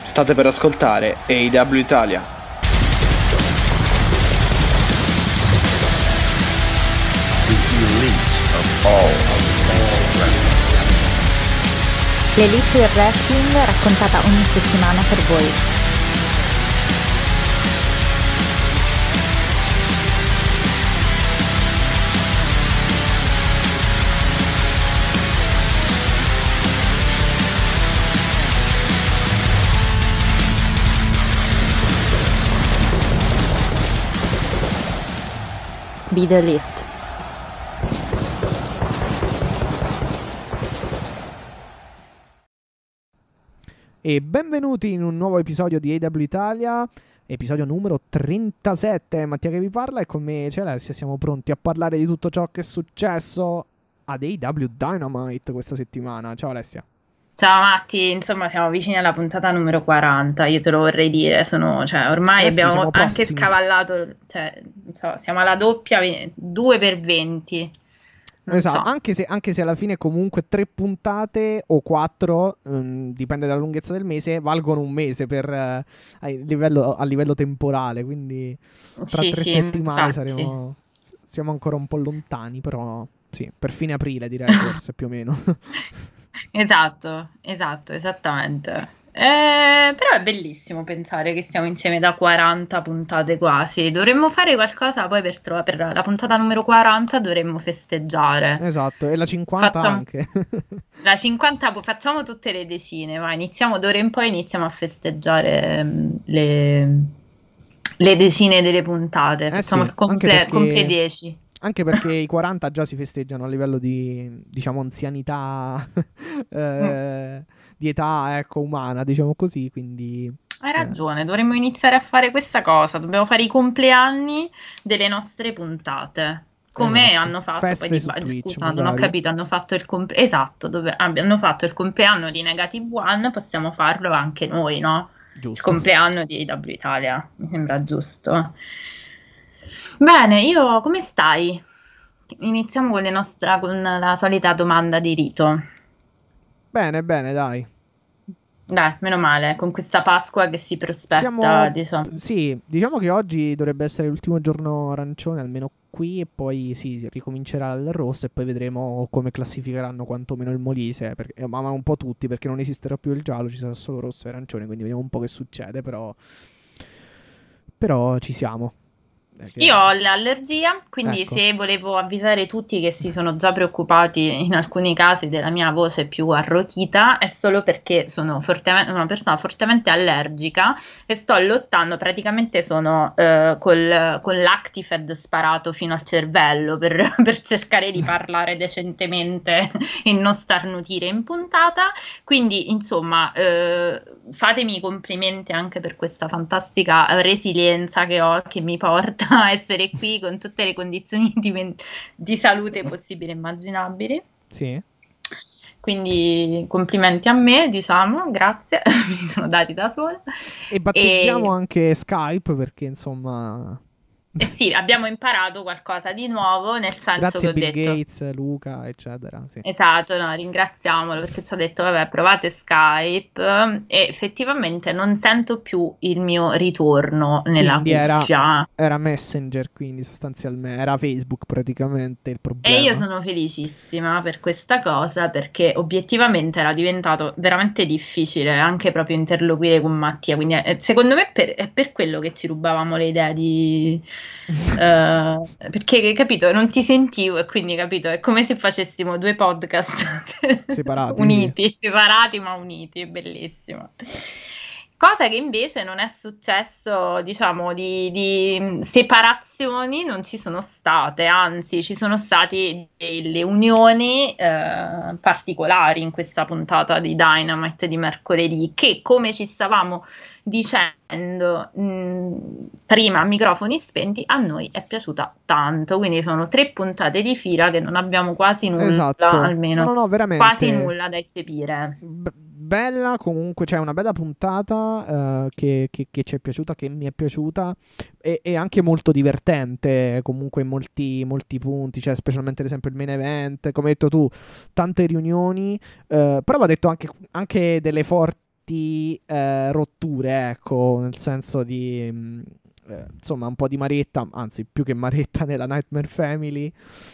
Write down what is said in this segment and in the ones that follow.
State per ascoltare AEW Italia. L'elite del wrestling raccontata ogni settimana per voi. Be the elite. E benvenuti in un nuovo episodio di AEW Italia, episodio numero 37. Mattia che vi parla e con me c'è Alessia. Siamo pronti a parlare di tutto ciò che è successo ad AEW Dynamite questa settimana. Ciao Alessia. Ciao Matti, insomma siamo vicini alla puntata numero 40, io te lo vorrei dire, ormai abbiamo anche scavallato, siamo alla doppia, 2 per 20. Esatto, anche se alla fine comunque 3 puntate o 4, dipende dalla lunghezza del mese, valgono un mese a livello temporale, quindi tra 3 settimane siamo ancora un po' lontani, però sì, per fine aprile direi forse più o meno. Esattamente. Però è bellissimo pensare che stiamo insieme da 40 puntate quasi. Dovremmo fare qualcosa poi per la puntata numero 40 dovremmo festeggiare. Esatto, e la 50 anche. La 50 facciamo tutte le decine, ma d'ora in poi iniziamo a festeggiare le decine delle puntate. Facciamo il comple 10. Anche perché i 40 già si festeggiano a livello di, diciamo, anzianità, di età, ecco, umana, diciamo così, quindi... Hai ragione, dovremmo iniziare a fare questa cosa, dobbiamo fare i compleanni delle nostre puntate. Come hanno fatto poi scusa, non ho capito, hanno fatto il hanno fatto il compleanno di Negative One, possiamo farlo anche noi, no? Giusto. Il compleanno di AEW Italia, mi sembra giusto. Bene, come stai? Iniziamo con la solita domanda di rito. Bene, dai. Dai, meno male, con questa Pasqua che si prospetta, diciamo. Sì, diciamo che oggi dovrebbe essere l'ultimo giorno arancione, almeno qui, e poi sì, ricomincerà il rosso e poi vedremo come classificheranno quantomeno il Molise, ma un po' tutti, perché non esisterà più il giallo, ci sarà solo rosso e arancione, quindi vediamo un po' che succede, però ci siamo. Io ho l'allergia, quindi ecco. Se volevo avvisare tutti che si sono già preoccupati in alcuni casi della mia voce più arrochita, è solo perché sono una persona fortemente allergica e sto lottando, praticamente sono con l'Actifed sparato fino al cervello per cercare di parlare decentemente e non starnutire in puntata, quindi insomma fatemi i complimenti anche per questa fantastica resilienza che ho, che mi porta a essere qui con tutte le condizioni di salute possibili e immaginabili. Sì. Quindi complimenti a me, diciamo, grazie, mi sono dati da sola. E battezziamo anche Skype perché insomma... sì, abbiamo imparato qualcosa di nuovo, nel senso grazie che ho Bill detto... Gates, Luca, eccetera. Sì. Esatto, no, ringraziamolo perché ci ha detto, vabbè, provate Skype e effettivamente non sento più il mio ritorno nella cuffia. Era Messenger, quindi sostanzialmente era Facebook praticamente il problema. E io sono felicissima per questa cosa perché obiettivamente era diventato veramente difficile anche proprio interloquire con Mattia, quindi secondo me è per quello che ci rubavamo le idee perché capito, non ti sentivo e quindi capito, è come se facessimo 2 podcast separati, separati ma uniti, è bellissimo. Cosa che invece non è successo, diciamo, di separazioni non ci sono state, anzi ci sono state delle unioni particolari in questa puntata di Dynamite di mercoledì, che come ci stavamo dicendo prima a microfoni spenti, a noi è piaciuta tanto, quindi sono 3 puntate di fila che non abbiamo quasi nulla, esatto. almeno no, veramente. Quasi nulla da eccepire. Bella comunque, cioè una bella puntata che ci è piaciuta, che mi è piaciuta e anche molto divertente comunque in molti punti, cioè specialmente ad esempio il main event, come hai detto tu, tante riunioni, però va detto anche delle forti avuti rotture, ecco, nel senso di insomma un po' di maretta, anzi più che maretta nella Nightmare Family.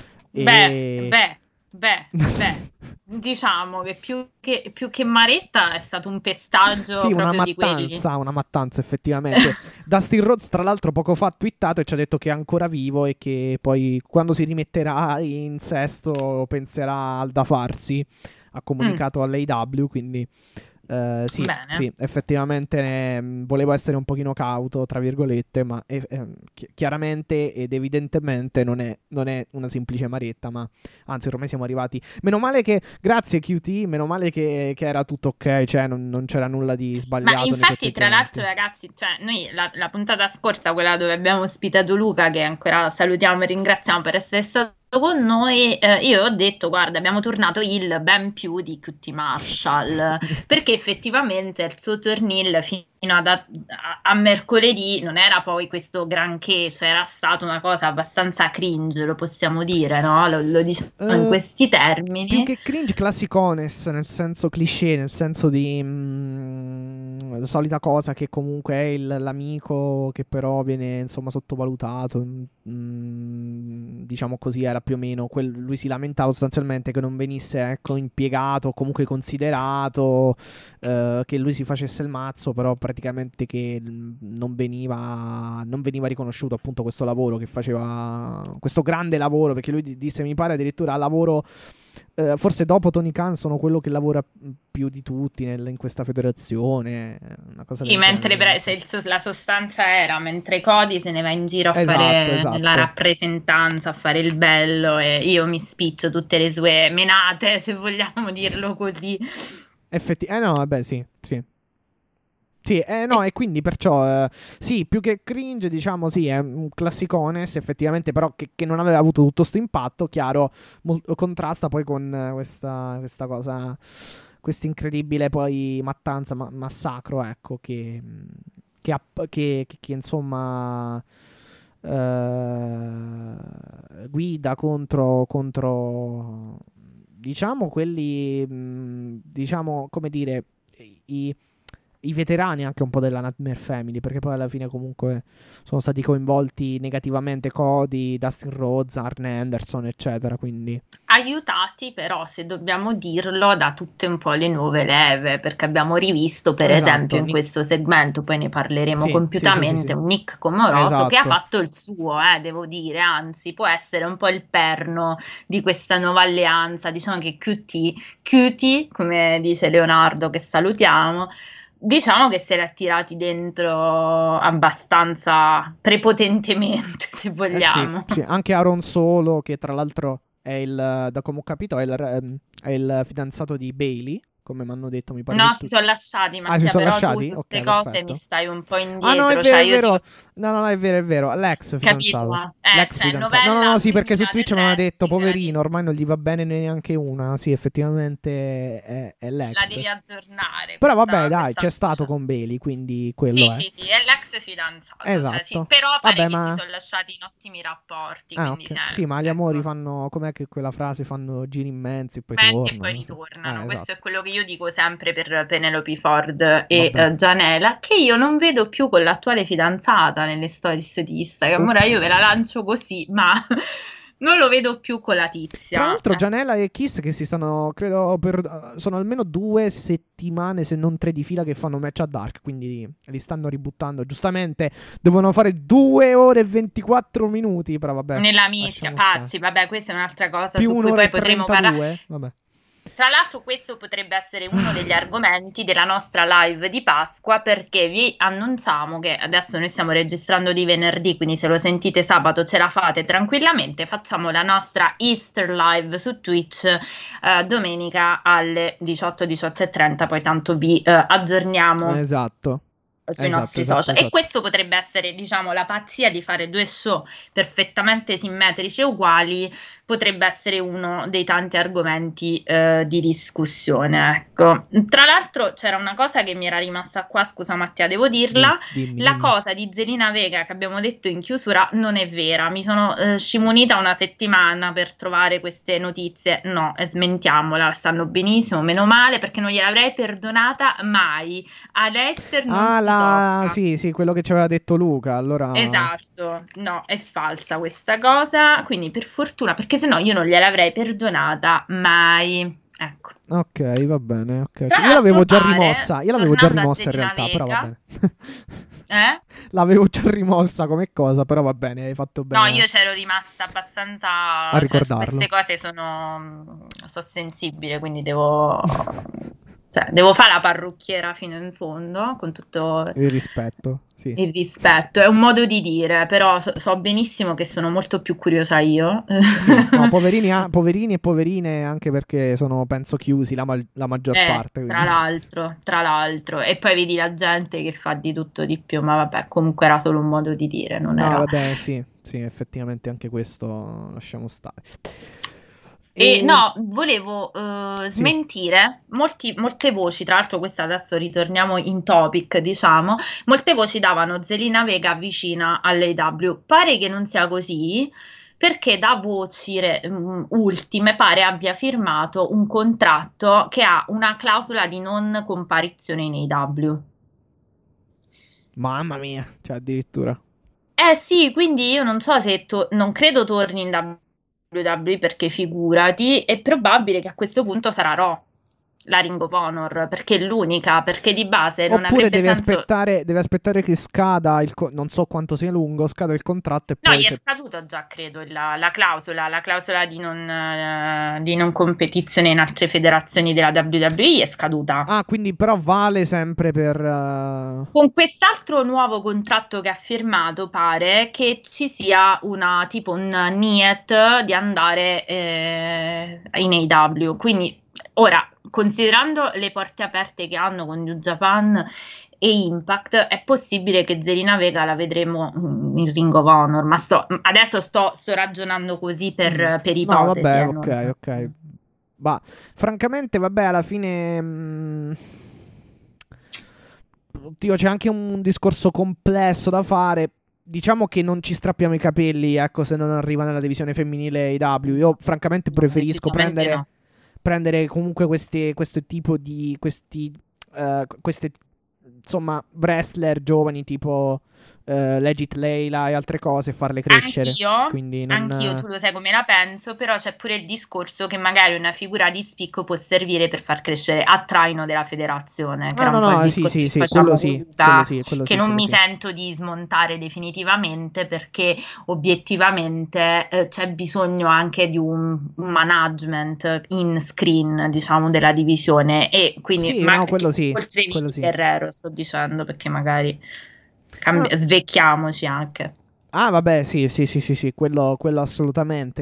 Beh, diciamo che più che maretta è stato un pestaggio sì, proprio di quelli. una mattanza effettivamente. Dustin Rhodes tra l'altro poco fa ha twittato e ci ha detto che è ancora vivo e che poi quando si rimetterà in sesto penserà al da farsi. Ha comunicato all'AEW, quindi sì, Bene. sì, effettivamente volevo essere un pochino cauto, tra virgolette, ma chiaramente ed evidentemente non è una semplice maretta, ma anzi ormai siamo arrivati. Meno male che, grazie QT, meno male che era tutto ok, cioè non c'era nulla di sbagliato. Ma infatti, tra l'altro, ragazzi, cioè, noi la puntata scorsa, quella dove abbiamo ospitato Luca, che ancora salutiamo e ringraziamo per essere stato con noi, io ho detto, guarda, abbiamo tornato il ben più di QT Marshall, perché effettivamente il suo tornil fino a mercoledì non era poi questo granché, cioè era stata una cosa abbastanza cringe, lo possiamo dire, no? Lo diciamo in questi termini. Più che cringe, classicones, nel senso cliché, nel senso di la solita cosa che comunque è l'amico che però viene insomma sottovalutato, diciamo così, era più o meno lui si lamentava sostanzialmente che non venisse, ecco, impiegato o comunque considerato, che lui si facesse il mazzo, però praticamente che non veniva riconosciuto appunto questo lavoro che faceva, questo grande lavoro, perché lui disse, mi pare addirittura lavoro, forse dopo Tony Khan sono quello che lavora più di tutti in questa federazione, una cosa sì, del mentre genere. la sostanza era, mentre Cody se ne va in giro a Esatto, fare esatto. la rappresentanza, a fare il bello, e io mi spiccio tutte le sue menate, se vogliamo dirlo così. No, vabbè, sì. Sì, no, e quindi perciò, sì, più che cringe, diciamo, sì, è un classicones, effettivamente, però che non aveva avuto tutto questo impatto, chiaro, contrasta poi con questa cosa, questa incredibile poi mattanza, massacro, ecco, che insomma guida contro diciamo quelli, diciamo, come dire, i veterani anche un po' della Nightmare Family, perché poi alla fine comunque sono stati coinvolti negativamente Cody, Dustin Rhodes, Arn Anderson, eccetera, quindi Aiutati però, se dobbiamo dirlo, da tutte un po' le nuove leve, perché abbiamo rivisto per esatto, esempio in questo segmento, poi ne parleremo sì, compiutamente, sì. un Nick Comoroto che ha Esatto. fatto il suo, devo dire, anzi può essere un po' il perno di questa nuova alleanza, diciamo che QT, come dice Leonardo che salutiamo, diciamo che se l'ha tirati dentro abbastanza prepotentemente, se vogliamo. Sì, anche Aaron Solo, che tra l'altro è da come ho capito è il fidanzato di Bailey, come mi hanno detto, mi pare. No, che si sono lasciati, si Mattia, sono però lasciati? tu su Ok, queste cose perfetto. mi stai un po' indietro. Ah no, è vero, cioè è io vero. ti... No, è vero, è vero. L'ex fidanzato. Capito? L'ex Cioè, fidanzato. novella No, sì, perché su femmina Twitch del mi hanno detto, wrestling, poverino, ormai non gli va bene neanche una. Sì, effettivamente è la l'ex. devi aggiornare. Però vabbè, dai, questa c'è stato voce. con Bailey, quindi quello è. Sì, è l'ex fidanzato. Cioè, sì, Esatto. però pare Vabbè, che si ma sono lasciati in ottimi rapporti. ah, Quindi, ok. Sì, ma gli amori ecco. fanno, com'è che quella frase, fanno giri immensi e poi Menti e poi tornano. Sì. ritornano. Questo Esatto. è quello che io dico sempre per Penelope Ford e Vabbè. Gianela, che io non vedo più con l'attuale fidanzata nelle stories di Instagram. Ora io ve la lancio così, ma non lo vedo più con la tizia. Tra l'altro, Gianella e Kiss che si stanno, credo, sono almeno 2 settimane, se non 3 di fila, che fanno match a Dark. Quindi li stanno ributtando. Giustamente devono fare 2 ore e 24 minuti. Però vabbè. Nella mischia, pazzi, vabbè, questa è un'altra cosa Più su cui 1 ora poi e potremo parlare. 32. Vabbè. Tra l'altro questo potrebbe essere uno degli argomenti della nostra live di Pasqua, perché vi annunciamo che adesso noi stiamo registrando di venerdì, quindi se lo sentite sabato ce la fate tranquillamente, facciamo la nostra Easter live su Twitch domenica alle 18, 18:30, poi tanto vi aggiorniamo. Esatto. sui nostri social. E questo potrebbe essere, diciamo, la pazzia di fare due show perfettamente simmetrici e uguali, potrebbe essere uno dei tanti argomenti di discussione, ecco. Tra l'altro c'era una cosa che mi era rimasta qua, scusa Mattia, devo dirla. La cosa di Zelina Vega che abbiamo detto in chiusura non è vera, mi sono scimunita una settimana per trovare queste notizie, no, smentiamola, stanno benissimo, meno male, perché non gliel'avrei perdonata mai. Alester non si tocca. Sì, quello che ci aveva detto Luca, allora... Esatto, no, è falsa questa cosa, quindi per fortuna, perché sennò io non gliel'avrei perdonata mai. Ecco. Ok, va bene, ok. Tra Io l'avevo già l'altro rimossa, in realtà, però va bene. L'avevo già rimossa come cosa, però va bene, hai fatto bene. No, io c'ero rimasta abbastanza a ricordarlo. Queste cose sono sensibile, quindi devo fare la parrucchiera fino in fondo, con tutto il rispetto. Sì. Il rispetto è un modo di dire, però so benissimo che sono molto più curiosa io. Sì, no, poverini e poverine, anche perché sono, penso, chiusi la maggior parte. Tra l'altro. E poi vedi la gente che fa di tutto di più, ma vabbè, comunque era solo un modo di dire, non era... vabbè, sì, effettivamente anche questo lasciamo stare. E no, volevo smentire molte voci, tra l'altro questa adesso ritorniamo in topic, diciamo, molte voci davano Zelina Vega vicina all'AEW, pare che non sia così, perché da voci ultime pare abbia firmato un contratto che ha una clausola di non comparizione in AEW. Mamma mia, cioè addirittura. Sì, quindi io non so se non credo torni in WWE, perché figurati, è probabile che a questo punto sarà Raw la Ring of Honor, perché è l'unica, perché di base non oppure avrebbe senso... deve aspettare che scada non so quanto sia lungo, scada il contratto e no, poi gli è scaduto già, credo, la clausola di non competizione in altre federazioni della WWE è scaduta. Quindi però vale sempre per... Con quest'altro nuovo contratto che ha firmato pare che ci sia tipo un niet di andare in AEW, quindi ora, considerando le porte aperte che hanno con New Japan e Impact, è possibile che Zelina Vega la vedremo in Ring of Honor, ma adesso sto ragionando così per ipotesi. No, vabbè, ok. Ma francamente, vabbè, alla fine... Oddio, c'è anche un discorso complesso da fare. Diciamo che non ci strappiamo i capelli, ecco, se non arriva nella divisione femminile AEW. Io francamente preferisco prendere comunque questo tipo di queste insomma wrestler giovani tipo Legit Layla e altre cose e farle crescere. Anch'io, tu lo sai come la penso, però c'è pure il discorso che magari una figura di spicco può servire per far crescere a traino della federazione, che era un po' il discorso che facciamo che non mi sento di smontare definitivamente, perché obiettivamente c'è bisogno anche di un management in screen, diciamo, della divisione, e quindi oltre Guerrero sto dicendo, perché magari svecchiamoci anche. Vabbè, sì, quello assolutamente,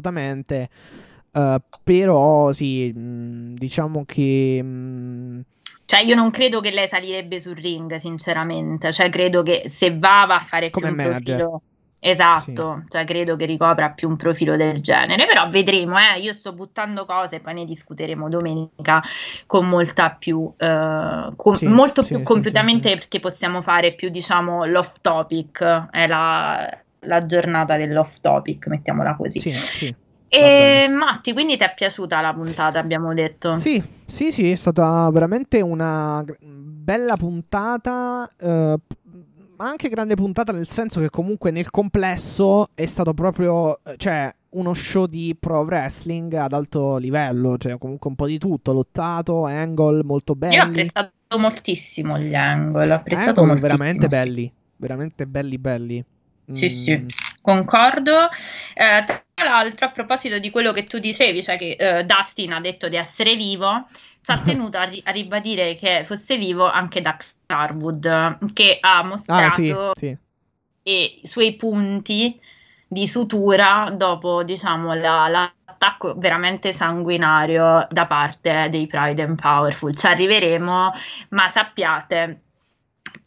però sì, diciamo che cioè io non credo che lei salirebbe sul ring, sinceramente, cioè credo che se va a fare più un profilo, esatto, sì. Cioè credo che ricopra più un profilo del genere, però vedremo, io sto buttando cose, poi ne discuteremo domenica con molta più molto più compiutamente, perché possiamo fare più, diciamo, l'off topic, è la giornata dell'off topic, mettiamola così. Sì. E Matti, quindi ti è piaciuta la puntata, abbiamo detto? Sì, è stata veramente una bella puntata, anche grande puntata, nel senso che comunque nel complesso è stato proprio, cioè, uno show di pro wrestling ad alto livello, cioè comunque un po' di tutto, lottato, angle molto belli. Io ho apprezzato moltissimo gli angle, ho apprezzato moltissimo. Veramente belli, veramente belli. Sì, concordo. Tra l'altro, a proposito di quello che tu dicevi, cioè che Dustin ha detto di essere vivo, ci ha tenuto a ribadire che fosse vivo anche Dax Harwood, che ha mostrato i suoi punti di sutura dopo, diciamo, l'attacco veramente sanguinario da parte dei Pride and Powerful. Ci arriveremo, ma sappiate che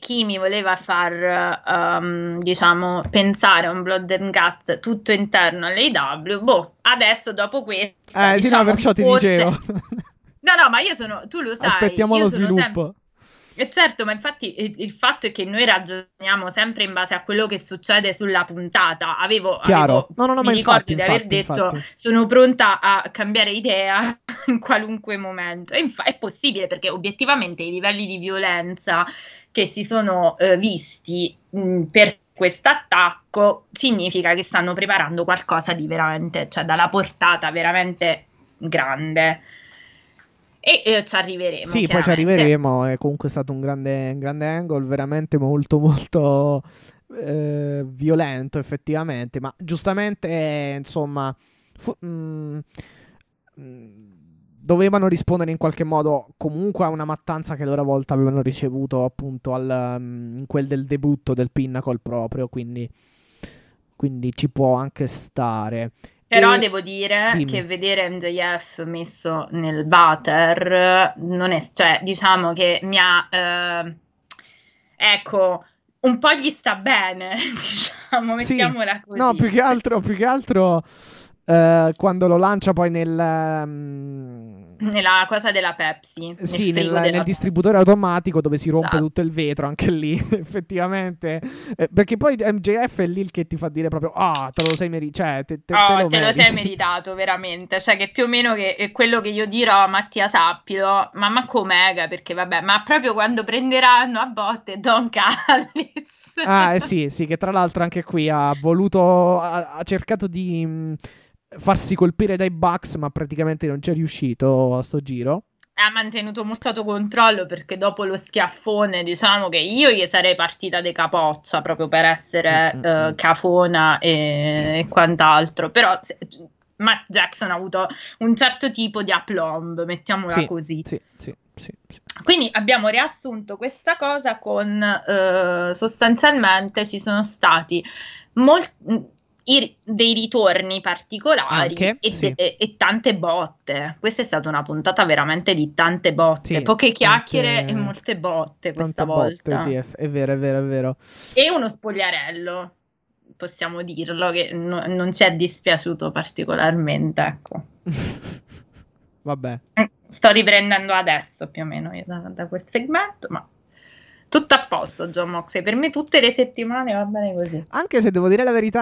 chi mi voleva far, diciamo, pensare a un Blood and Gut tutto interno all'AEW, boh, adesso dopo questa, sì, no, diciamo perciò che ti forse... dicevo. No, ma io sono, tu lo sai, Aspettiamo io lo sono sviluppo. certo, ma infatti il fatto è che noi ragioniamo sempre in base a quello che succede sulla puntata. Chiaro. No, Mi ma ricordo infatti, di aver detto infatti. sono pronta a cambiare idea in qualunque momento. E è possibile perché obiettivamente i livelli di violenza che si sono visti per quest'attacco significa che stanno preparando qualcosa di veramente, cioè dalla portata veramente grande. E ci arriveremo, Sì, poi ci chiaramente. arriveremo. È comunque stato un grande angle, veramente molto, molto violento, effettivamente. Ma giustamente, insomma, dovevano rispondere in qualche modo comunque a una mattanza che a loro volta avevano ricevuto appunto in quel del debutto del Pinnacle proprio. Quindi ci può anche stare. Però E devo dire dimmi. che vedere MJF messo nel water non è, cioè, diciamo che mi ha, ecco, un po' gli sta bene, diciamo, Sì, mettiamola no, così. più che altro quando lo lancia poi Nella cosa della Pepsi, nel sì, frigo nel della distributore Pepsi. automatico dove si rompe Esatto. tutto il vetro, anche lì, effettivamente. Perché poi MJF è lì il che ti fa dire proprio, ah, te lo sei meritato, cioè, te Oh, lo te lo sei meriti. meritato veramente, cioè che più o meno che è quello che io dirò a Mattia Sappilo, ma manco Mega, perché vabbè, ma proprio quando prenderanno a botte Don Callis. Ah, sì, sì, che tra l'altro anche qui ha cercato di farsi colpire dai Bucks, ma praticamente non ci è riuscito a sto giro. Ha mantenuto molto autocontrollo perché dopo lo schiaffone, diciamo che io gli sarei partita de capoccia proprio per essere Mm. cafona e quant'altro. Però Matt Jackson ha avuto un certo tipo di aplomb, mettiamola Sì, così. sì, sì, sì, sì. Quindi abbiamo riassunto questa cosa con sostanzialmente ci sono stati dei ritorni particolari Anche, sì, e tante botte. Questa è stata una puntata veramente di tante botte, sì, poche chiacchiere e tante, molte botte questa tante botte, sì, volta. è vero, è vero, è vero. E uno spogliarello, possiamo dirlo, che non ci è dispiaciuto particolarmente, ecco. Vabbè. Sto riprendendo adesso più o meno io da quel segmento, ma tutto a posto, John Moxley. Per me tutte le settimane va bene così. Anche se devo dire la verità,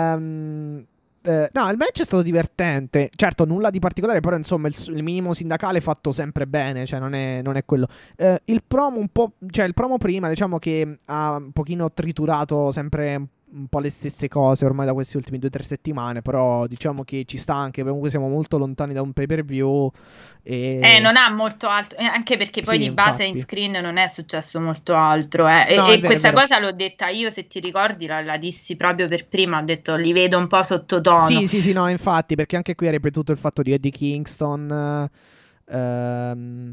no, il match è stato divertente. Certo, nulla di particolare, però insomma il minimo sindacale fatto sempre bene, cioè non è quello. Il promo un po', cioè il promo prima, diciamo che ha un pochino triturato sempre un po' le stesse cose ormai da queste ultime 2 o 3 settimane, però diciamo che ci sta anche, comunque siamo molto lontani da un pay-per-view e Non ha molto altro, anche perché poi sì, di base in infatti. screen non è successo molto altro. No, è E vero, è questa vero. cosa l'ho detta io, se ti ricordi, la dissi proprio per prima, ho detto li vedo un po' sottotono. Sì, sì, sì, no, infatti, perché anche qui ha ripetuto il fatto di Eddie Kingston, ehm,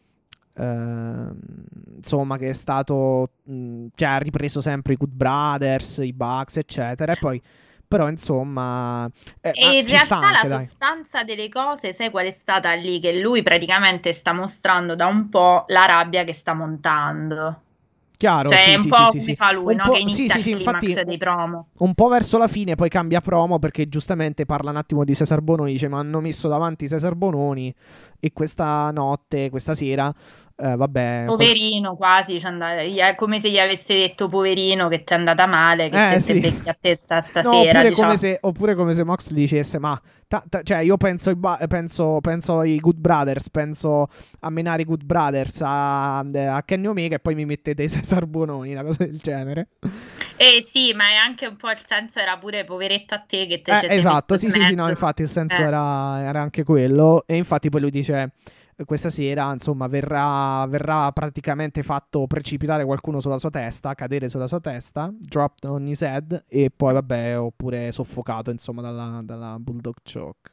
ehm, insomma, che è stato, cioè ha ripreso sempre i Good Brothers, i Bucks, eccetera, e poi, però, insomma, ma E in ci sta realtà la anche, dai. sostanza delle cose, sai qual è stata lì? Che lui praticamente sta mostrando da un po' la rabbia che sta montando. Chiaro, Cioè, è sì, un sì, sì, po' sì, come sì. fa lui, Un no? Che po', sì, inizia sì, il sì, infatti, climax dei promo. un po' verso la fine poi cambia promo perché giustamente parla un attimo di Cesar Bononi, dice ma hanno messo davanti Cesar Bononi e questa notte, questa sera, vabbè, Poverino, quasi, è come se gli avesse detto poverino che ti è andata male, che se te sì. becchi a te No, stasera, diciamo. oppure come se Mox dicesse, ma cioè io penso, penso ai Good Brothers, penso a menare i Good Brothers, a Kenny Omega e poi mi mettete Cesar Bononi, una cosa del genere. Eh sì, ma è anche un po' il senso era pure poveretto a te che te ci sei Esatto, messo di sì, sì, sì, no, mezzo. infatti il senso era anche quello. E infatti poi lui dice, questa sera, insomma, verrà praticamente fatto precipitare qualcuno sulla sua testa, cadere sulla sua testa, dropped on his head, e poi vabbè, oppure soffocato, insomma, dalla Bulldog Choke.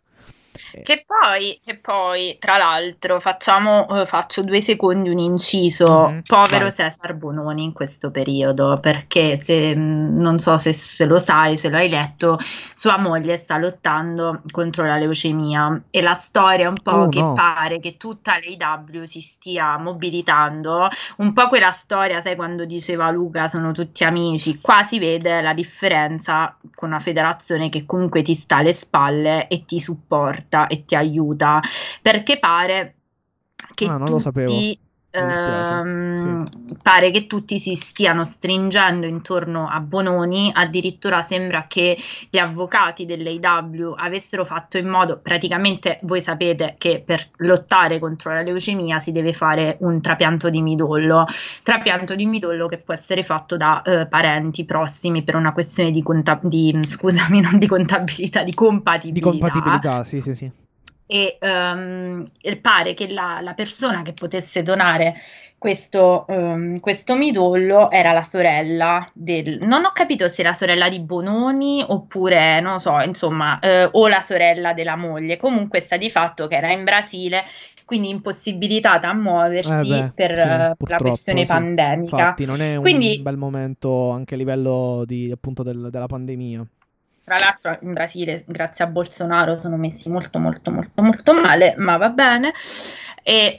Che poi, tra l'altro, faccio 2 secondi un inciso. Povero Vai. Cesar Bononi in questo periodo, perché non so se lo sai, se lo hai letto, sua moglie sta lottando contro la leucemia e la storia è un po' che No. pare che tutta l'AEW si stia mobilitando, un po' quella storia, sai, quando diceva Luca sono tutti amici, qua si vede la differenza con una federazione che comunque ti sta alle spalle e ti supporta e ti aiuta, perché pare che Non lo sapevo. tutti Mi dispiace. Sì. pare che tutti si stiano stringendo intorno a Bononi, addirittura sembra che gli avvocati dell'AEW avessero fatto in modo, praticamente voi sapete che per lottare contro la leucemia si deve fare un trapianto di midollo che può essere fatto da parenti prossimi per una questione scusami, non di contabilità, di compatibilità. Di compatibilità, sì. E pare che la persona che potesse donare questo midollo era la sorella non ho capito se la sorella di Bononi oppure non lo so, insomma, o la sorella della moglie. Comunque sta di fatto che era in Brasile, quindi impossibilitata a muoversi per sì, la purtroppo, questione sì. pandemica. Infatti non è un Quindi, bel momento anche a livello appunto della pandemia. tra l'altro in Brasile, grazie a Bolsonaro, sono messi molto molto molto molto male, ma va bene. E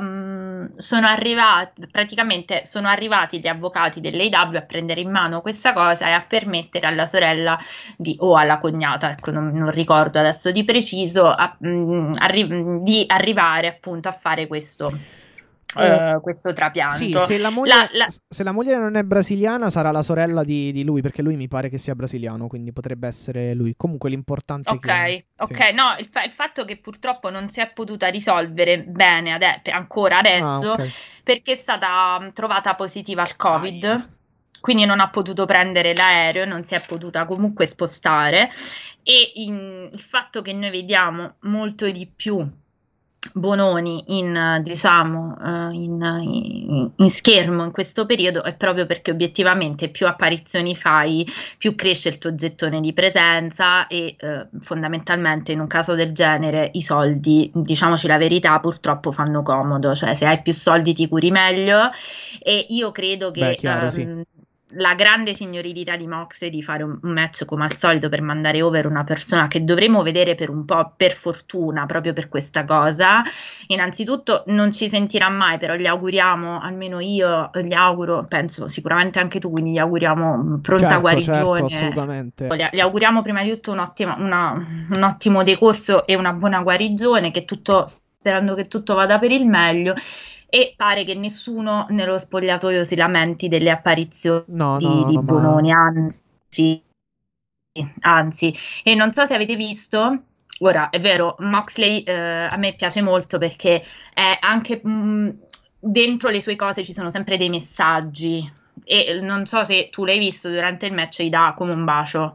praticamente sono arrivati gli avvocati dell'AEW a prendere in mano questa cosa e a permettere alla sorella o alla cognata, ecco, non ricordo adesso di preciso, di arrivare appunto a fare questo Sì, trapianto. se la moglie non è brasiliana sarà la sorella di lui, perché lui mi pare che sia brasiliano, quindi potrebbe essere lui. Comunque l'importante è che... Ok, sì. no, il fatto che purtroppo non si è potuta risolvere bene ancora adesso, Ok. perché è stata trovata positiva al Covid, Aia. quindi non ha potuto prendere l'aereo, non si è potuta comunque spostare, e il fatto che noi vediamo molto di più Bononi diciamo, in schermo in questo periodo è proprio perché obiettivamente più apparizioni fai, più cresce il tuo gettone di presenza e fondamentalmente in un caso del genere i soldi, diciamoci la verità, purtroppo fanno comodo, cioè se hai più soldi ti curi meglio, e io credo Beh, che chiaro, sì. la grande signorilità di Moxley di fare un match come al solito per mandare over una persona che dovremo vedere per un po', per fortuna, proprio per questa cosa. Innanzitutto non ci sentirà mai, però gli auguriamo, almeno io gli auguro, penso sicuramente anche tu, quindi gli auguriamo pronta guarigione. Certo, assolutamente. Gli auguriamo prima di tutto un ottimo decorso e una buona guarigione, sperando che tutto vada per il meglio. E pare che nessuno nello spogliatoio si lamenti delle apparizioni No, di ma... Bononi, anzi, e non so se avete visto, ora è vero, Moxley a me piace molto perché è anche dentro le sue cose ci sono sempre dei messaggi, e non so se tu l'hai visto durante il match, gli dà come un bacio.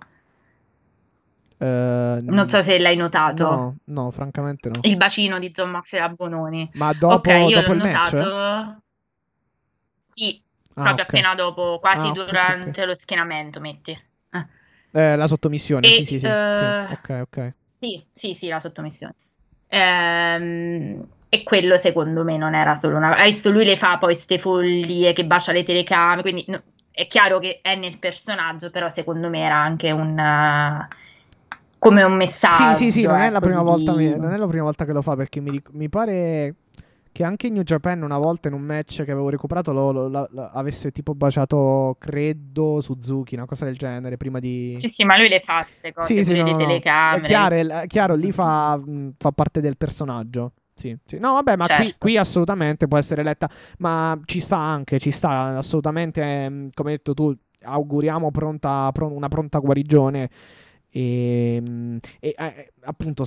Non so se l'hai notato. No, francamente no. Il bacino di John Moxley a Bononi. Ma Ok, io l'ho dopo il match? notato. Sì, Ah, proprio ok. appena dopo, quasi Ok. durante lo schienamento, metti. Eh. La sottomissione, E, sì. Ok. sì, la sottomissione. E quello secondo me non era solo una... Adesso lui le fa poi ste follie che bacia le telecamere, quindi è chiaro che è nel personaggio, però secondo me era anche come un messaggio. Sì, non è la ecco, prima volta, non è la prima volta che lo fa, perché mi pare che anche in New Japan una volta in un match che avevo recuperato avesse tipo baciato, credo, Suzuki, una cosa del genere, prima di... Sì, ma lui le fa queste cose, pure le No. È telecamere. chiaro, lì fa parte del personaggio. Sì. No, vabbè, ma Certo. qui assolutamente può essere letta, ma ci sta assolutamente, come hai detto tu, auguriamo una pronta guarigione. E appunto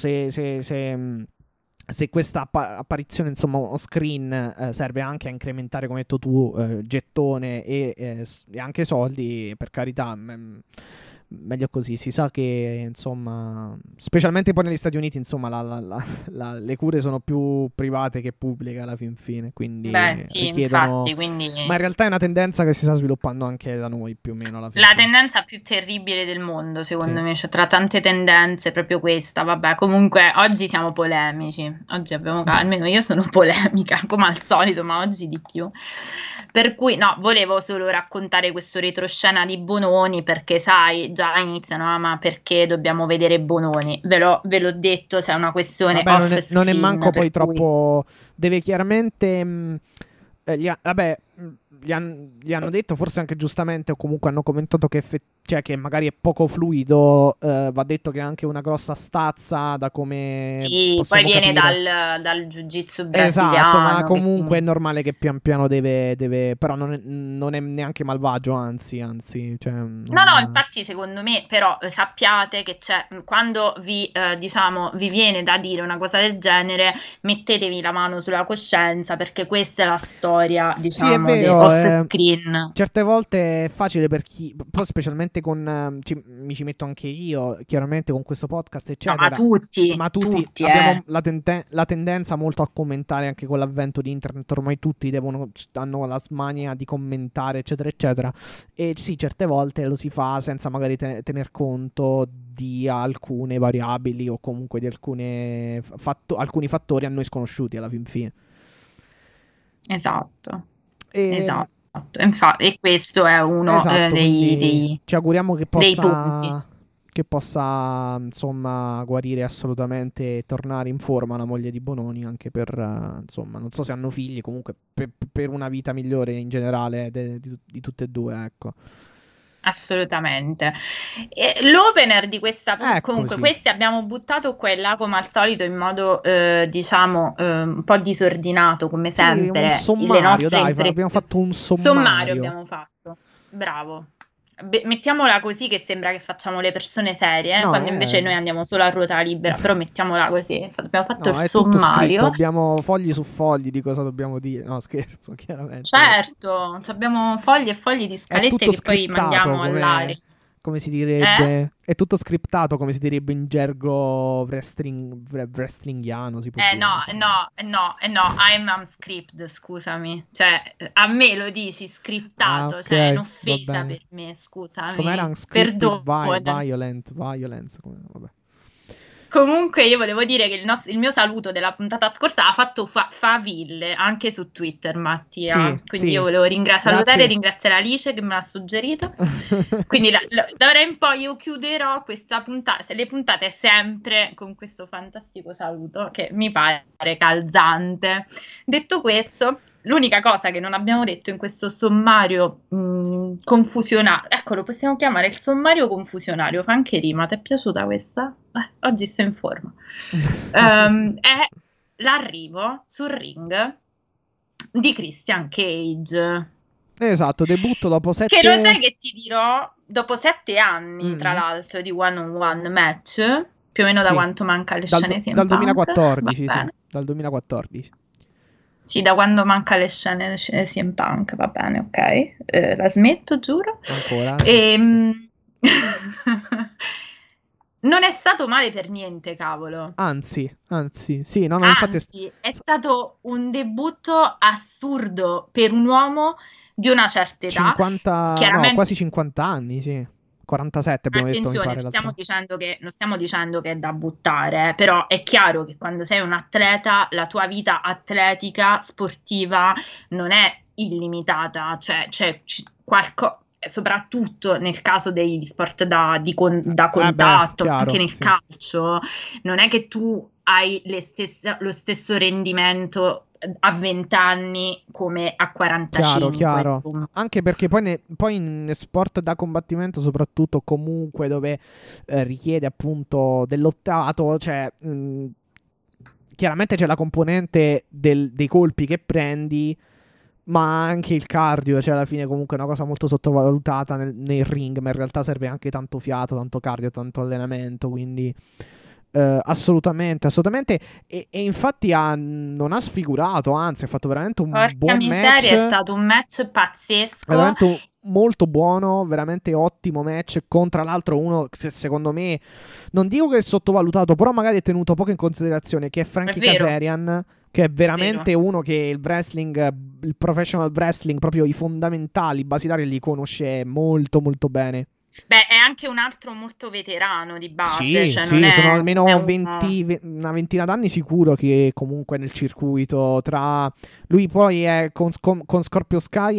se questa apparizione, insomma, on screen serve anche a incrementare, come hai detto tu, gettone e anche soldi, per carità, meglio così. Si sa che, insomma, specialmente poi negli Stati Uniti, insomma, le cure sono più private che pubbliche alla fin fine, quindi Beh, sì, richiedono... infatti, quindi Ma in realtà è una tendenza che si sta sviluppando anche da noi, più o meno, alla fine. la tendenza più terribile del mondo, secondo Sì. me, cioè, tra tante tendenze, proprio questa. Vabbè, comunque oggi siamo polemici. Oggi abbiamo, almeno io sono polemica, come al solito, ma oggi di più. Per cui, no, volevo solo raccontare questo retroscena di Bononi, perché sai, già iniziano, ma perché dobbiamo vedere Bononi? Ve l'ho detto, c'è una questione Vabbè, off non è screen, manco poi per cui... troppo... Deve chiaramente... vabbè, gli hanno detto, forse anche giustamente, o comunque hanno commentato che, cioè, che magari è poco fluido. Va detto che è anche una grossa stazza, da come Sì, poi possiamo viene capire. dal jiu-jitsu Esatto, ma brasiliano, che comunque è quindi... normale che pian piano deve però non è neanche malvagio, anzi, cioè, No, infatti secondo me però sappiate che c'è, quando diciamo, vi viene da dire una cosa del genere, mettetevi la mano sulla coscienza, perché questa è la storia, Sì, è diciamo, vero, off screen. certe volte è facile per chi, poi specialmente con, mi ci metto anche io, chiaramente con questo podcast, No, eccetera. Ma tutti tutti, abbiamo la tendenza molto a commentare, anche con l'avvento di internet, ormai tutti hanno la smania di commentare, eccetera, eccetera. E sì, certe volte lo si fa senza magari tener conto di alcune variabili o comunque di alcuni fattori a noi sconosciuti alla fin fine. Esatto, E, esatto. Infatti, e questo è uno esatto, quindi dei ci auguriamo dei punti. che possa, insomma, guarire assolutamente e tornare in forma la moglie di Bononi, anche per, insomma, non so se hanno figli, comunque per una vita migliore in generale di tutte e due, ecco. Assolutamente. E l'opener di questa, comunque, Eccoci. questi abbiamo buttato qua e là come al solito in modo, diciamo, un po' disordinato, come Sì, un sempre, le sommario, nostre dai, abbiamo impressioni. fatto un Sommario sommario. abbiamo fatto. Bravo. Mettiamola così che sembra che facciamo le persone serie, No, quando invece noi andiamo solo a ruota libera, però mettiamola così. Abbiamo fatto no, il è tutto scritto, sommario. abbiamo fogli su fogli di cosa dobbiamo dire. No, scherzo, chiaramente. Certo, abbiamo fogli e fogli di È scalette tutto che poi scriptato, mandiamo all'aria. come si Eh? direbbe. È tutto scriptato, come si direbbe in gergo wrestlinghiano, si può dire. No, insomma. no, I'm unscripted, scusami. Cioè, a me lo dici Ah, scriptato, ok, cioè, è va un'offesa bene. per me, Com'era scusami. unscripted Perdona. violence, vabbè. Comunque io volevo dire che il mio saluto della puntata scorsa ha fatto faville anche su Twitter, Mattia. Quindi io Sì, volevo salutare e grazie. ringraziare Alice che me l'ha suggerito. Quindi da ora in poi io chiuderò questa puntata, le puntate sempre con questo fantastico saluto che mi pare calzante. Detto questo, l'unica cosa che non abbiamo detto in questo sommario confusionario, ecco, lo possiamo chiamare il sommario confusionario, fa anche rima, ti è piaciuta questa? Oggi sto in forma. È l'arrivo sul ring di Christian Cage. Esatto, debutto dopo Che lo sai 7... che ti dirò, dopo 7 anni, tra l'altro, di one-on-one match, più o meno da Sì, quanto manca le scene CM dal Punk, 2014, va sì, bene. dal 2014. Sì, da quando manca le scene CM Punk, va bene, ok. La smetto, giuro. Ancora? Sì. Non è stato male per niente, cavolo. Anzi, sì, no, infatti Anzi, è stato un debutto assurdo per un uomo di una certa età. 50, Chiaramente, quasi 50 anni, sì. 47 abbiamo detto, mi attenzione, pare. non stiamo dicendo che è da buttare, però è chiaro che quando sei un atleta, la tua vita atletica, sportiva, non è illimitata, cioè c'è qualcosa. Soprattutto nel caso degli sport da contatto, chiaro, anche nel sì. calcio, non è che tu hai lo stesso rendimento a 20 anni come a 45. Chiaro. Insomma. Anche perché poi in sport da combattimento, soprattutto comunque dove richiede appunto dell'ottato, cioè chiaramente c'è la componente dei colpi che prendi, ma anche il cardio, cioè alla fine comunque è una cosa molto sottovalutata nel ring, ma in realtà serve anche tanto fiato, tanto cardio, tanto allenamento, quindi assolutamente. E infatti non ha sfigurato, anzi ha fatto veramente un Porca buon miseria, match. è stato un match pazzesco. Veramente molto buono, veramente ottimo match, con tra l'altro uno che secondo me, non dico che è sottovalutato, però magari è tenuto poco in considerazione, che è Frankie Kazarian, che è veramente uno che il wrestling, il professional wrestling, proprio i fondamentali basilari li conosce molto molto bene. Beh, è anche un altro molto veterano di base. Sì, cioè sì, non sono è, almeno è 20, una ventina d'anni sicuro che comunque nel circuito tra... Lui poi è con Scorpio Sky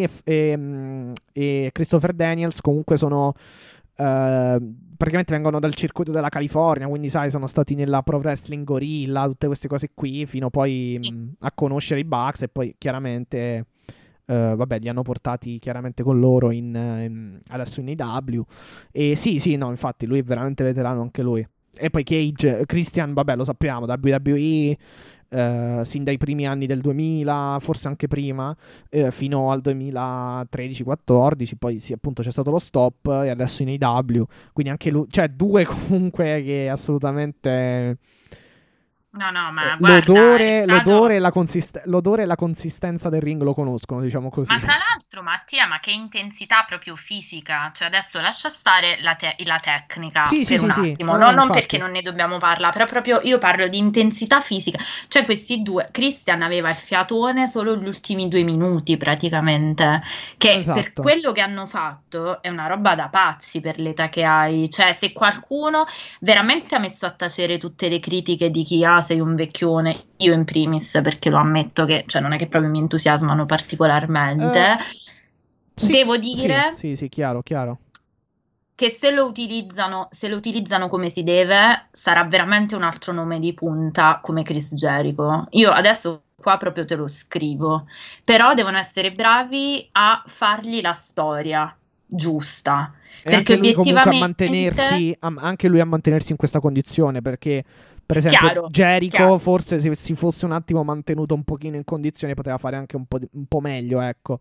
e Christopher Daniels, comunque sono... praticamente vengono dal circuito della California, quindi sai, sono stati nella Pro Wrestling Gorilla, tutte queste cose qui, fino poi a conoscere i Bucks e poi chiaramente... vabbè, li hanno portati chiaramente con loro adesso in AEW. E sì, no, infatti lui è veramente veterano anche lui. E poi Cage, Christian, vabbè, lo sappiamo, WWE, sin dai primi anni del 2000, forse anche prima, fino al 2013-14, poi sì, appunto c'è stato lo stop e adesso in AEW. Quindi anche lui, cioè due comunque che assolutamente... No, ma guarda, l'odore e la consistenza del ring lo conoscono, diciamo così. Ma tra l'altro, Mattia, ma che intensità proprio fisica, cioè adesso lascia stare la tecnica per un attimo, non perché non ne dobbiamo parlare, però proprio io parlo di intensità fisica, cioè questi due, Christian aveva il fiatone solo gli ultimi 2 minuti praticamente, che per quello che hanno fatto è una roba da pazzi per l'età che hai, cioè se qualcuno veramente ha messo a tacere tutte le critiche di chi sei un vecchione, io in primis, perché lo ammetto che cioè non è che proprio mi entusiasmano particolarmente, devo dire sì, chiaro che se lo utilizzano come si deve, sarà veramente un altro nome di punta come Chris Jericho. Io adesso qua proprio te lo scrivo, però devono essere bravi a fargli la storia giusta, e perché anche lui obiettivamente anche lui a mantenersi in questa condizione, perché per esempio Jericho forse se si fosse un attimo mantenuto un pochino in condizione poteva fare anche un po' meglio, ecco.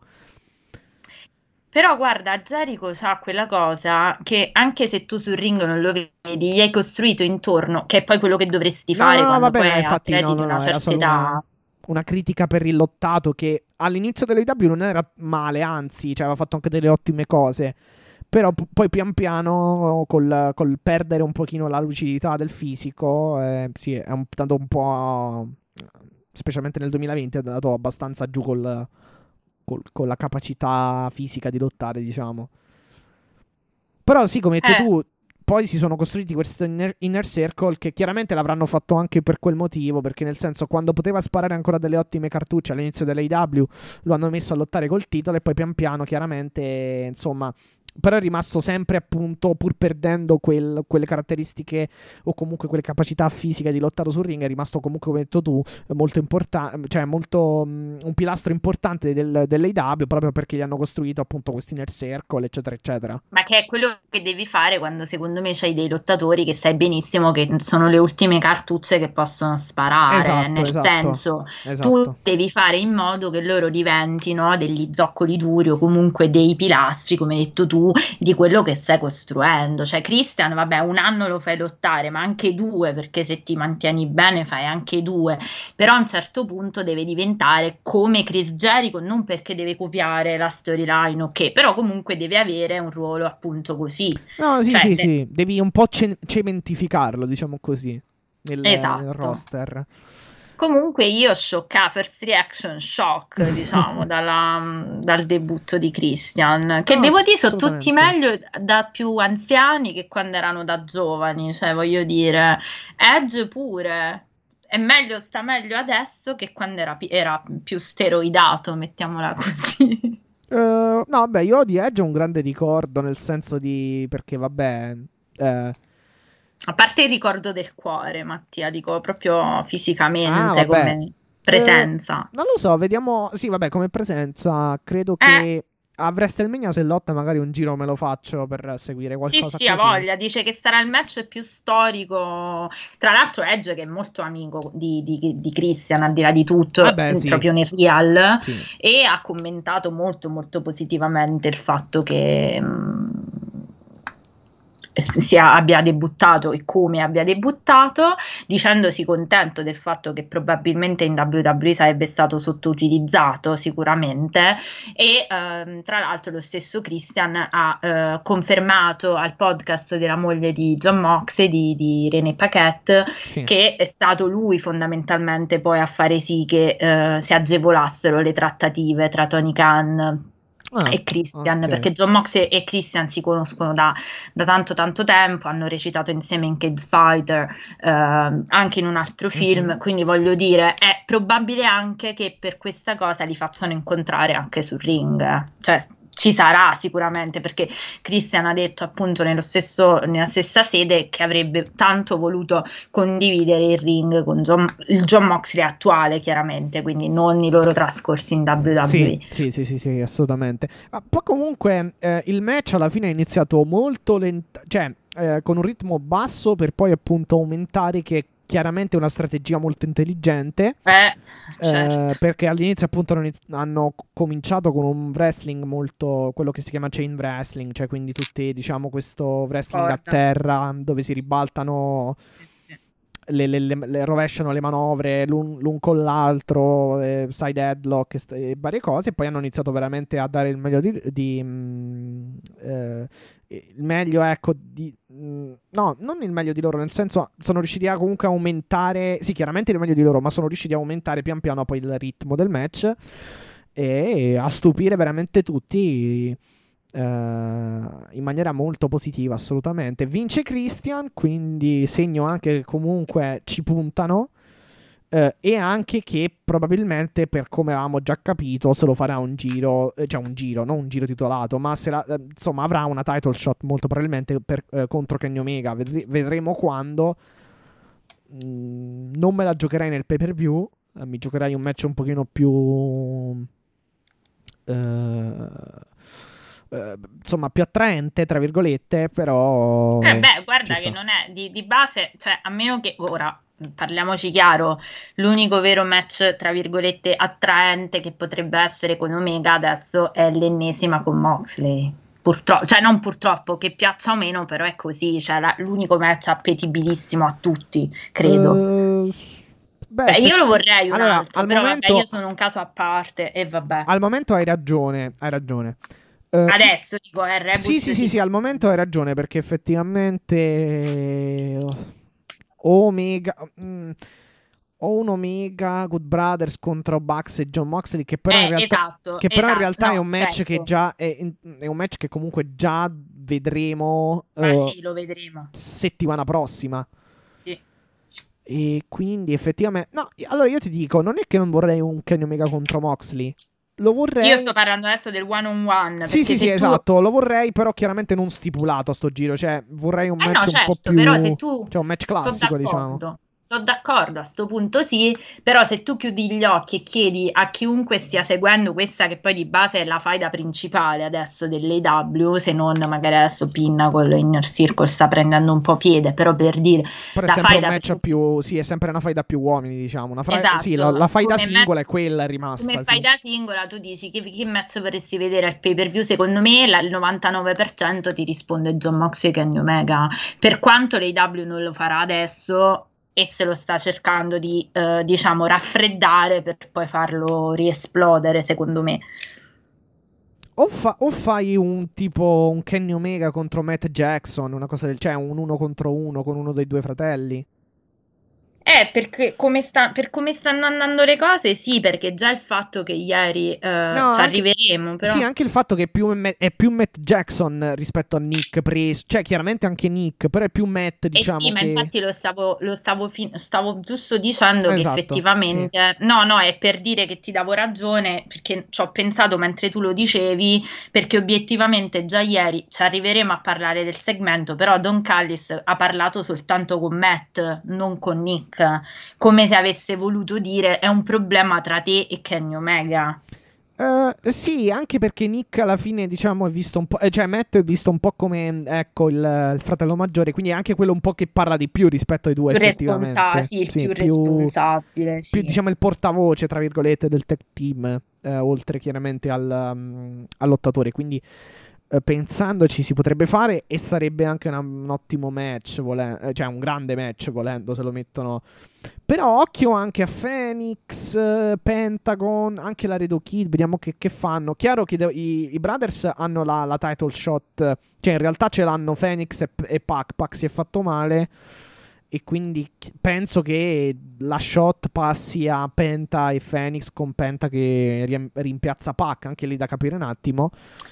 Però guarda, Jericho c'ha quella cosa che anche se tu sul ring non lo vedi, gli hai costruito intorno, che è poi quello che dovresti fare quando poi hai atleti di una certa età. Una critica per il lottato che all'inizio dell'AEW non era male, anzi, cioè aveva fatto anche delle ottime cose. Però poi pian piano col perdere un pochino la lucidità del fisico, sì, è andato un po', specialmente nel 2020, è andato abbastanza giù con la capacità fisica di lottare, diciamo. Però sì, come hai detto tu, poi si sono costruiti questo inner circle che chiaramente l'avranno fatto anche per quel motivo, perché nel senso quando poteva sparare ancora delle ottime cartucce all'inizio dell'AEW lo hanno messo a lottare col titolo e poi pian piano chiaramente, insomma, però è rimasto sempre appunto, pur perdendo quelle caratteristiche o comunque quelle capacità fisiche di lottare sul ring, è rimasto comunque, come hai detto tu, molto importante, cioè molto un pilastro importante dell'AEW, proprio perché gli hanno costruito appunto questo inner circle, eccetera eccetera. Ma che è quello che devi fare quando secondo me c'hai dei lottatori che sai benissimo che sono le ultime cartucce che possono sparare, nel senso tu devi fare in modo che loro diventino degli zoccoli duri o comunque dei pilastri, come hai detto tu, di quello che stai costruendo. Cioè Christian, vabbè, 1 anno lo fai lottare, ma anche 2, perché se ti mantieni bene fai anche 2, però a un certo punto deve diventare come Chris Jericho, non perché deve copiare la storyline, ok, però comunque deve avere un ruolo appunto così. No, sì, devi un po' cementificarlo, diciamo così, nel roster. Comunque io first reaction shock, diciamo, dal debutto di Christian, che devo dire sono tutti meglio da più anziani che quando erano da giovani, cioè voglio dire, Edge pure sta meglio adesso che quando era più steroidato, mettiamola così. No, vabbè, io di Edge ho un grande ricordo, nel senso di, perché vabbè... A parte il ricordo del cuore, Mattia, dico proprio fisicamente, come presenza. Non lo so, vediamo. Sì, vabbè, come presenza, credo che a WrestleMania se lotta magari un giro me lo faccio per seguire qualcosa. Sì, ha voglia, dice che sarà il match più storico. Tra l'altro Edge che è molto amico di Christian, al di là di tutto, proprio nel real, e ha commentato molto molto positivamente il fatto che abbia debuttato e come abbia debuttato, dicendosi contento del fatto che probabilmente in WWE sarebbe stato sottoutilizzato sicuramente, e tra l'altro lo stesso Christian ha confermato al podcast della moglie di Jon Moxley, di René Paquette, Sì. che è stato lui fondamentalmente poi a fare sì che si agevolassero le trattative tra Tony Khan e Christian, ok. perché Jon Moxley e Christian si conoscono da tanto tempo, hanno recitato insieme in Cage Fighter, anche in un altro film, quindi voglio dire, è probabile anche che per questa cosa li facciano incontrare anche sul ring, cioè ci sarà sicuramente, perché Christian ha detto appunto nella stessa sede che avrebbe tanto voluto condividere il ring con il Jon Moxley attuale, chiaramente, quindi non i loro trascorsi in WWE. Sì, assolutamente. Ma poi comunque il match alla fine è iniziato molto con un ritmo basso per poi appunto aumentare, che chiaramente è una strategia molto intelligente, Certo. perché all'inizio appunto hanno cominciato con un wrestling molto, quello che si chiama chain wrestling, cioè quindi tutti, diciamo, questo wrestling a terra dove si ribaltano, le rovesciano le manovre l'un con l'altro, side headlock e varie cose, e poi hanno iniziato veramente a dare il meglio il meglio, ecco, no, non il meglio di loro, nel senso sono riusciti a comunque aumentare, sì, chiaramente il meglio di loro, ma sono riusciti a aumentare pian piano poi il ritmo del match e a stupire veramente tutti in maniera molto positiva, assolutamente. Vince Christian, quindi segno anche che comunque ci puntano, e anche che probabilmente, per come avevamo già capito, se lo farà un giro, non un giro titolato, ma insomma avrà una title shot molto probabilmente contro Kenny Omega. Vedremo quando. Non me la giocherei nel pay per view, mi giocherai un match un pochino più insomma più attraente, tra virgolette, però guarda che non è di base, cioè a meno che ora parliamoci chiaro, l'unico vero match tra virgolette attraente che potrebbe essere con Omega adesso è l'ennesima con Moxley. Purtroppo, cioè non purtroppo, che piaccia o meno, però è così, cioè l'unico match appetibilissimo a tutti, credo. Io lo vorrei un altro, però vabbè, io sono un caso a parte e vabbè. Al momento hai ragione. Adesso dico, sì, al momento hai ragione, perché effettivamente Omega o un Omega Good Brothers contro Bucks e Jon Moxley, che però in realtà, in realtà è un match che già è un match che comunque già vedremo, sì, lo vedremo settimana prossima. sì. E quindi effettivamente no, allora io ti dico, non è che non vorrei un Kenny Omega contro Moxley. Lo vorrei. Io sto parlando adesso del one on one. Sì, esatto, lo vorrei, però chiaramente non stipulato a sto giro, cioè vorrei un match un po' più, però se tu, cioè un match classico, diciamo. Sono d'accordo a sto punto, sì, però se tu chiudi gli occhi e chiedi a chiunque stia seguendo questa, che poi di base è la faida principale adesso dell'AEW, se non magari adesso Pinnacle, Inner Circle sta prendendo un po' piede, però per dire, però è sempre un match più, sì, è sempre una faida più uomini, diciamo, esatto, sì, la faida come singola match, è quella rimasta. Come faida singola tu dici che match vorresti vedere al pay per view, secondo me il 99% ti risponde Jon Moxley e Kenny Omega, per quanto l'AEW non lo farà adesso e se lo sta cercando di diciamo raffreddare per poi farlo riesplodere, secondo me. O fai un Kenny Omega contro Matt Jackson, una cosa cioè un 1-1 con uno dei due fratelli. Perché per come stanno andando le cose, sì, perché già il fatto che ieri ci arriveremo, però. Sì, anche il fatto che è più Matt Jackson rispetto a Nick preso, cioè chiaramente anche Nick, però è più Matt, diciamo. Sì, ma infatti stavo giusto dicendo che effettivamente, sì. no, è per dire che ti davo ragione, perché ci ho pensato mentre tu lo dicevi, perché obiettivamente già ieri ci arriveremo a parlare del segmento, però Don Callis ha parlato soltanto con Matt, non con Nick, come se avesse voluto dire è un problema tra te e Kenny Omega. Sì, anche perché Nick alla fine, diciamo, è visto un po', cioè Matt è visto un po' come, ecco, il fratello maggiore, quindi è anche quello un po' che parla di più rispetto ai due, effettivamente. Sì, più responsabile, sì. Più, diciamo, il portavoce, tra virgolette, del tech team, oltre chiaramente al lottatore, quindi pensandoci si potrebbe fare, e sarebbe anche un ottimo match, cioè un grande match volendo, se lo mettono. Però occhio anche a Phoenix, Pentagon, anche la Redo Kid, vediamo che fanno. Chiaro che i Brothers hanno la title shot, cioè in realtà ce l'hanno Phoenix e Pac si è fatto male, e quindi penso che la shot passi a Penta e Phoenix, con Penta che rimpiazza Pac, anche lì da capire un attimo.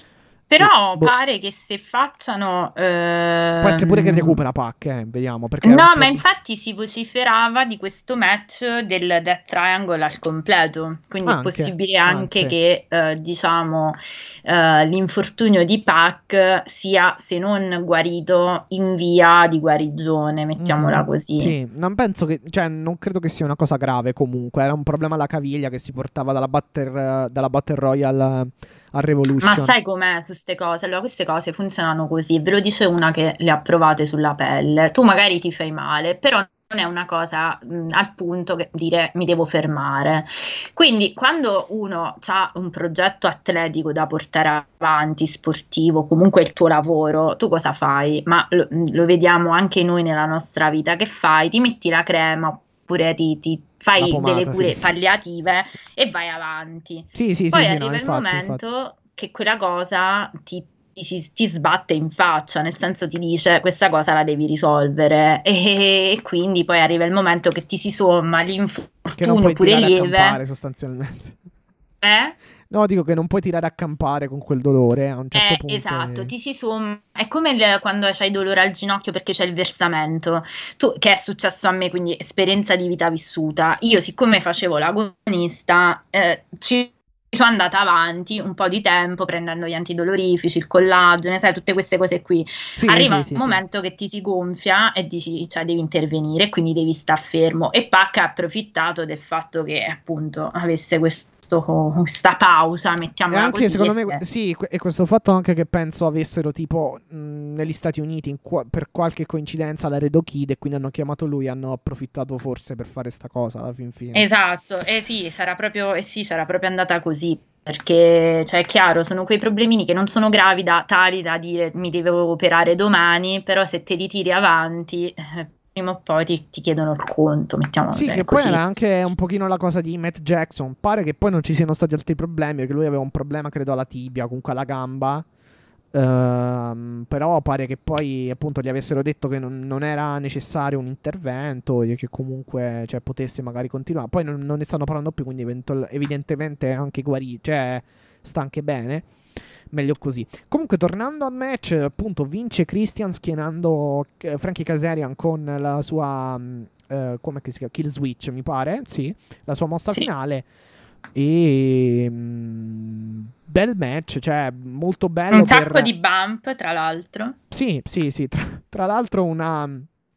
Però pare che se facciano... Può essere pure che recupera Pac, vediamo. Perché No, ma infatti si vociferava di questo match del Death Triangle al completo, quindi è possibile anche che, diciamo, l'infortunio di Pac sia, se non guarito, in via di guarigione, mettiamola così. Sì, non penso che, cioè, non credo che sia una cosa grave comunque, era un problema alla caviglia che si portava dalla Battle Royale a Revolution. Ma sai com'è su queste cose? Allora, queste cose funzionano così, ve lo dice una che le ha provate sulla pelle. Tu magari ti fai male, però non è una cosa al punto che dire mi devo fermare. Quindi quando uno ha un progetto atletico da portare avanti, sportivo, comunque il tuo lavoro, tu cosa fai? Ma lo vediamo anche noi nella nostra vita, che fai? Ti metti la crema, oppure ti fai pomata, delle cure palliative e vai avanti. Poi arriva il momento che quella cosa ti sbatte in faccia, nel senso ti dice questa cosa la devi risolvere, e quindi poi arriva il momento che ti si somma l'infortunio pure lieve, a campare, sostanzialmente. No, dico che non puoi tirare a campare con quel dolore a un certo punto. Esatto, ti si somma. È come quando c'hai dolore al ginocchio perché c'è il versamento, che è successo a me, quindi esperienza di vita vissuta. Io, siccome facevo l'agonista, ci sono andata avanti un po' di tempo prendendo gli antidolorifici, il collagene, sai, tutte queste cose qui. Arriva un momento che ti si gonfia e dici, cioè, devi intervenire, quindi devi star fermo. E Pac ha approfittato del fatto che appunto avesse questa pausa, mettiamola anche così. Secondo me sì, e questo fatto anche che penso avessero tipo negli Stati Uniti per qualche coincidenza la Redo Kid, e quindi hanno chiamato lui, hanno approfittato forse per fare sta cosa alla fin fine. Esatto, sarà proprio andata così, perché cioè, è chiaro, sono quei problemini che non sono gravi tali da dire mi devo operare domani, però se te li tiri avanti prima o poi ti chiedono il conto, mettiamo sì, che così. Poi era anche un pochino la cosa di Matt Jackson. Pare che poi non ci siano stati altri problemi, perché lui aveva un problema credo alla tibia, comunque alla gamba, però pare che poi appunto gli avessero detto che non era necessario un intervento e che comunque, cioè, potesse magari continuare. Poi non ne stanno parlando più, quindi evidentemente è anche guarito, cioè sta anche bene. Meglio così. Comunque, tornando al match, appunto, vince Christian schienando Frankie Kazarian con la sua come si chiama? Kill Switch, mi pare. Sì, la sua mossa finale. E bel match, cioè molto bello. Un sacco di bump, tra l'altro. Sì. Tra l'altro una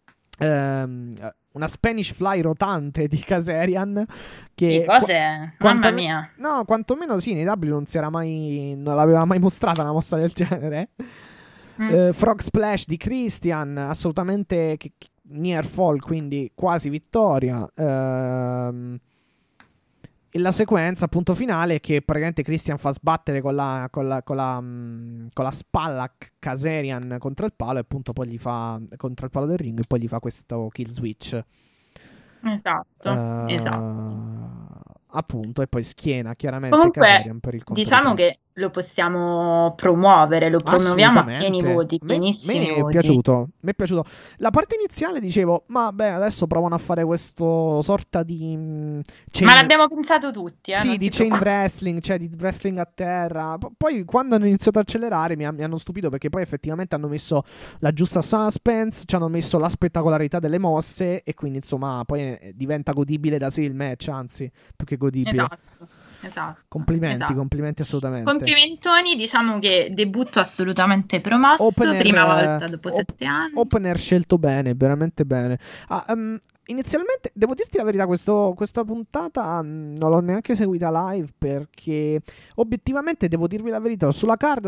Spanish Fly rotante di Kazarian, che cos'è? Mamma mia. No, quantomeno sì, nei W non l'aveva mai mostrata una mossa del genere. Frog Splash di Christian, assolutamente near fall, quindi quasi vittoria. E la sequenza appunto finale, che praticamente Christian fa sbattere con la spalla Kazarian contro il palo, e appunto poi gli fa contro il palo del ring, e poi gli fa questo kill switch. Esatto. Appunto, e poi schiena chiaramente comunque Kazarian per il conto. Diciamo che lo possiamo promuovere, lo promuoviamo a pieni voti, pienissimi voti. Mi è piaciuto. La parte iniziale dicevo, ma beh, adesso provano a fare questo sorta di ma l'abbiamo pensato tutti, sì, di chain wrestling, cioè di wrestling a terra. Poi quando hanno iniziato a accelerare mi hanno stupito, perché poi effettivamente hanno messo la giusta suspense, ci hanno messo la spettacolarità delle mosse, e quindi insomma poi diventa godibile da sé il match, anzi più che godibile. Esatto. Complimenti assolutamente. Complimentoni, diciamo che debutto assolutamente promosso, prima volta dopo 7 anni. Opener scelto bene, veramente bene. inizialmente, devo dirti la verità, questa puntata non l'ho neanche seguita live perché obiettivamente devo dirvi la verità, sulla carta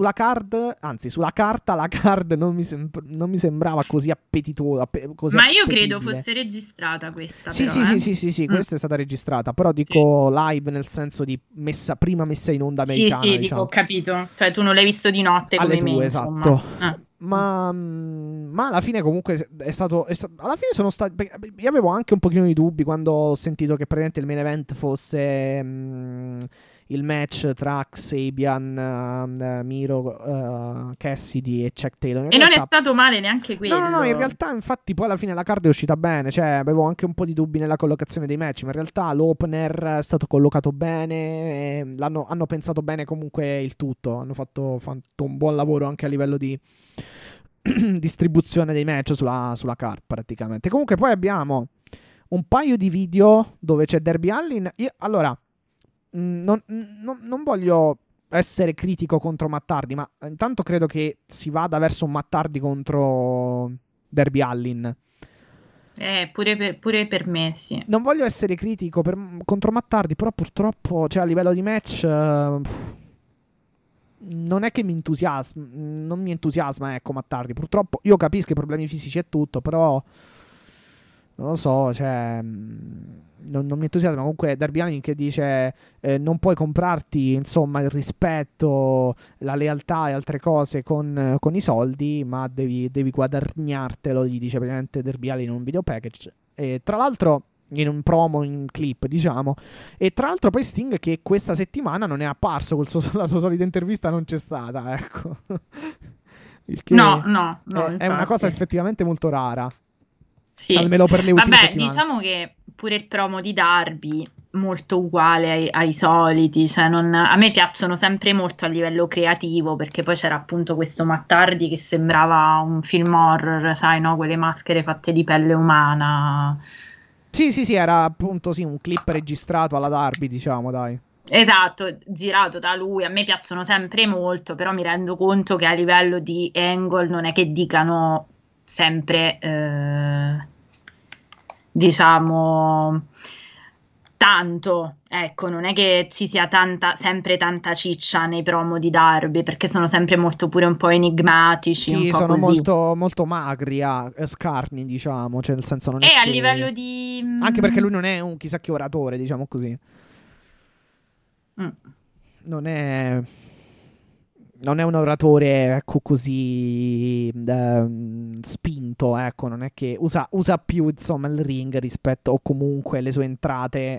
la card non mi sembrava così appetitosa, così Ma io credo appetibile. fosse registrata questa, Sì, però, sì, questa è stata registrata, però dico live nel senso di prima messa in onda americana, Sì, dico, diciamo. ho capito. Cioè, tu non l'hai visto di notte Alle come me, 2, insomma. esatto. Ma alla fine comunque alla fine sono stato, io avevo anche un pochino di dubbi quando ho sentito che praticamente il main event fosse il match tra Xabian, Miro, Cassidy e Chuck Taylor. E non è stato male neanche quello. No, in realtà infatti poi alla fine la card è uscita bene, cioè avevo anche un po' di dubbi nella collocazione dei match, ma in realtà l'opener è stato collocato bene, e hanno pensato bene comunque il tutto, hanno fatto un buon lavoro anche a livello di distribuzione dei match sulla card praticamente. Comunque poi abbiamo un paio di video dove c'è Darby Allin. Allora, non voglio essere critico contro Matt Hardy, ma intanto credo che si vada verso un Matt Hardy contro Darby Allin. Pure per me, sì. Non voglio essere critico contro Matt Hardy, però purtroppo, cioè, a livello di match non è che non mi entusiasma, ecco, Matt Hardy. Purtroppo io capisco i problemi fisici e tutto, però non lo so, cioè non mi entusiasma. Comunque Darby Allin che dice non puoi comprarti, insomma, il rispetto, la lealtà e altre cose con i soldi, ma devi guadagnartelo, gli dice praticamente Darby Allin in un video package. E tra l'altro in un promo, in clip, diciamo. E tra l'altro poi Sting che questa settimana non è apparso, la sua solita intervista non c'è stata, ecco. Il che No, è una cosa effettivamente molto rara. Sì. Almeno per le ultime settimane. Diciamo che pure il promo di Darby molto uguale ai soliti, cioè a me piacciono sempre molto a livello creativo, perché poi c'era appunto questo Matt Hardy che sembrava un film horror, sai, no? Quelle maschere fatte di pelle umana. Sì, era appunto un clip registrato alla Darby, diciamo, dai. Esatto, girato da lui. A me piacciono sempre molto, però mi rendo conto che a livello di angle non è che dicano sempre, diciamo, tanto. Ecco, non è che ci sia sempre tanta ciccia nei promo di Darby, perché sono sempre molto pure un po' enigmatici. Sì, un po' sono così. molto magri, scarni, diciamo, cioè nel senso non è a che... livello di... Anche perché lui non è un chissà che oratore, diciamo così. Non è un oratore, ecco, così spinto, ecco, non è che usa più, insomma, il ring rispetto, o comunque le sue entrate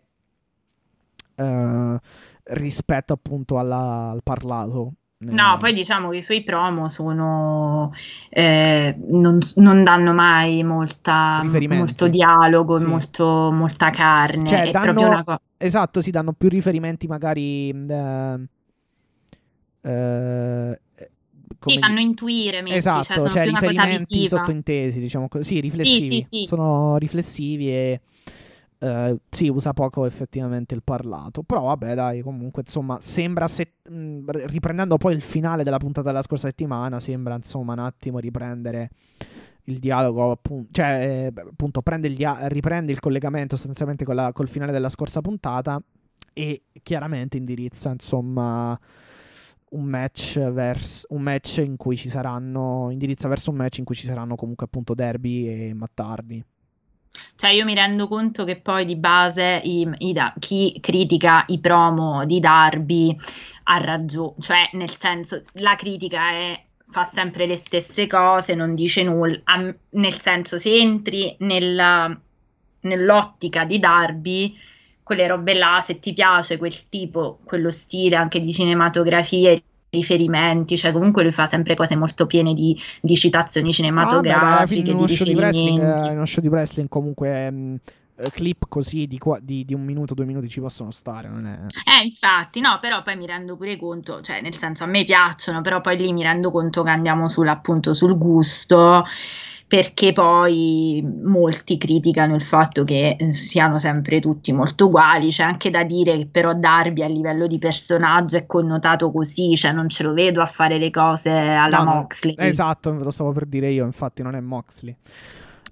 rispetto appunto al parlato. No, poi diciamo che i suoi promo sono non danno mai molto dialogo, sì. molta carne, cioè, è proprio una cosa. Esatto, si danno più riferimenti magari sì, fanno intuire, esatto, cioè sono cioè più una cosa riferimenti visiva. sottintesi, diciamo così, sì, riflessivi. Sì. Sono riflessivi e sì, usa poco effettivamente il parlato. Però vabbè, dai, comunque, insomma, sembra, riprendendo poi il finale della puntata della scorsa settimana, sembra, insomma, un attimo riprendere il dialogo, appunto, cioè, appunto, riprende il collegamento sostanzialmente col finale della scorsa puntata e chiaramente indirizza, insomma, un match in cui ci saranno, indirizza verso un match in cui ci saranno comunque appunto Darby e Matt Hardy. Cioè io mi rendo conto che poi di base chi critica i promo di Darby ha ragione, cioè nel senso la critica fa sempre le stesse cose, non dice nulla, nel senso se entri nell'ottica di Darby, quelle robe là, se ti piace quel tipo, quello stile anche di cinematografia, riferimenti, cioè comunque lui fa sempre cose molto piene di citazioni cinematografiche, in di riferimenti. In uno show di wrestling comunque clip così di 1 minuto, 2 minuti ci possono stare, non è... infatti, no, però poi mi rendo pure conto, cioè nel senso a me piacciono, però poi lì mi rendo conto che andiamo appunto sul gusto, perché poi molti criticano il fatto che siano sempre tutti molto uguali. C'è anche da dire che però Darby a livello di personaggio è connotato così, cioè non ce lo vedo a fare le cose alla Moxley. Esatto, lo stavo per dire io, infatti non è Moxley.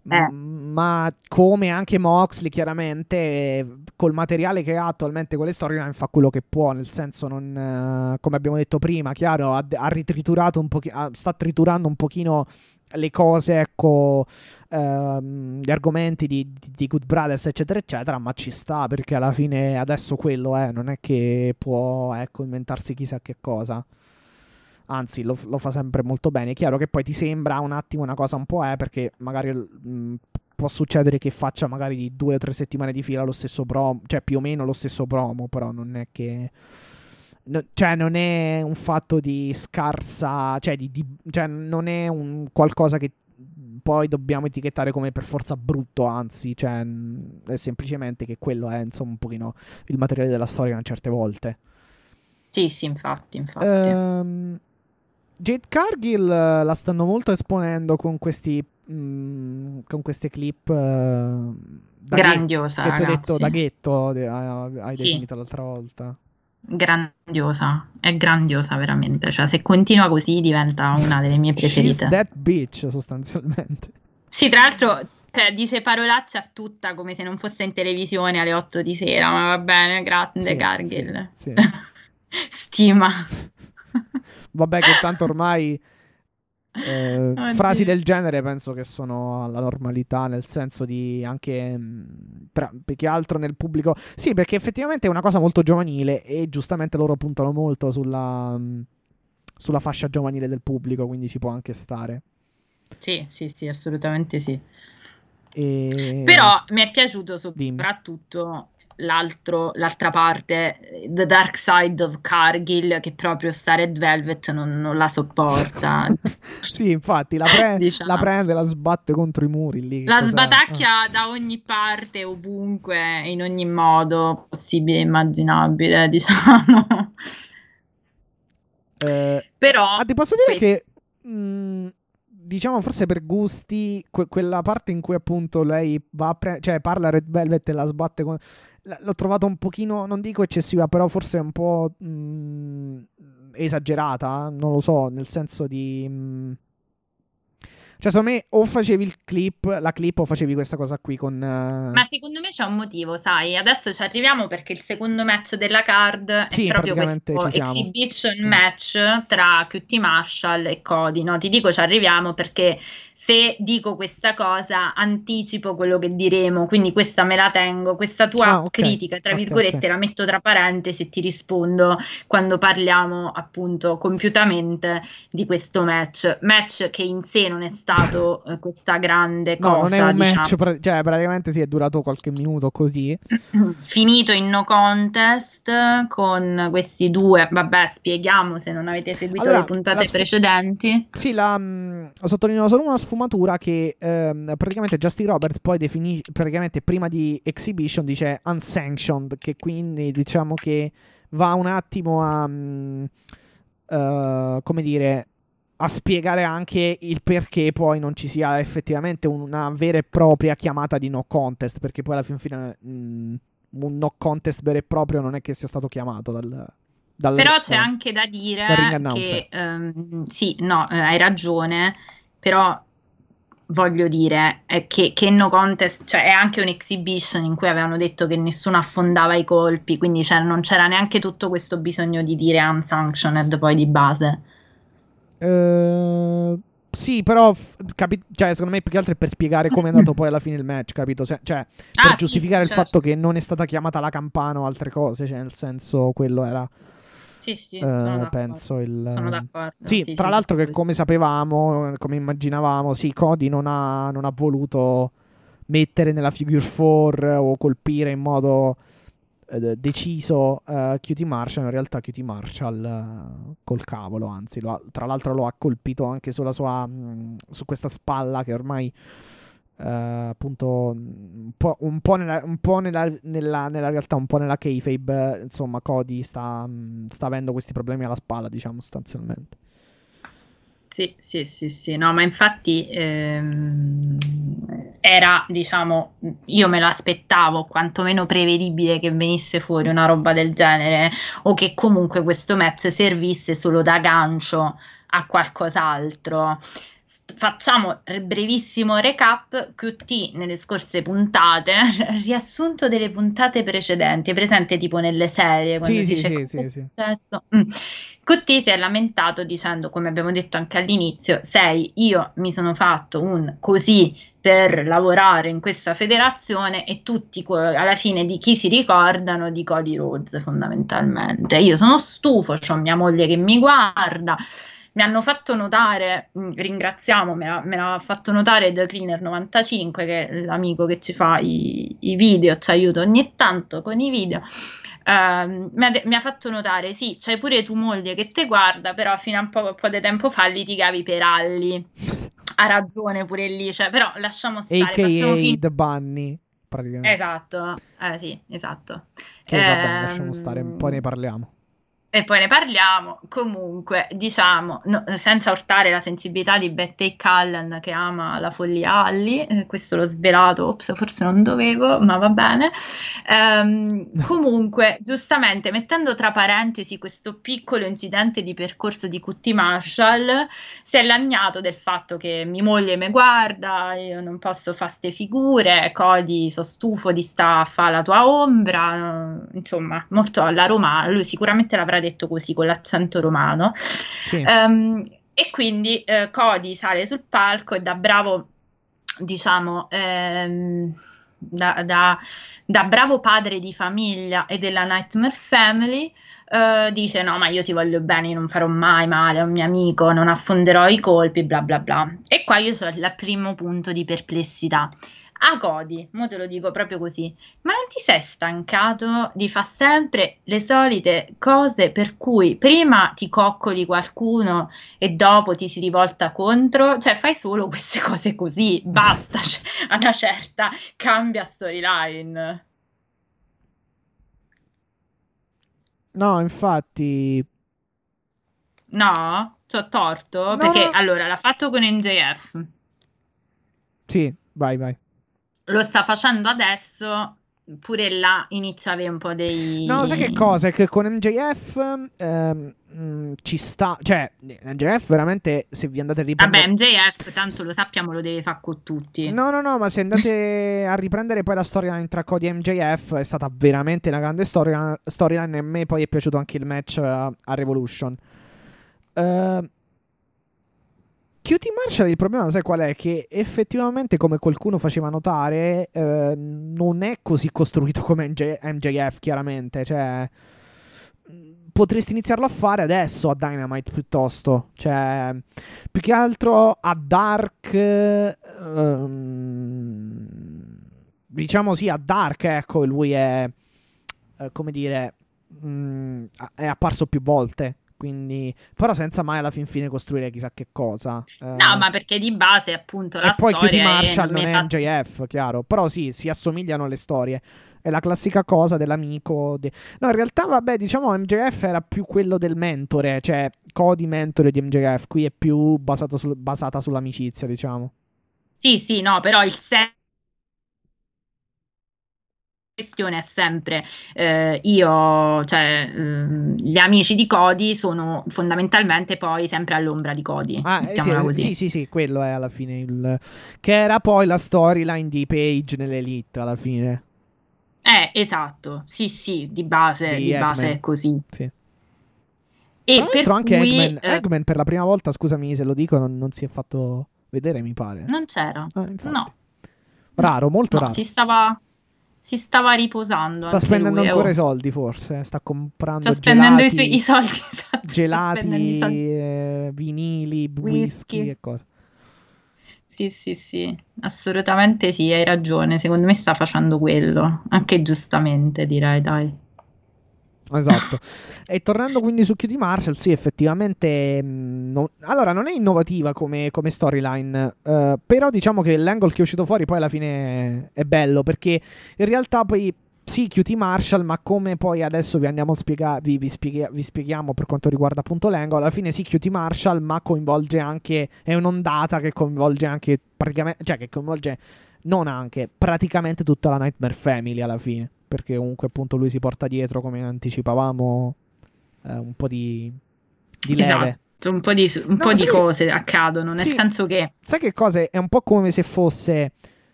ma come anche Moxley chiaramente col materiale che ha attualmente con le storyline fa quello che può, nel senso non, come abbiamo detto prima, chiaro, ha ritriturato un pochino, sta triturando un pochino le cose, ecco, gli argomenti di Good Brothers eccetera eccetera, ma ci sta perché alla fine adesso quello è, non è che può, ecco, inventarsi chissà che cosa. Anzi, lo fa sempre molto bene. È chiaro che poi ti sembra un attimo una cosa un po' perché magari può succedere che faccia magari 2 o 3 settimane di fila lo stesso promo, cioè più o meno lo stesso promo, però non è che... cioè non è un fatto di scarsa... cioè non è un qualcosa che poi dobbiamo etichettare come per forza brutto, anzi, cioè è semplicemente che quello è, insomma, un pochino il materiale della storia certe volte. Sì, infatti. Jade Cargill la stanno molto esponendo con questi con queste clip grandiosa, che ti ho ragazzi. detto da ghetto, hai definito l'altra volta. Grandiosa, è grandiosa veramente, cioè se continua così diventa una delle mie preferite. She's that bitch, sostanzialmente. Sì, tra l'altro dice parolacce a tutta come se non fosse in televisione alle 8 di sera, ma va bene, grande Cargill. Sì. Stima. Vabbè che tanto ormai frasi del genere penso che sono alla normalità, nel senso di anche più che altro nel pubblico. Sì, perché effettivamente è una cosa molto giovanile e giustamente loro puntano molto sulla fascia giovanile del pubblico, quindi ci può anche stare. Sì, assolutamente sì. Però mi è piaciuto soprattutto l'altra parte, The Dark Side of Cargill, che proprio sta Red Velvet non la sopporta. Sì, infatti la prende, la sbatte contro i muri lì. La sbatacchia da ogni parte, ovunque, in ogni modo possibile e immaginabile, diciamo. Però ti posso dire che diciamo forse per gusti quella parte in cui appunto lei va cioè parla Red Velvet e la sbatte l'ho trovato un pochino, non dico eccessiva, però forse un po' esagerata, non lo so, nel senso di cioè secondo me o facevi la clip o facevi questa cosa qui con ma secondo me c'è un motivo, sai, adesso ci arriviamo perché il secondo match della card è proprio questo exhibition match tra QT Marshall e Cody, no? Ti dico ci arriviamo perché se dico questa cosa anticipo quello che diremo, quindi questa me la tengo, questa tua critica tra virgolette la metto tra parentesi e ti rispondo quando parliamo appunto compiutamente di questo match che in sé non è stato questa grande cosa. No, non è un match, cioè praticamente sì, è durato qualche minuto così. Finito in no contest con questi due, vabbè, spieghiamo se non avete seguito le puntate precedenti. Sì, sottolineo solo una sfumatura che praticamente Justin Roberts poi definisce, praticamente prima di Exhibition dice unsanctioned, che quindi diciamo che va un attimo a come dire, a spiegare anche il perché poi non ci sia effettivamente una vera e propria chiamata di no contest, perché poi alla fine un no contest vero e proprio non è che sia stato chiamato però c'è anche da dire che sì, no, hai ragione, però voglio dire che no contest, cioè è anche un exhibition in cui avevano detto che nessuno affondava i colpi, quindi non c'era neanche tutto questo bisogno di dire unsanctioned poi di base. Sì, però cioè, secondo me più che altro è per spiegare come è andato poi alla fine il match, capito? Cioè per giustificare il fatto che non è stata chiamata la campana o altre cose, cioè nel senso quello era sono penso sono d'accordo. Sì, tra l'altro che come sapevamo, come immaginavamo, sì, Cody non ha voluto mettere nella figure 4 o colpire in modo deciso QT Marshall. In realtà QT Marshall col cavolo, anzi tra l'altro lo ha colpito anche sulla sua su questa spalla che ormai appunto un po' nella realtà, un po' nella kayfabe, insomma Cody sta avendo questi problemi alla spalla, diciamo, sostanzialmente. Sì, no, ma infatti era, diciamo, io me l'aspettavo, quantomeno prevedibile che venisse fuori una roba del genere, o che comunque questo match servisse solo da gancio a qualcos'altro. Facciamo brevissimo recap. QT nelle scorse puntate, riassunto delle puntate precedenti, è presente tipo nelle serie quando Sì, dice sì, cosa è sì. successo? QT si è lamentato dicendo, come abbiamo detto anche all'inizio, io mi sono fatto un così per lavorare in questa federazione e tutti alla fine di chi si ricordano di Cody Rhodes fondamentalmente. Io sono stufo, c'ho mia moglie che mi guarda. Mi hanno fatto notare, ringraziamo, me l'ha fatto notare The Cleaner 95, che è l'amico che ci fa i video, ci aiuta ogni tanto con i video. Mi ha fatto notare, sì, c'hai pure tu moglie che te guarda, però fino a un po' di tempo fa litigavi per Alli. Ha ragione pure lì, cioè, però lasciamo stare, facciamo AKA The Bunny, praticamente. Esatto, sì, esatto. Che vabbè, lasciamo stare, poi ne parliamo. E poi ne parliamo. Comunque, diciamo, senza urtare la sensibilità di Betty Callan che ama la follia Alli, questo l'ho svelato, ops, forse non dovevo, ma va bene. Comunque, giustamente, mettendo tra parentesi questo piccolo incidente di percorso di QT Marshall, si è lagnato del fatto che mia moglie mi guarda, io non posso fare ste figure, Cody, so stufo di sta a fa la tua ombra, insomma, molto alla romana, lui sicuramente l'avrà detto così con l'accento romano. Sì. E quindi Cody sale sul palco e da bravo, diciamo, da bravo padre di famiglia e della Nightmare Family, dice no, ma io ti voglio bene, io non farò mai male a un mio amico, non affonderò i colpi, bla bla bla. E qua io sono al primo punto di perplessità. A Cody, mo te lo dico proprio così, ma non ti sei stancato di fare sempre le solite cose per cui prima ti coccoli qualcuno e dopo ti si rivolta contro? Cioè fai solo queste cose così, basta, cioè, a una certa cambia storyline. No, infatti... No? C'ho torto? No, Perché no. allora l'ha fatto con MJF, Sì, vai. lo sta facendo adesso, pure là inizia a avere un po' dei... No, sai che cosa? È che con MJF ci sta... Cioè, MJF veramente, se vi andate a riprendere... Vabbè, MJF, tanto lo sappiamo, lo deve fare con tutti. No, ma se andate a riprendere poi la storyline tra Cody e MJF, è stata veramente una grande storyline e a me poi è piaciuto anche il match a Revolution. QT Marshall, il problema sai qual è? Che effettivamente, come qualcuno faceva notare, non è così costruito come MJF, chiaramente. Cioè, potresti iniziarlo a fare adesso a Dynamite piuttosto. Cioè, più che altro a Dark... diciamo sì, a Dark, ecco, lui è... come dire... è apparso più volte. Quindi, però senza mai alla fin fine costruire chissà che cosa. No, ma perché di base appunto la e poi storia QT Marshall non non è MJF, chiaro. Però sì, si assomigliano le storie. È la classica cosa dell'amico. No, in realtà, vabbè, diciamo MJF era più quello del mentore. Cioè, Cody mentore di MJF. Qui è più basata sull'amicizia, diciamo. Sì, no, però il questione è sempre gli amici di Cody sono fondamentalmente poi sempre all'ombra di Cody, mettiamola così. Sì, quello è alla fine che era poi la storyline di Page nell'Elite alla fine. Esatto, sì, di base è così. Sì. E tra l'altro anche cui, Eggman per la prima volta, scusami se lo dico, non si è fatto vedere, mi pare. Non c'era, no. Raro, molto raro. Si stava riposando. Sta spendendo lui, ancora i soldi, forse. Sta comprando sta spendendo gelati, i soldi. Esatto, gelati, vinili, whisky e cose. Sì, assolutamente sì, hai ragione. Secondo me sta facendo quello, anche giustamente, direi, dai. Esatto. E tornando quindi su QT Marshall, sì, effettivamente allora non è innovativa come storyline, però diciamo che l'angle che è uscito fuori poi alla fine è bello, perché in realtà poi sì, QT Marshall, ma come poi adesso vi andiamo a spiegare, vi spieghiamo per quanto riguarda appunto l'angle, alla fine sì, QT Marshall, ma coinvolge anche, è un'ondata che coinvolge anche praticamente, cioè che coinvolge non anche, praticamente tutta la Nightmare Family alla fine, perché comunque appunto lui si porta dietro, come anticipavamo, un po' di leve. Un po' di cose accadono, nel senso che... Sai che cose? È un po' come se fosse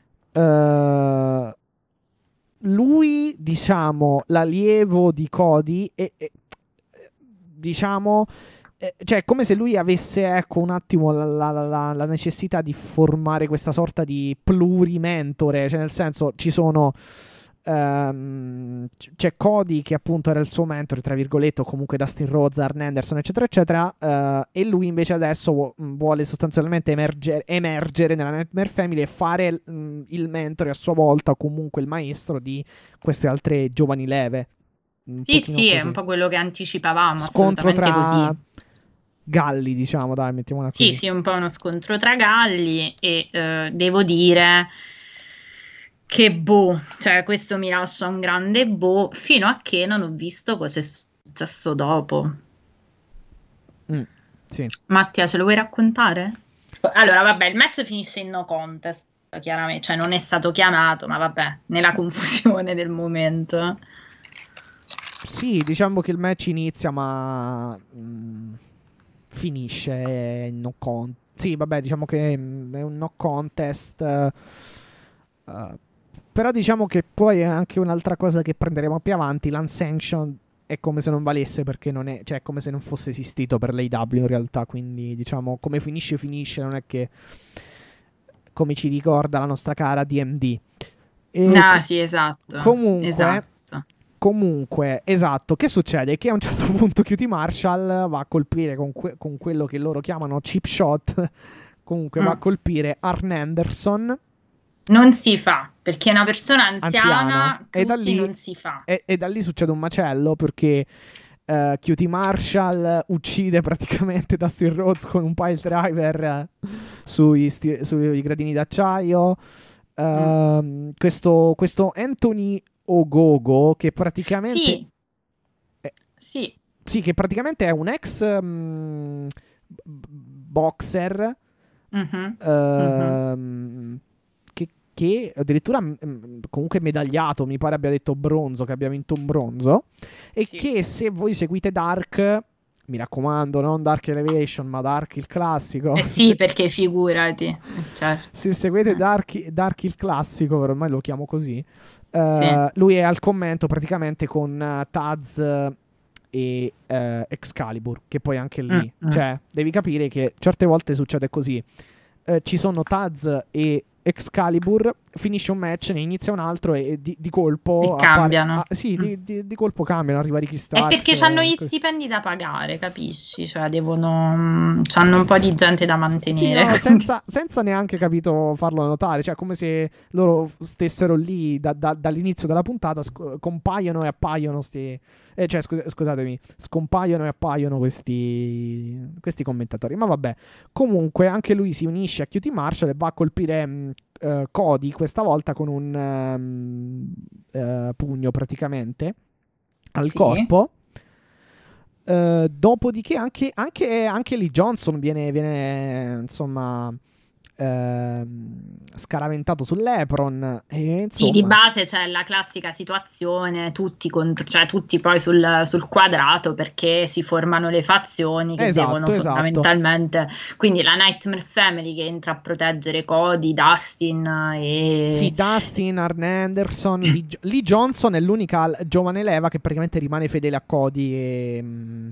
lui, diciamo, l'allievo di Cody e diciamo... cioè, è come se lui avesse, ecco, un attimo la necessità di formare questa sorta di plurimentore, cioè nel senso ci sono... c'è Cody che appunto era il suo mentore, tra virgolette, o comunque Dustin Rhodes, Arn Anderson, eccetera eccetera, e lui invece adesso vuole sostanzialmente emergere nella Nightmare Family e fare il mentore a sua volta, o comunque il maestro di queste altre giovani leve. Sì, è un po' quello che anticipavamo, scontro tra così. galli, diciamo, dai, mettiamola così. Sì, un po' uno scontro tra galli e devo dire che cioè questo mi lascia un grande fino a che non ho visto cosa è successo dopo. Sì. Mattia, ce lo vuoi raccontare? Allora, vabbè, il match finisce in no contest, chiaramente, cioè non è stato chiamato, ma vabbè, nella confusione del momento. Sì, diciamo che il match inizia, ma finisce in no contest. Sì, vabbè, diciamo che è un no contest. Però diciamo che poi è anche un'altra cosa che prenderemo più avanti. L'unsanctioned è come se non valesse, perché non è, cioè è come se non fosse esistito per l'AEW in realtà. Quindi diciamo, come finisce, non è che come ci ricorda la nostra cara DMD. Sì, esatto. Comunque, esatto, che succede? Che a un certo punto QT Marshall va a colpire con quello che loro chiamano chip shot. Comunque va a colpire Arn Anderson. Non si fa, perché è una persona anziana e da lì, non si fa. E da lì succede un macello, perché QT Marshall uccide praticamente Dustin Rhodes con un pile driver sui gradini d'acciaio. Questo Anthony Ogogo, che praticamente sì, che praticamente è un ex boxer che addirittura comunque medagliato, mi pare abbia detto bronzo, che abbia vinto un bronzo, e che, se voi seguite Dark, mi raccomando, non Dark Elevation, ma Dark il classico. Sì, perché figurati. Certo. Se seguite Dark il classico, ormai lo chiamo così, lui è al commento praticamente con Taz e Excalibur, che poi anche lì, cioè, devi capire che certe volte succede così. Ci sono Taz e Excalibur, finisce un match, ne inizia un altro e di colpo cambiano. Di colpo cambiano, arriva Ricky Starks. È perché hanno gli stipendi da pagare, capisci? Cioè hanno un po' di gente da mantenere. Sì, no, senza neanche, capito, farlo notare, cioè come se loro stessero lì dall'inizio della puntata, compaiono e appaiono scusatemi, scompaiono e appaiono questi commentatori. Ma vabbè, comunque anche lui si unisce a QT Marshall e va a colpire Cody, questa volta con un pugno praticamente al corpo. Dopodiché anche Lee Johnson viene insomma scaraventato sull'Epron, e insomma, sì, di base c'è la classica situazione, tutti poi sul quadrato, perché si formano le fazioni che devono fondamentalmente, quindi la Nightmare Family che entra a proteggere Cody, Dustin e... Sì, Dustin, Arn Anderson, Lee Johnson è l'unica giovane leva che praticamente rimane fedele a Cody e...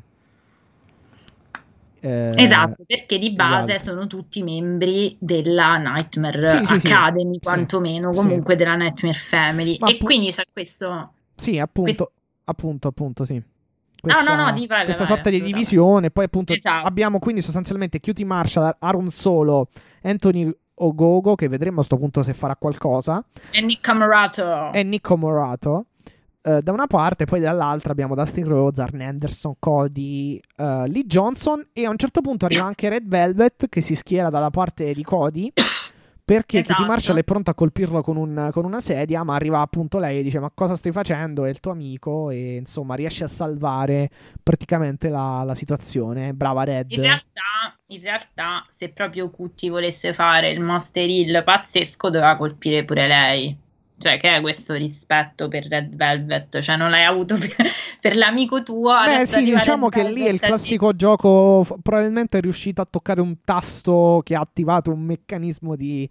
esatto, perché di base sono tutti membri della Nightmare Academy, quantomeno, comunque della Nightmare Family. Ma quindi c'è questo... Sì, appunto, sì. Questa sorta di divisione. Poi appunto abbiamo quindi sostanzialmente QT Marshall, Aaron Solo, Anthony Ogogo, che vedremo a sto punto se farà qualcosa, e Nick Morato. Da una parte, poi dall'altra abbiamo Dustin Rhodes, Arn Anderson, Cody, Lee Johnson, e a un certo punto arriva anche Red Velvet, che si schiera dalla parte di Cody, perché QT Marshall è pronto a colpirlo con una sedia, ma arriva appunto lei e dice: ma cosa stai facendo? È il tuo amico, e insomma riesce a salvare praticamente la situazione. Brava Red. In realtà, se proprio QT volesse fare il Monster Hill pazzesco, doveva colpire pure lei. Cioè, che è questo rispetto per Red Velvet? Cioè, non l'hai avuto per l'amico tuo? Beh, sì, diciamo che lì è il classico gioco. Probabilmente è riuscito a toccare un tasto che ha attivato un meccanismo di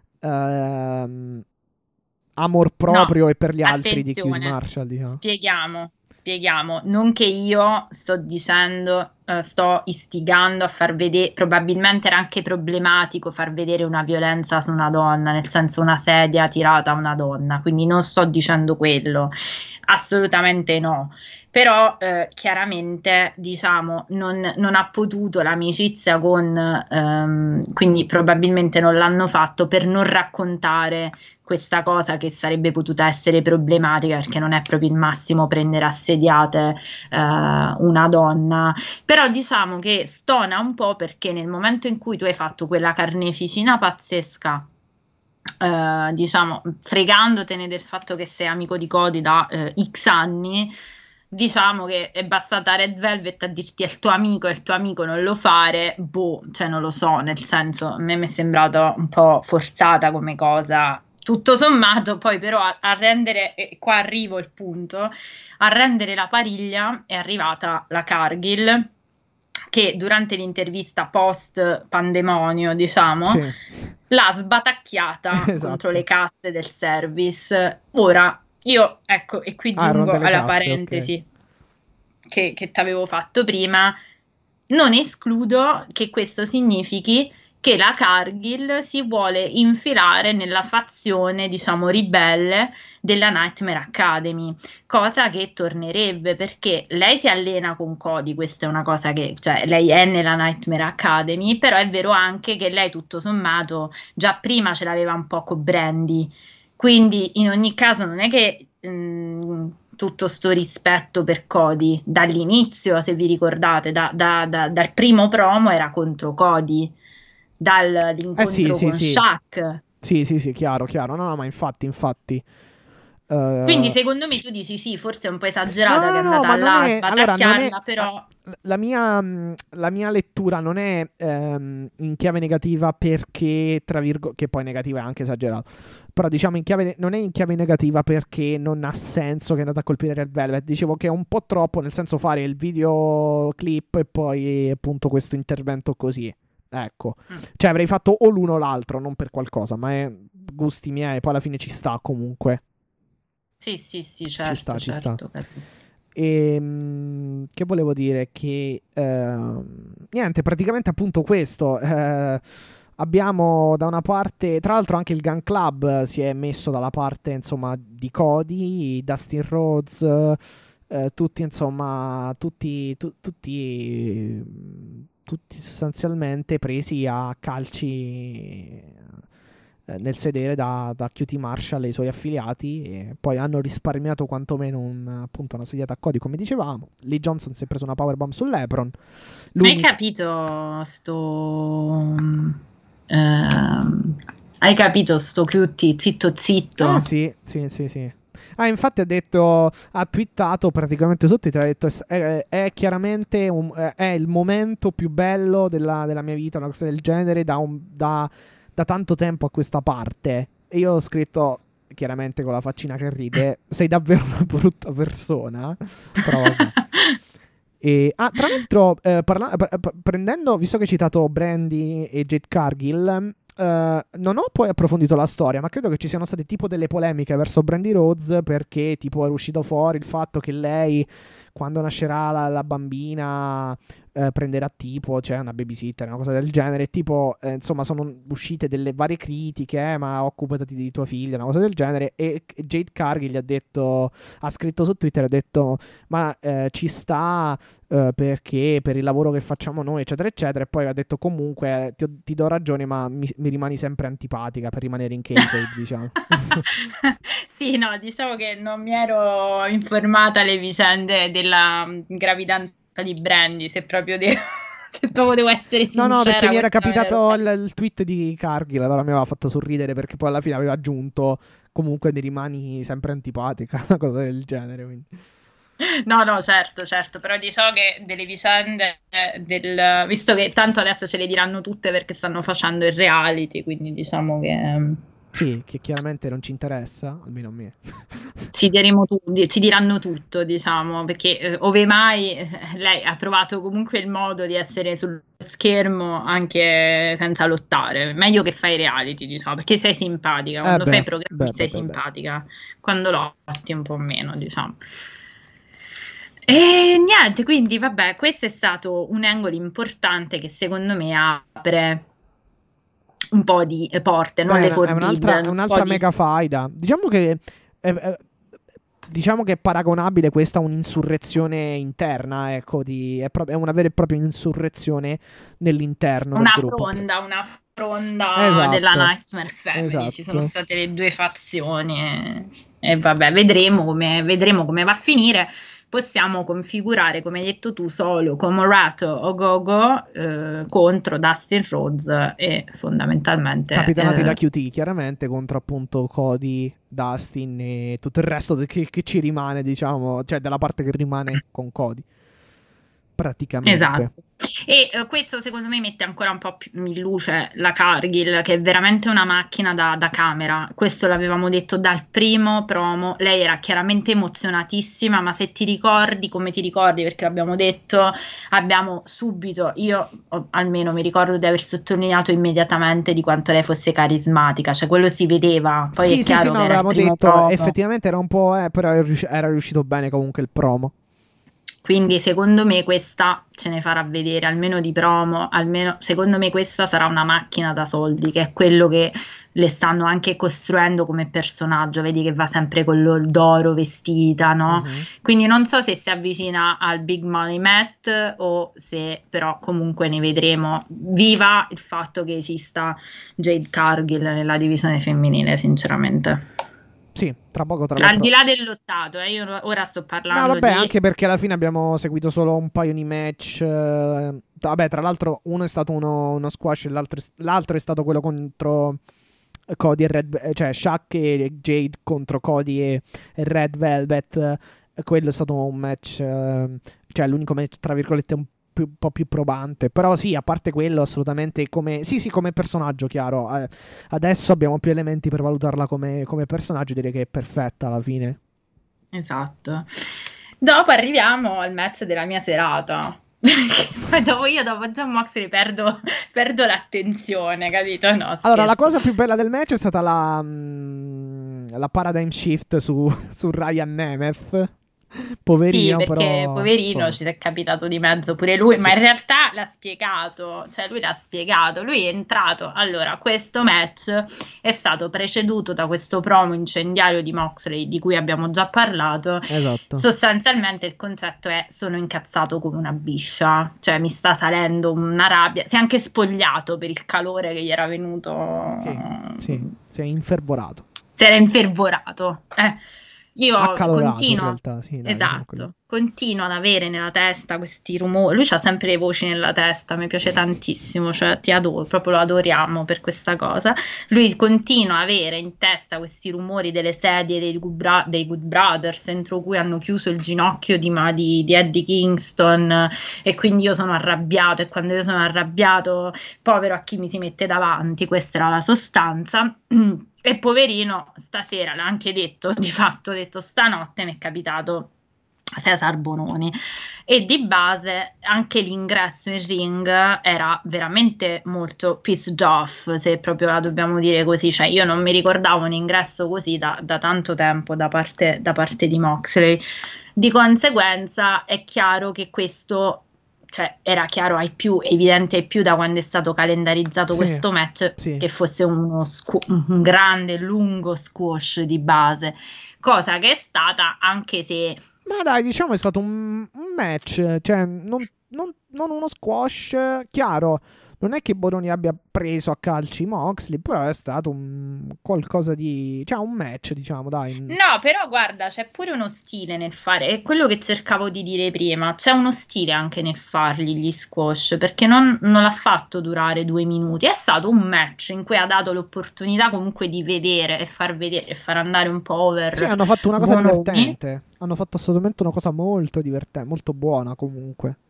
amor proprio e per gli altri di QT Marshall, diciamo. Spieghiamo, non che io sto dicendo, sto istigando a far vedere, probabilmente era anche problematico far vedere una violenza su una donna, nel senso una sedia tirata a una donna, quindi non sto dicendo quello, assolutamente no. Però chiaramente diciamo non ha potuto l'amicizia quindi probabilmente non l'hanno fatto per non raccontare questa cosa che sarebbe potuta essere problematica, perché non è proprio il massimo prendere assediate una donna. Però diciamo che stona un po', perché nel momento in cui tu hai fatto quella carneficina pazzesca, diciamo fregandotene del fatto che sei amico di Cody da X anni, diciamo che è bastata Red Velvet a dirti è il tuo amico e il tuo amico non lo fare, cioè non lo so, nel senso a me mi è sembrata un po' forzata come cosa, tutto sommato. Poi però a rendere, e qua arrivo il punto, a rendere la pariglia è arrivata la Cargill, che durante l'intervista post pandemonio, diciamo, Sì. l'ha sbatacchiata Esatto. contro le casse del service. Ora io, ecco, e qui giungo delle alla casse, parentesi che ti avevo fatto prima, non escludo che questo significhi che la Cargill si vuole infilare nella fazione, diciamo, ribelle della Nightmare Academy, cosa che tornerebbe, perché lei si allena con Cody, questa è una cosa che, cioè, lei è nella Nightmare Academy, però è vero anche che lei tutto sommato già prima ce l'aveva un po' con Brandy, quindi in ogni caso non è che tutto sto rispetto per Cody dall'inizio, se vi ricordate, dal primo promo era contro Cody, dall'incontro con Shaq. Sì, chiaro, no, ma infatti. Quindi secondo me tu dici sì, forse è un po' esagerata, che è andata là a sbatacchiarla, però la mia lettura non è in chiave negativa, perché che poi negativa è anche esagerato, però diciamo non è in chiave negativa perché non ha senso che è andata a colpire Red Velvet. Dicevo che è un po' troppo, nel senso, fare il videoclip e poi appunto questo intervento così. Ecco, cioè avrei fatto o l'uno o l'altro, non per qualcosa, ma è gusti miei, poi alla fine ci sta comunque. Sì, certo, ci sta. Capisco. Che volevo dire? Che niente, praticamente appunto questo. Abbiamo da una parte, tra l'altro anche il Gun Club si è messo dalla parte, insomma, di Cody, Dustin Rhodes, tutti, insomma, tutti sostanzialmente presi a calci nel sedere da QT Marshall e i suoi affiliati, e poi hanno risparmiato quantomeno appunto una sediata a Cody, come dicevamo. Lee Johnson si è preso una powerbomb su LeBron. Hai capito hai capito sto QT zitto? Sì. Infatti ha twittato praticamente su Twitter, ha detto è chiaramente è il momento più bello della mia vita, una cosa del genere, da tanto tempo a questa parte. E io ho scritto, chiaramente con la faccina che ride, sei davvero una brutta persona, però vabbè. Tra l'altro, prendendo, visto che hai citato Brandy e Jade Cargill, non ho poi approfondito la storia, ma credo che ci siano state tipo delle polemiche verso Brandy Rhodes, perché tipo è uscito fuori il fatto che lei, quando nascerà la bambina, prenderà tipo, cioè una babysitter, una cosa del genere, tipo, insomma, sono uscite delle varie critiche, ma occupati di tua figlia, una cosa del genere, e Jade Cargill gli ha detto, ha scritto su Twitter, ha detto, ma ci sta, perché per il lavoro che facciamo noi, eccetera, eccetera, e poi ha detto, comunque, ti do ragione, ma mi rimani sempre antipatica, per rimanere in kayfabe, diciamo. Sì, no, diciamo che non mi ero informata alle vicende della gravidanza di Brandy, se proprio devo essere sincera. No, perché mi era capitato era... il tweet di Cargill, allora mi aveva fatto sorridere, perché poi alla fine aveva aggiunto, comunque mi rimani sempre antipatica, una cosa del genere, quindi. No, certo, però diciamo che delle vicende visto che tanto adesso ce le diranno tutte perché stanno facendo il reality, quindi diciamo che Sì, che chiaramente non ci interessa, almeno a me. Ci diranno tutto, diciamo, perché ove mai lei ha trovato comunque il modo di essere sullo schermo anche senza lottare. Meglio che fai reality, diciamo, perché sei simpatica. Quando fai programmi sei simpatica, quando lotti un po' meno, diciamo. E niente, quindi vabbè, questo è stato un angolo importante che secondo me apre un po' di porte, non le forbidden. È un'altra mega faida. Diciamo che è paragonabile questa a un'insurrezione interna, ecco, è una vera e propria insurrezione nell'interno del gruppo. Una fronda esatto, della Nightmare Family, esatto. Ci sono state le due fazioni e vabbè, vedremo come va a finire. Possiamo configurare, come hai detto tu, solo Commorato Ogogo contro Dustin Rhodes e fondamentalmente capitanati da QT, chiaramente, contro appunto Cody, Dustin e tutto il resto che ci rimane, diciamo, cioè della parte che rimane con Cody. Praticamente. Esatto. E questo secondo me mette ancora un po' più in luce la Cargill, che è veramente una macchina da camera. Questo l'avevamo detto dal primo promo. Lei era chiaramente emozionatissima, ma se ti ricordi, come ti ricordi, perché l'abbiamo detto, abbiamo subito, io almeno mi ricordo di aver sottolineato immediatamente di quanto lei fosse carismatica, cioè quello si vedeva. Poi sì, è chiaro che era il primo detto, promo. effettivamente era un po', però era riuscito bene comunque il promo. Quindi secondo me questa ce ne farà vedere, almeno di promo, almeno secondo me questa sarà una macchina da soldi, che è quello che le stanno anche costruendo come personaggio, vedi che va sempre con l'oro vestita, no? Mm-hmm. Quindi non so se si avvicina al Big Money Matt o se però comunque ne vedremo. Viva il fatto che esista Jade Cargill nella divisione femminile, sinceramente. Sì, tra poco al di là del lottato, io ora sto parlando no, vabbè, anche perché alla fine abbiamo seguito solo un paio di match. Vabbè, tra l'altro uno è stato uno squash e l'altro è stato quello contro Cody e Red, cioè Shaq e Jade contro Cody e Red Velvet. Quello è stato un match, cioè l'unico match tra virgolette un po' più probante. Però sì, a parte quello, assolutamente come personaggio, chiaro. Adesso abbiamo più elementi per valutarla come personaggio. Direi che è perfetta alla fine. Esatto. Dopo arriviamo al match della mia serata. dopo Jon Moxley perdo l'attenzione, capito? No, scherzo. Allora, la cosa più bella del match è stata la paradigm shift su Ryan Nemeth. Poverino, sì, perché però, poverino insomma, ci si è capitato di mezzo pure lui, sì. Ma in realtà l'ha spiegato, lui è entrato. Allora, questo match è stato preceduto da questo promo incendiario di Moxley di cui abbiamo già parlato. Esatto. Sostanzialmente il concetto è: sono incazzato come una biscia, cioè mi sta salendo una rabbia, si è anche spogliato per il calore che gli era venuto. Sì, si è infervorato. Si era infervorato. Io continuo, in realtà, sì, dai, esatto, continuo ad avere nella testa questi rumori. Lui ha sempre le voci nella testa, mi piace tantissimo, cioè ti adoro, proprio lo adoriamo per questa cosa. Lui continua a avere in testa questi rumori delle sedie dei Good Brothers, entro cui hanno chiuso il ginocchio di Eddie Kingston, e quindi io sono arrabbiato, e quando io sono arrabbiato, povero a chi mi si mette davanti, questa era la sostanza. E poverino, stasera l'ha anche detto, di fatto, stanotte mi è capitato Cesar Bononi, e di base anche l'ingresso in ring era veramente molto pissed off, se proprio la dobbiamo dire così. Cioè io non mi ricordavo un ingresso così da tanto tempo da parte di Moxley. Di conseguenza è chiaro che questo, cioè era chiaro ai più, evidente ai più da quando è stato calendarizzato questo match, che fosse un grande, lungo squash di base, cosa che è stata, anche se... Ma dai, diciamo è stato un match, cioè non uno squash, chiaro. Non è che Bononi abbia preso a calci Moxley, però è stato qualcosa di... cioè un match, diciamo, dai. No, però guarda, c'è pure uno stile nel fare, è quello che cercavo di dire prima, c'è uno stile anche nel fargli gli squash, perché non l'ha fatto durare 2 minuti, è stato un match in cui ha dato l'opportunità comunque di vedere e far andare un po' over. Sì, hanno fatto una cosa Bononi. divertente, hanno fatto assolutamente una cosa molto divertente, molto buona comunque.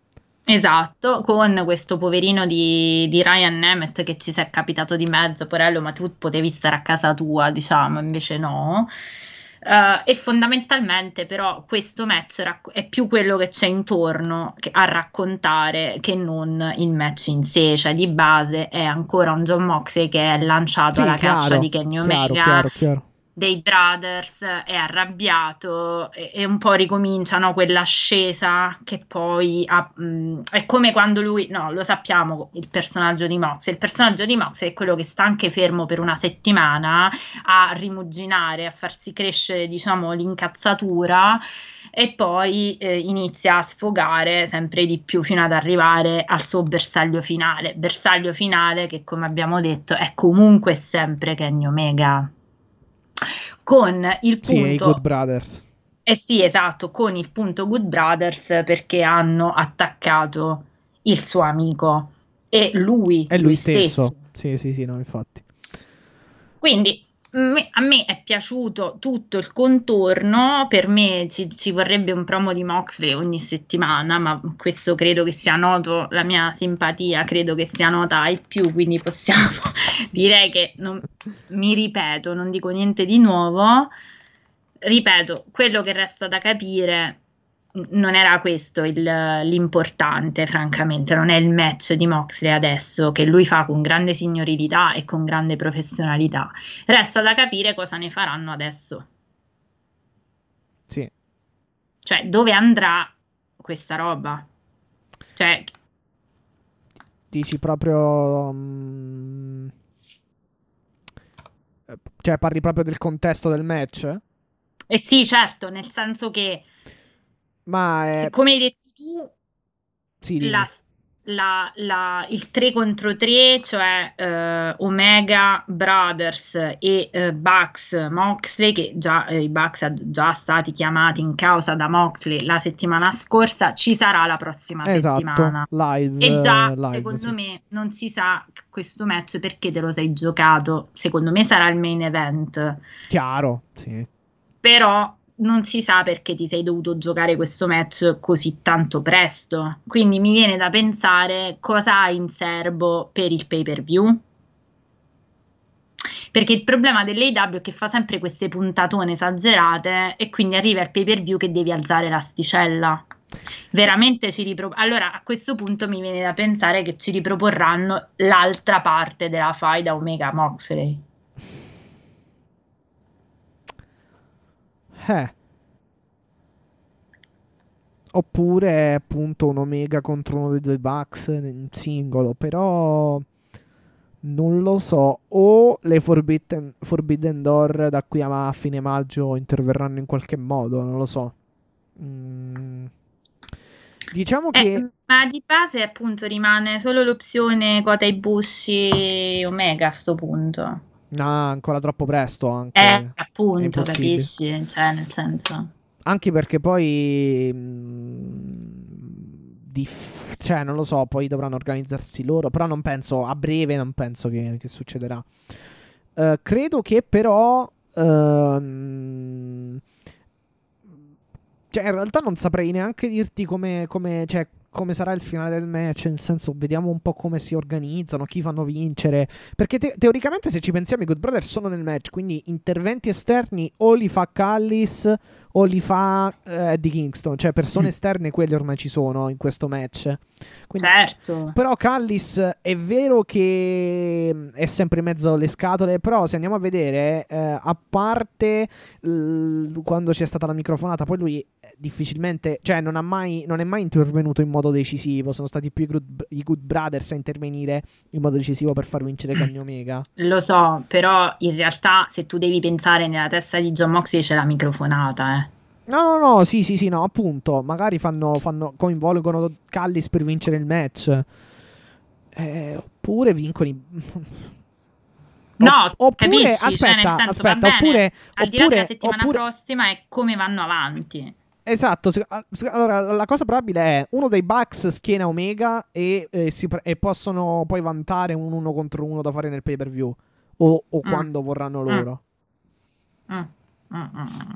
Esatto, con questo poverino di Ryan Nemeth che ci si è capitato di mezzo, porello, ma tu potevi stare a casa tua, diciamo, invece no. E fondamentalmente però questo match è più quello che c'è intorno a raccontare che non il match in sé, cioè di base è ancora un Jon Moxley che è lanciato Sì, alla caccia chiaro, di Kenny chiaro, Omega, chiaro. dei Brothers, è arrabbiato e un po' ricomincia, no, quella ascesa che poi è come quando lui, no, lo sappiamo il personaggio di Moxley è quello che sta anche fermo per una settimana a rimuginare, a farsi crescere, diciamo, l'incazzatura e poi inizia a sfogare sempre di più fino ad arrivare al suo bersaglio finale che, come abbiamo detto, è comunque sempre Kenny Omega. Con il Sì, e i Good punto, Brothers. eh sì, esatto, con il punto Good Brothers perché hanno attaccato il suo amico e lui È lui stesso. stesso. Sì, no, infatti. Quindi a me è piaciuto tutto il contorno, per me ci vorrebbe un promo di Moxley ogni settimana, ma questo credo che sia noto, la mia simpatia credo che sia nota ai più, quindi possiamo direi che mi ripeto, non dico niente di nuovo. Ripeto, quello che resta da capire non era questo l'importante, francamente, non è il match di Moxley adesso che lui fa con grande signorilità e con grande professionalità. Resta da capire cosa ne faranno adesso. Sì. Cioè, dove andrà questa roba? Cioè, Dici proprio... cioè, parli proprio del contesto del match? eh sì, certo, nel senso che, Ma è... come hai detto tu, Sì, la, dimmi. il 3 contro 3, cioè Omega Brothers e Bucks Moxley, che già i Bucks sono già stati chiamati in causa da Moxley la settimana scorsa, ci sarà la prossima Esatto, settimana. E già, live, secondo sì. me, non si sa questo match perché te lo sei giocato. Secondo me sarà il main event, Chiaro, sì. però non si sa perché ti sei dovuto giocare questo match così tanto presto. Quindi mi viene da pensare cosa hai in serbo per il pay-per-view. Perché il problema dell'AEW è che fa sempre queste puntatone esagerate e quindi arriva il pay-per-view che devi alzare l'asticella. Veramente allora a questo punto mi viene da pensare che ci riproporranno l'altra parte della faida Omega Moxley. Eh. Oppure appunto un Omega contro uno dei due Bucks in singolo, però non lo so. O le Forbidden Door da qui a fine maggio interverranno in qualche modo, non lo so. Mm. Diciamo che Ma di base appunto rimane solo l'opzione Kota Ibushi Omega a sto punto. ancora troppo presto anche. È Appunto, impossibile. capisci? Cioè, nel senso. Anche perché poi cioè non lo so, poi dovranno organizzarsi loro, però non penso a breve, non penso che succederà. Credo che però cioè in realtà non saprei neanche dirti cioè, come sarà il finale del match, nel senso vediamo un po' come si organizzano, chi fanno vincere, perché teoricamente se ci pensiamo i Good Brothers sono nel match, quindi interventi esterni o li fa Callis o li fa Eddie Kingston, cioè persone esterne quelle ormai ci sono in questo match. Quindi, Certo. però Callis è vero che è sempre in mezzo alle scatole, però se andiamo a vedere, a parte quando c'è stata la microfonata, poi lui difficilmente, cioè non è mai intervenuto in modo decisivo, sono stati più i Good Brothers a intervenire in modo decisivo per far vincere Kenny Omega. Lo so, però in realtà se tu devi pensare nella testa di Jon Moxley c'è la microfonata, No, sì, no, appunto, magari coinvolgono Callis per vincere il match. Oppure vincono No, oppure, capisci? Cioè, nel senso, va bene, oppure, al di là della oppure, settimana oppure, prossima è come vanno avanti. esatto, allora la cosa probabile è uno dei Bucks schiena Omega e possono poi vantare un 1 contro 1 da fare nel pay per view o quando vorranno loro.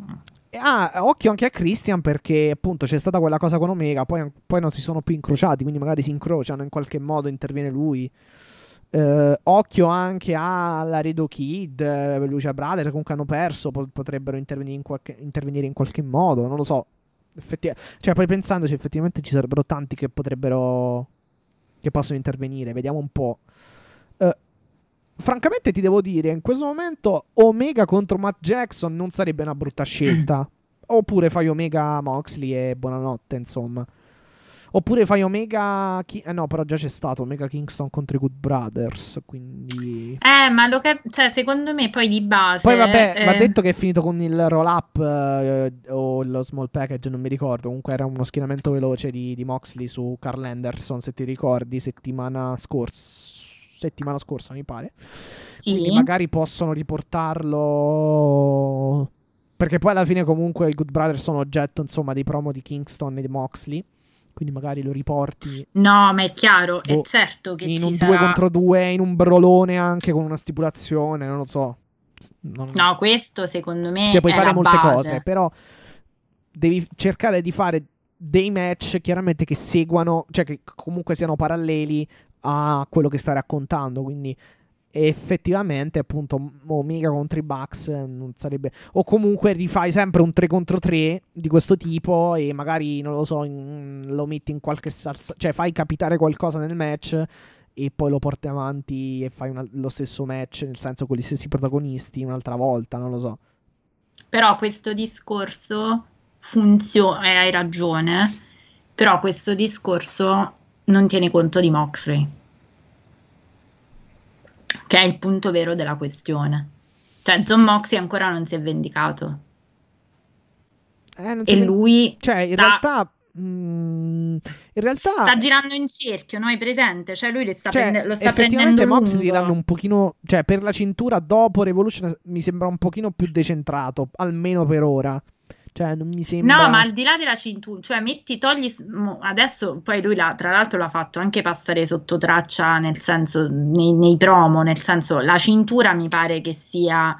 Occhio anche a Christian, perché appunto c'è stata quella cosa con Omega, poi non si sono più incrociati, quindi magari si incrociano in qualche modo, interviene lui. Occhio anche a Laredo Kid, Lucia Brothers, comunque hanno perso, potrebbero intervenire in qualche modo, non lo so. Cioè, poi pensandoci, effettivamente ci sarebbero tanti che possono intervenire, vediamo un po'. Francamente ti devo dire, in questo momento Omega contro Matt Jackson non sarebbe una brutta scelta. Oppure fai Omega Moxley e buonanotte, insomma. Oppure fai Omega... no, però già c'è stato Omega Kingston contro i Good Brothers, quindi... Ma cioè, secondo me poi di base... Poi vabbè, va detto che è finito con il roll-up o lo small package, non mi ricordo. Comunque era uno schienamento veloce di Moxley su Carl Anderson, se ti ricordi, settimana scorsa mi pare. Sì. Quindi magari possono riportarlo, perché poi alla fine comunque i Good Brothers sono oggetto, insomma, dei promo di Kingston e di Moxley, quindi magari lo riporti. No, ma è chiaro, è certo che in ci un sarà... 2 contro 2, in un brolone anche con una stipulazione, non lo so. No, questo secondo me cioè puoi è fare la molte base. cose, però devi cercare di fare dei match chiaramente che seguano, cioè che comunque siano paralleli a quello che stai raccontando, quindi effettivamente appunto Omega contro i Bucks non sarebbe, o comunque rifai sempre un 3 contro 3 di questo tipo e magari non lo so, lo metti in qualche salsa, cioè fai capitare qualcosa nel match e poi lo porti avanti e fai lo stesso match, nel senso con gli stessi protagonisti un'altra volta, non lo so. Però questo discorso funziona, hai ragione, però questo discorso non tiene conto di Moxley, che è il punto vero della questione. Cioè John Moxley ancora non si è vendicato. E lui cioè in realtà sta girando in cerchio, no? Hai presente? Cioè lui lo sta prendendo effettivamente Moxley lungo. l'hanno un pochino, cioè per la cintura dopo Revolution mi sembra un pochino più decentrato, almeno per ora. Cioè non mi sembra... No, ma al di là della cintura, cioè togli, adesso poi lui tra l'altro l'ha fatto anche passare sotto traccia, nel senso, nei promo, nel senso, la cintura mi pare che sia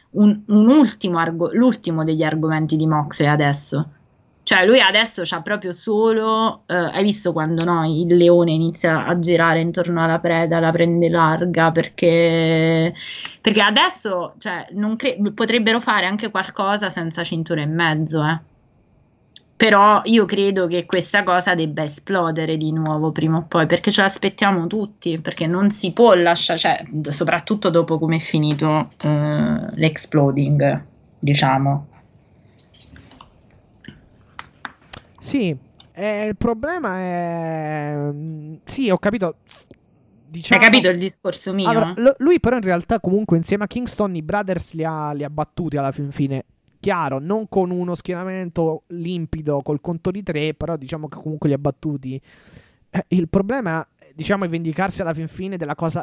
l'ultimo degli argomenti di Moxley adesso. Cioè lui adesso c'ha proprio solo, hai visto quando no, il leone inizia a girare intorno alla preda, la prende larga, perché adesso cioè, potrebbero fare anche qualcosa senza cintura in mezzo, Però io credo che questa cosa debba esplodere di nuovo prima o poi, perché ce l'aspettiamo tutti, perché non si può lasciare, cioè, soprattutto dopo come è finito l'exploding, diciamo. Sì, il problema è... Sì, ho capito. Diciamo... Hai capito il discorso mio? Allora, lui però in realtà comunque insieme a Kingston i Brothers li ha battuti alla fine. Chiaro, non con uno schieramento limpido col conto di 3, però diciamo che comunque li ha battuti. Il problema, diciamo, è vendicarsi alla fine della cosa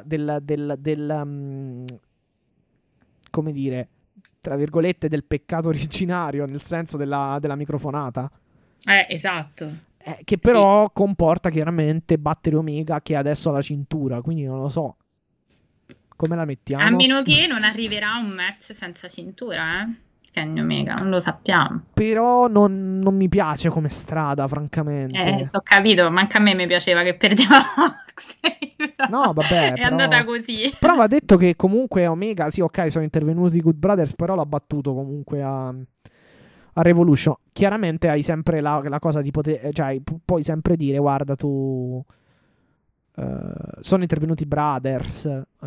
come dire, tra virgolette, del peccato originario, nel senso della microfonata. Esatto. Che però comporta chiaramente battere Omega, che adesso ha la cintura, quindi non lo so. Come la mettiamo? A meno che non arriverà un match senza cintura, Kenny Omega, non lo sappiamo. Però non mi piace come strada, francamente. Ho capito, ma anche a me mi piaceva che perdeva Moxley. No, vabbè. È andata così. Però va detto che comunque Omega, sì, ok, sono intervenuti i Good Brothers, però l'ha battuto comunque a Revolution. Chiaramente hai sempre la cosa di poter, cioè puoi sempre dire, guarda tu, sono intervenuti i Brothers,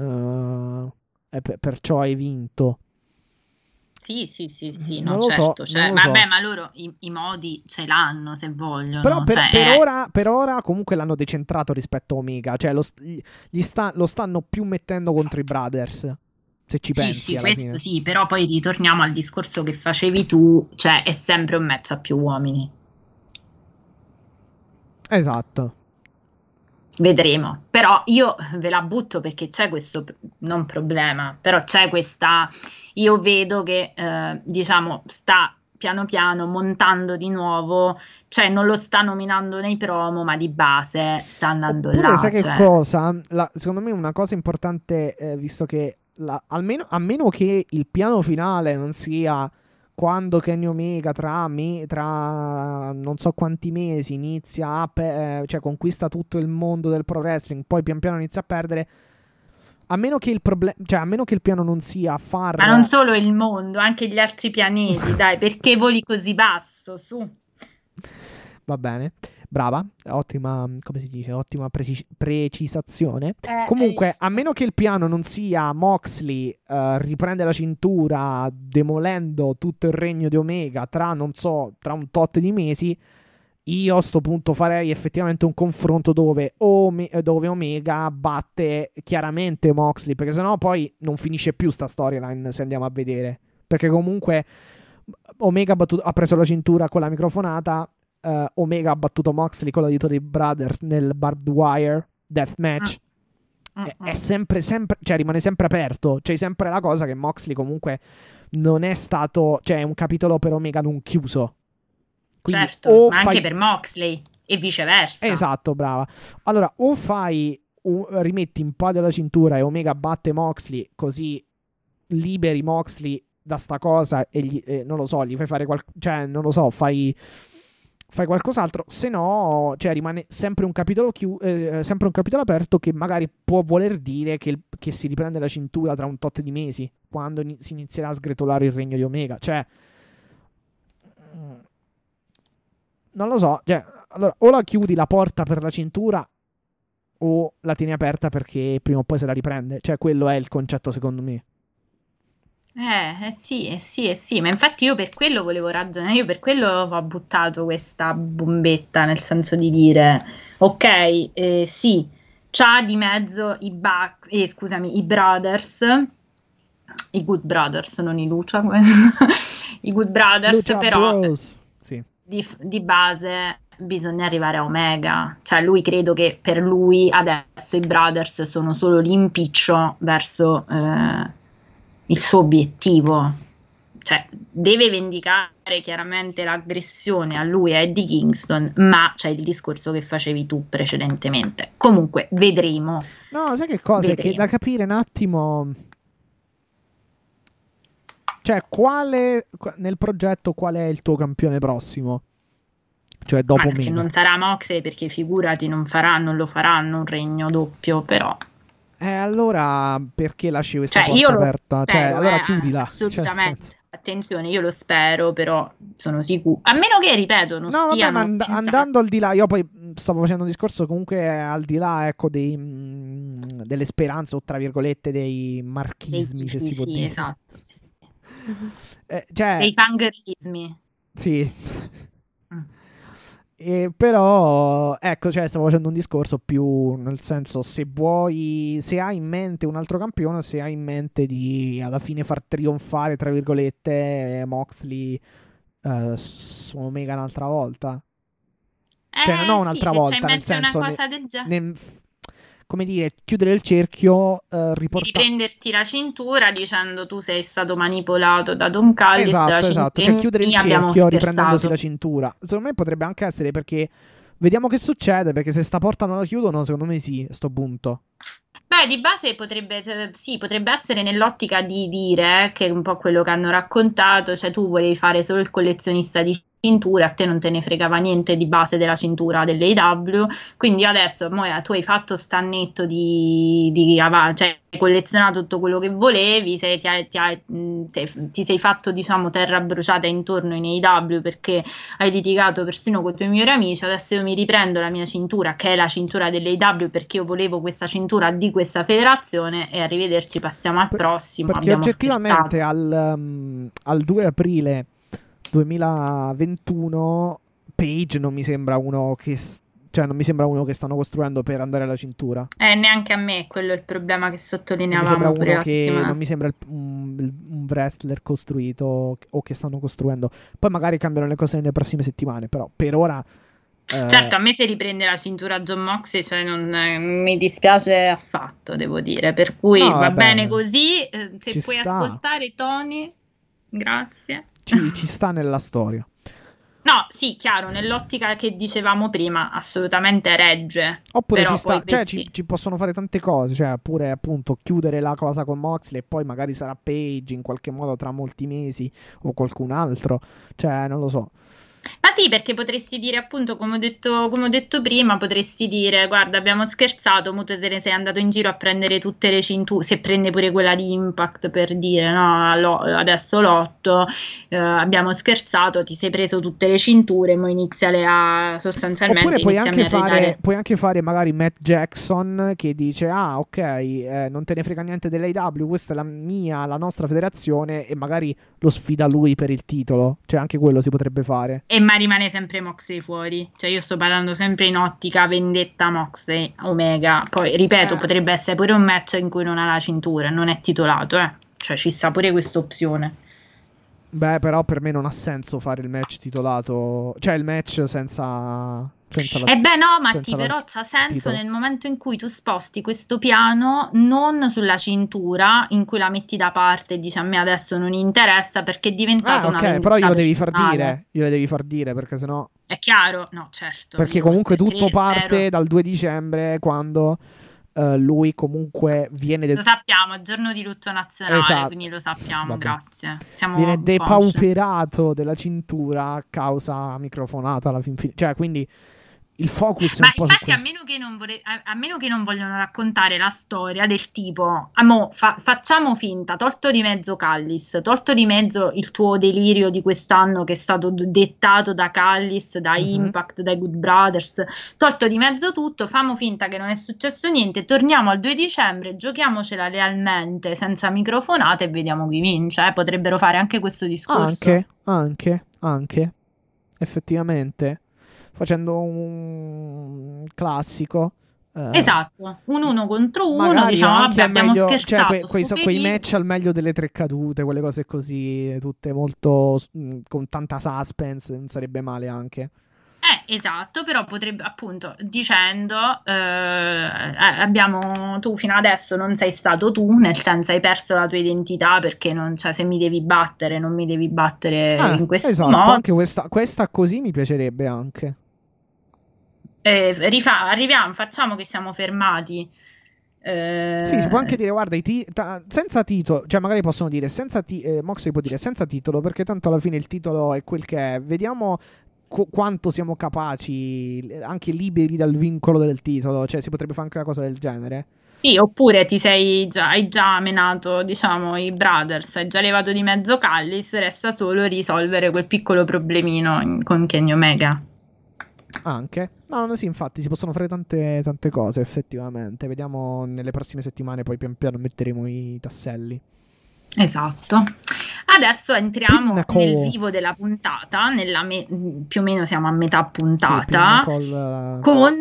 e perciò hai vinto. Sì, non no, lo certo. so, Cioè, non lo vabbè, so. ma loro i modi ce l'hanno se vogliono. Però cioè, per ora comunque l'hanno decentrato rispetto a Omega, cioè lo stanno più mettendo contro i Brothers, se ci pensi. Sì, alla questo fine. sì, però poi ritorniamo al discorso che facevi tu, cioè è sempre un match a più uomini. Esatto. Vedremo, però io ve la butto perché c'è questo non problema, però c'è questa, io vedo che diciamo sta piano piano montando di nuovo, cioè non lo sta nominando nei promo, ma di base sta andando Oppure, là. sai cioè... che cosa? Secondo me una cosa importante, visto che a meno che il piano finale non sia quando Kenny Omega tra non so quanti mesi inizia cioè conquista tutto il mondo del pro wrestling, poi pian piano inizia a perdere, a meno che il cioè a meno che il piano non sia far... Ma non solo il mondo, anche gli altri pianeti, dai, perché voli così basso, su. Va bene, brava, ottima, come si dice, ottima precisazione. Comunque, a meno che il piano non sia Moxley riprende la cintura demolendo tutto il regno di Omega tra un tot di mesi, io a sto punto farei effettivamente un confronto dove Omega batte chiaramente Moxley, perché sennò poi non finisce più sta storyline se andiamo a vedere, perché comunque Omega ha preso la cintura con la microfonata, Omega ha battuto Moxley con l'aiuto dei Brothers nel Barbed Wire Death Match. È sempre, cioè rimane sempre aperto. C'è sempre la cosa che Moxley comunque non è stato, cioè è un capitolo per Omega non chiuso. Quindi certo, ma anche per Moxley e viceversa. Esatto, brava. Allora, o rimetti in palio la cintura e Omega batte Moxley, così liberi Moxley da sta cosa e non lo so, gli fai fare cioè non lo so, fai qualcos'altro, se no, cioè rimane sempre un capitolo sempre un capitolo aperto, che magari può voler dire che si riprende la cintura tra un tot di mesi, quando si inizierà a sgretolare il regno di Omega. Cioè non lo so, cioè, allora, o la chiudi la porta per la cintura o la tieni aperta perché prima o poi se la riprende. Cioè, quello è il concetto secondo me. Sì, ma infatti io per quello volevo ragionare, io per quello ho buttato questa bombetta, nel senso di dire, ok, sì, c'ha di mezzo i Brothers, i Good Brothers, non i Lucha, i Good Brothers, Lucha però Bros. Sì. Di base bisogna arrivare a Omega, cioè lui, credo che per lui adesso i Brothers sono solo l'impiccio verso il suo obiettivo, cioè deve vendicare chiaramente l'aggressione a lui e a Eddie Kingston, ma c'è il discorso che facevi tu precedentemente. Comunque vedremo. No, sai che cosa? È che da capire un attimo, cioè nel progetto qual è il tuo campione prossimo? Cioè dopo Omega. Che non sarà Moxley, perché figurati, non lo faranno un regno doppio, però allora perché lasci questa porta io aperta? Spero, cioè, allora chiudila. Assolutamente. Cioè, attenzione, io lo spero, però sono sicuro. A meno che, ripeto, non stiano... Vabbè, ma andando al di là, io poi stavo facendo un discorso comunque al di là, ecco, delle speranze o tra virgolette dei marchismi, se si può dire. Esatto, sì. Cioè, dei fangirlismi. Sì. Però ecco, cioè stavo facendo un discorso più nel senso, se hai in mente un altro campione, se hai in mente di alla fine far trionfare tra virgolette Moxley su Omega un'altra volta, cioè non un'altra volta, nel senso una cosa del genere. Come dire, chiudere il cerchio, riprenderti la cintura dicendo tu sei stato manipolato da Don Callis. Esatto, cioè chiudere il cerchio riprendendosi la cintura. Secondo me potrebbe anche essere, perché vediamo che succede, perché se sta porta non la chiudono, secondo me sì, a sto punto. Beh, di base potrebbe essere nell'ottica di dire, che è un po' quello che hanno raccontato, cioè tu volevi fare solo il collezionista di cinture, a te non te ne fregava niente di base della cintura dell'AEW, quindi adesso tu hai fatto stannetto cioè hai collezionato tutto quello che volevi, ti sei fatto, diciamo, terra bruciata intorno in AEW perché hai litigato persino con i tuoi migliori amici. Adesso io mi riprendo la mia cintura, che è la cintura dell'AEW, perché io volevo questa cintura di questa federazione, e arrivederci, passiamo al prossimo. Perché oggettivamente al 2 aprile 2021 Page non mi sembra uno che stanno costruendo per andare alla cintura. Neanche a me, quello è il problema che sottolineavamo pure la settimana. Non mi sembra un wrestler costruito o che stanno costruendo. Poi magari cambiano le cose nelle prossime settimane, però per ora certo, a me se riprende la cintura Jon Moxley, cioè non mi dispiace affatto, devo dire, per cui va bene così. Se puoi ascoltare Tony, grazie. Ci sta nella storia. No, sì, chiaro, nell'ottica che dicevamo prima, assolutamente regge. Oppure Però ci sta, poi cioè questi... ci possono fare tante cose, cioè pure appunto chiudere la cosa con Moxley e poi magari sarà Page in qualche modo tra molti mesi o qualcun altro, cioè non lo so. Ma sì, perché potresti dire appunto, come ho detto prima, potresti dire, guarda, abbiamo scherzato, mo te ne sei andato in giro a prendere tutte le cinture, se prende pure quella di Impact per dire, no, adesso l'otto, abbiamo scherzato, ti sei preso tutte le cinture, mo iniziale a, Oppure sostanzialmente, iniziami a ridare. puoi anche fare magari Matt Jackson che dice ah ok, non te ne frega niente dell'AEW, questa è la nostra federazione e magari lo sfida lui per il titolo, cioè anche quello si potrebbe fare. Ma rimane sempre Moxley fuori, cioè io sto parlando sempre in ottica vendetta Moxley, Omega, poi ripeto, potrebbe essere pure un match in cui non ha la cintura, non è titolato, cioè ci sta pure questa opzione. Beh, però per me non ha senso fare il match titolato, cioè il match senza la, E beh no, Matti, senza la però c'ha senso titolo. nel momento in cui tu sposti questo piano non sulla cintura, in cui la metti da parte e dici a me adesso non interessa perché è diventata una Ok, vendetta però glielo devi far personale. dire, perché sennò... È chiaro? No, certo, Perché io comunque tutto parte spero. dal 2 dicembre quando lui comunque Lo sappiamo, è giorno di lutto nazionale, esatto, quindi lo sappiamo, vabbè. grazie. Viene Siamo consci. depauperato della cintura a causa microfonata alla fin fine. Cioè, quindi il focus è Ma un po' su infatti, quello. a meno che non vogliono raccontare la storia del tipo, facciamo finta, tolto di mezzo Callis, tolto di mezzo il tuo delirio di quest'anno che è stato dettato da Callis, da Mhm. Impact, dai Good Brothers, tolto di mezzo tutto, famo finta che non è successo niente, torniamo al 2 dicembre, giochiamocela lealmente, senza microfonate e vediamo chi vince. Potrebbero fare anche questo discorso. Anche, effettivamente, facendo un classico. Esatto, un uno contro uno, Magari diciamo, anche vabbè, al abbiamo meglio, cioè scherzato, sto quei periodo. match al meglio delle tre cadute, quelle cose così, tutte molto con tanta suspense, non sarebbe male anche. Esatto, però potrebbe appunto dicendo tu fino adesso non sei stato tu, nel senso hai perso la tua identità perché non, cioè, se mi devi battere, non mi devi battere in questo Esatto, modo. anche questa così mi piacerebbe anche. Arriviamo, facciamo che siamo fermati. Sì, si può anche Eh, dire, guarda, senza titolo, cioè magari possono dire Moxley può dire senza titolo, perché tanto alla fine il titolo è quel che è. Vediamo quanto siamo capaci, anche liberi dal vincolo del titolo, cioè si potrebbe fare anche una cosa del genere. sì, oppure hai già menato, diciamo, i Brothers, hai già levato di mezzo Callis, resta solo risolvere quel piccolo problemino con Kenny Omega. Anche. No, no, sì, infatti si possono fare tante cose, effettivamente. Vediamo nelle prossime settimane, poi pian piano metteremo i tasselli. Esatto. Adesso entriamo nel Pinnacle. vivo della puntata, più o meno siamo a metà Sì, puntata, Pinnacle. con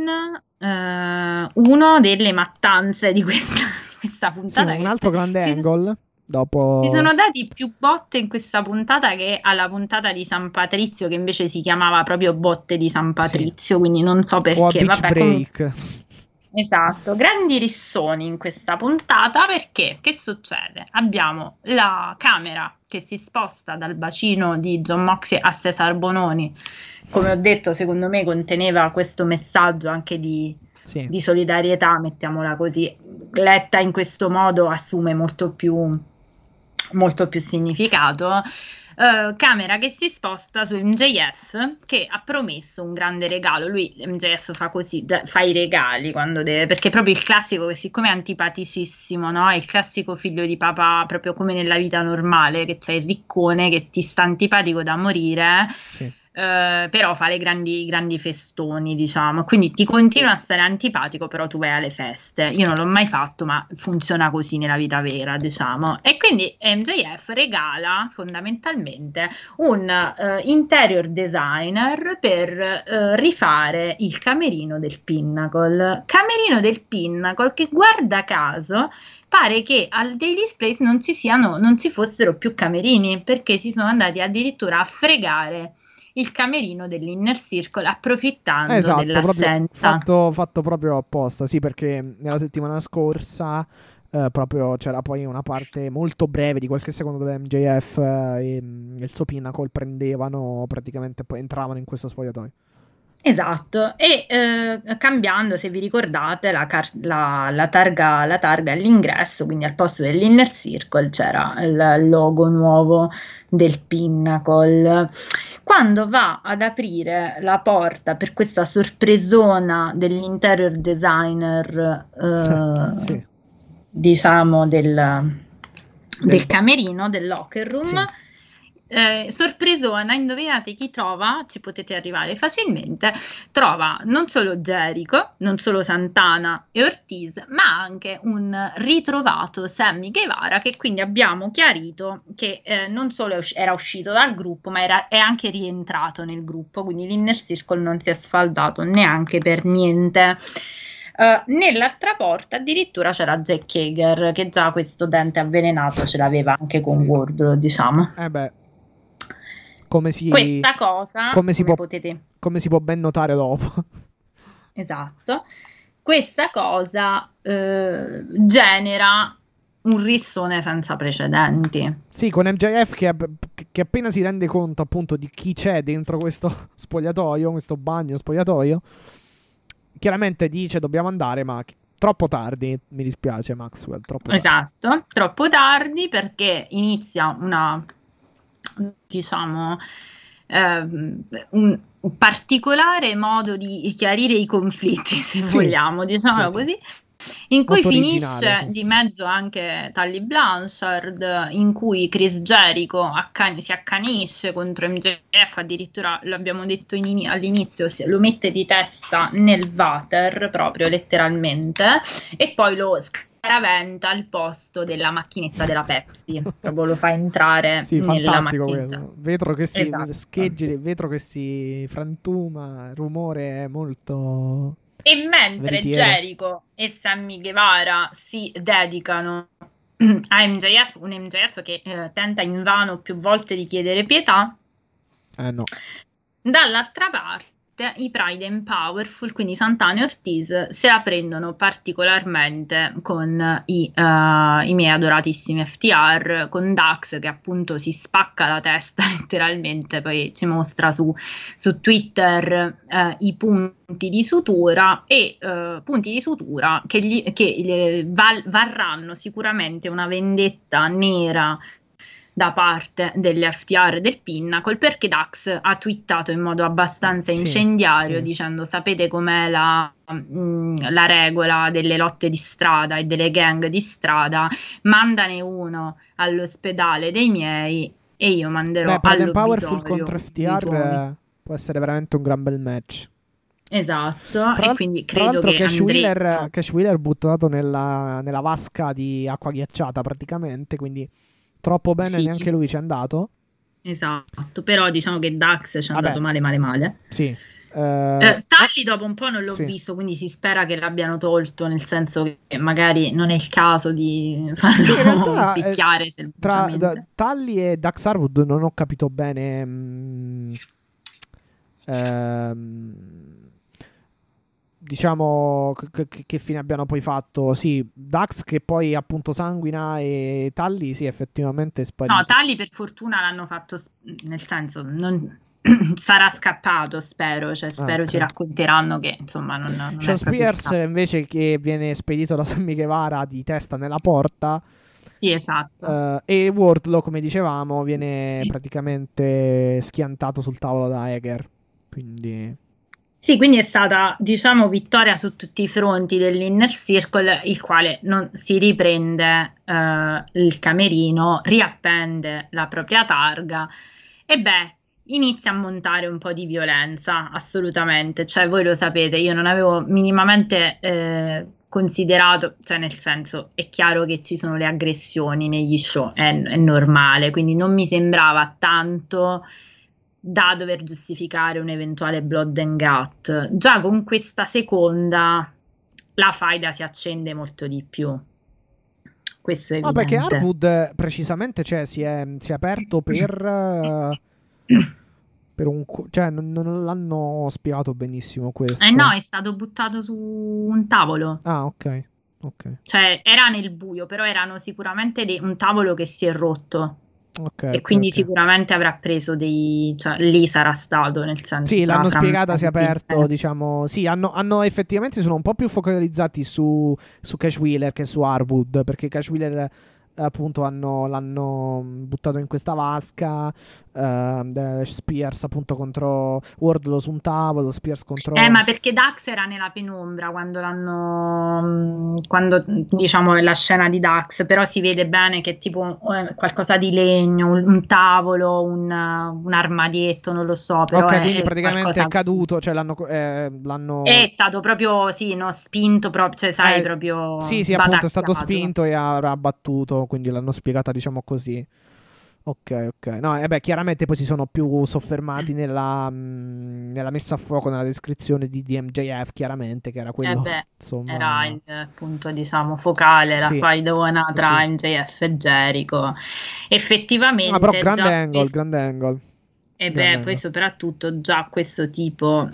uno delle mattanze di questa Sì, puntata un che altro grande angle. si Dopo... sono dati più botte in questa puntata che alla puntata di San Patrizio, che invece si chiamava proprio botte di San Sì. Patrizio, quindi non so O a perché. Beach Vabbè, comunque. Break. Esatto, grandi rissoni in questa puntata perché che succede? Abbiamo la camera che si sposta dal bacino di Jon Moxley a Cesar Bononi. Come ho detto, secondo me conteneva questo messaggio anche Sì. di solidarietà, mettiamola così. Letta in questo modo assume molto più significato. Camera che si sposta su MJF che ha promesso un grande regalo. Lui, MJF, fa così, fa i regali quando deve, perché è proprio il classico che siccome è antipaticissimo, no? È il classico figlio di papà, proprio come nella vita normale, che c'è il riccone che ti sta antipatico da morire. Sì. Però fa le grandi festoni, diciamo, quindi ti continua a stare antipatico, però tu vai alle feste. Io non l'ho mai fatto, ma funziona così nella vita vera, diciamo. E quindi MJF regala fondamentalmente un interior designer per rifare il camerino del Pinnacle. Camerino del Pinnacle che, guarda caso, pare che al Daily's Place non ci fossero più camerini, perché si sono andati addirittura a fregare il camerino dell'Inner Circle, approfittando Esatto, dell'assenza. fatto proprio apposta, sì, perché nella settimana scorsa proprio c'era poi una parte molto breve di qualche secondo dove MJF e il suo Pinnacle prendevano praticamente, poi entravano in questo spogliatoio. Esatto, e cambiando, se vi ricordate, la targa all'ingresso, quindi al posto dell'Inner Circle c'era il logo nuovo del Pinnacle. Quando va ad aprire la porta per questa sorpresona dell'interior designer, Sì. diciamo del camerino, del locker room, Sì. sorpresona, indovinate chi trova? Ci potete arrivare facilmente. Trova non solo Jericho, non solo Santana e Ortiz, ma anche un ritrovato Sammy Guevara, che quindi abbiamo chiarito che non solo era uscito dal gruppo, ma è anche rientrato nel gruppo, quindi l'Inner Circle non si è sfaldato neanche per niente. Nell'altra porta addirittura c'era Jack Hager, che già questo dente avvelenato ce l'aveva anche con Sì. Wardlow, diciamo. Questa cosa, come si può ben notare dopo. Esatto. Questa cosa genera un rissone senza precedenti. Sì, con MJF che appena si rende conto appunto di chi c'è dentro questo spogliatoio, questo bagno spogliatoio, chiaramente dice dobbiamo andare, ma troppo tardi, mi dispiace Maxwell, troppo tardi. Esatto, troppo tardi, perché inizia una, diciamo, un particolare modo di chiarire i conflitti, se vogliamo, diciamolo così, in cui molto finisce sì. di mezzo anche Tully Blanchard, in cui Chris Jericho si accanisce contro MJF, addirittura l'abbiamo detto all'inizio, lo mette di testa nel water, proprio letteralmente, e poi lo scaraventa al posto della macchinetta della Pepsi, proprio lo fa entrare sì, nella fantastico macchinetta. Quello. Vetro che si scheggi, vetro che si frantuma, rumore molto... E mentre veritiero. Jericho e Sammy Guevara si dedicano a MJF, un MJF che tenta invano più volte di chiedere pietà, no. Dall'altra parte i Pride and Powerful, quindi Santana e Ortiz, se la prendono particolarmente con i miei adoratissimi FTR, con Dax che appunto si spacca la testa letteralmente, poi ci mostra su Twitter i punti di sutura, e punti di sutura che varranno sicuramente una vendetta nera da parte degli FTR del Pinnacle, perché Dax ha twittato in modo abbastanza incendiario dicendo: sapete com'è la regola delle lotte di strada e delle gang di strada, mandane uno all'ospedale dei miei e io manderò all'obitorio. Powerful contro FTR può essere veramente un gran bel match. Esatto, e quindi credo che Cash Wheeler buttato nella vasca di acqua ghiacciata praticamente, quindi troppo bene neanche lui ci è andato. Esatto, però diciamo che Dax ci è andato male. Sì. Tully dopo un po' non l'ho visto, quindi si spera che l'abbiano tolto, nel senso che magari non è il caso di farlo picchiare tra Tully e Dax Harwood non ho capito bene diciamo che fine abbiano poi fatto. Sì, Dax che poi appunto sanguina, e Tully sì, effettivamente è sparito. No, Tully per fortuna l'hanno fatto, nel senso non sarà scappato, spero ci racconteranno che insomma non Sean è Spears invece che viene spedito da Sammy Guevara di testa nella porta. Sì, esatto. E Wardlow, come dicevamo, viene praticamente schiantato sul tavolo da Hager, quindi... Sì, quindi è stata, diciamo, vittoria su tutti i fronti dell'Inner Circle, il quale non si riprende il camerino, riappende la propria targa e inizia a montare un po' di violenza, assolutamente. Cioè, voi lo sapete, io non avevo minimamente considerato, cioè nel senso, è chiaro che ci sono le aggressioni negli show, è normale, quindi non mi sembrava tanto da dover giustificare un eventuale blood and gut. Già con questa seconda la faida si accende molto di più. Questo è evidente. Perché Harwood precisamente, cioè, si è aperto per Cioè, non l'hanno spiegato benissimo questo. No, è stato buttato su un tavolo. Ah, ok. Cioè, era nel buio, però erano sicuramente un tavolo che si è rotto. E quindi sicuramente avrà preso cioè lì sarà stato, nel senso. Sì, l'hanno spiegata, si è aperto, diciamo. Sì, hanno effettivamente sono un po' più focalizzati su Cash Wheeler che su Harwood, perché Cash Wheeler appunto l'hanno buttato in questa vasca, Spears appunto contro Wardlow su un tavolo, Spears contro... Ma perché Dax era nella penombra quando diciamo è la scena di Dax, però si vede bene che è tipo qualcosa di legno, un tavolo, un armadietto, non lo so, però ok, quindi praticamente è caduto, così. cioè l'hanno... È stato proprio, sì, no, spinto proprio, cioè sai, proprio... Sì, appunto è stato spinto e avrà battuto, quindi l'hanno spiegata diciamo così. Ok. No, chiaramente poi si sono più soffermati nella messa a fuoco, nella descrizione di MJF, chiaramente, che era quello, insomma... Era il punto, diciamo, focale, la faidona tra MJF e Jericho. Effettivamente... però grande angle. Poi soprattutto già questo tipo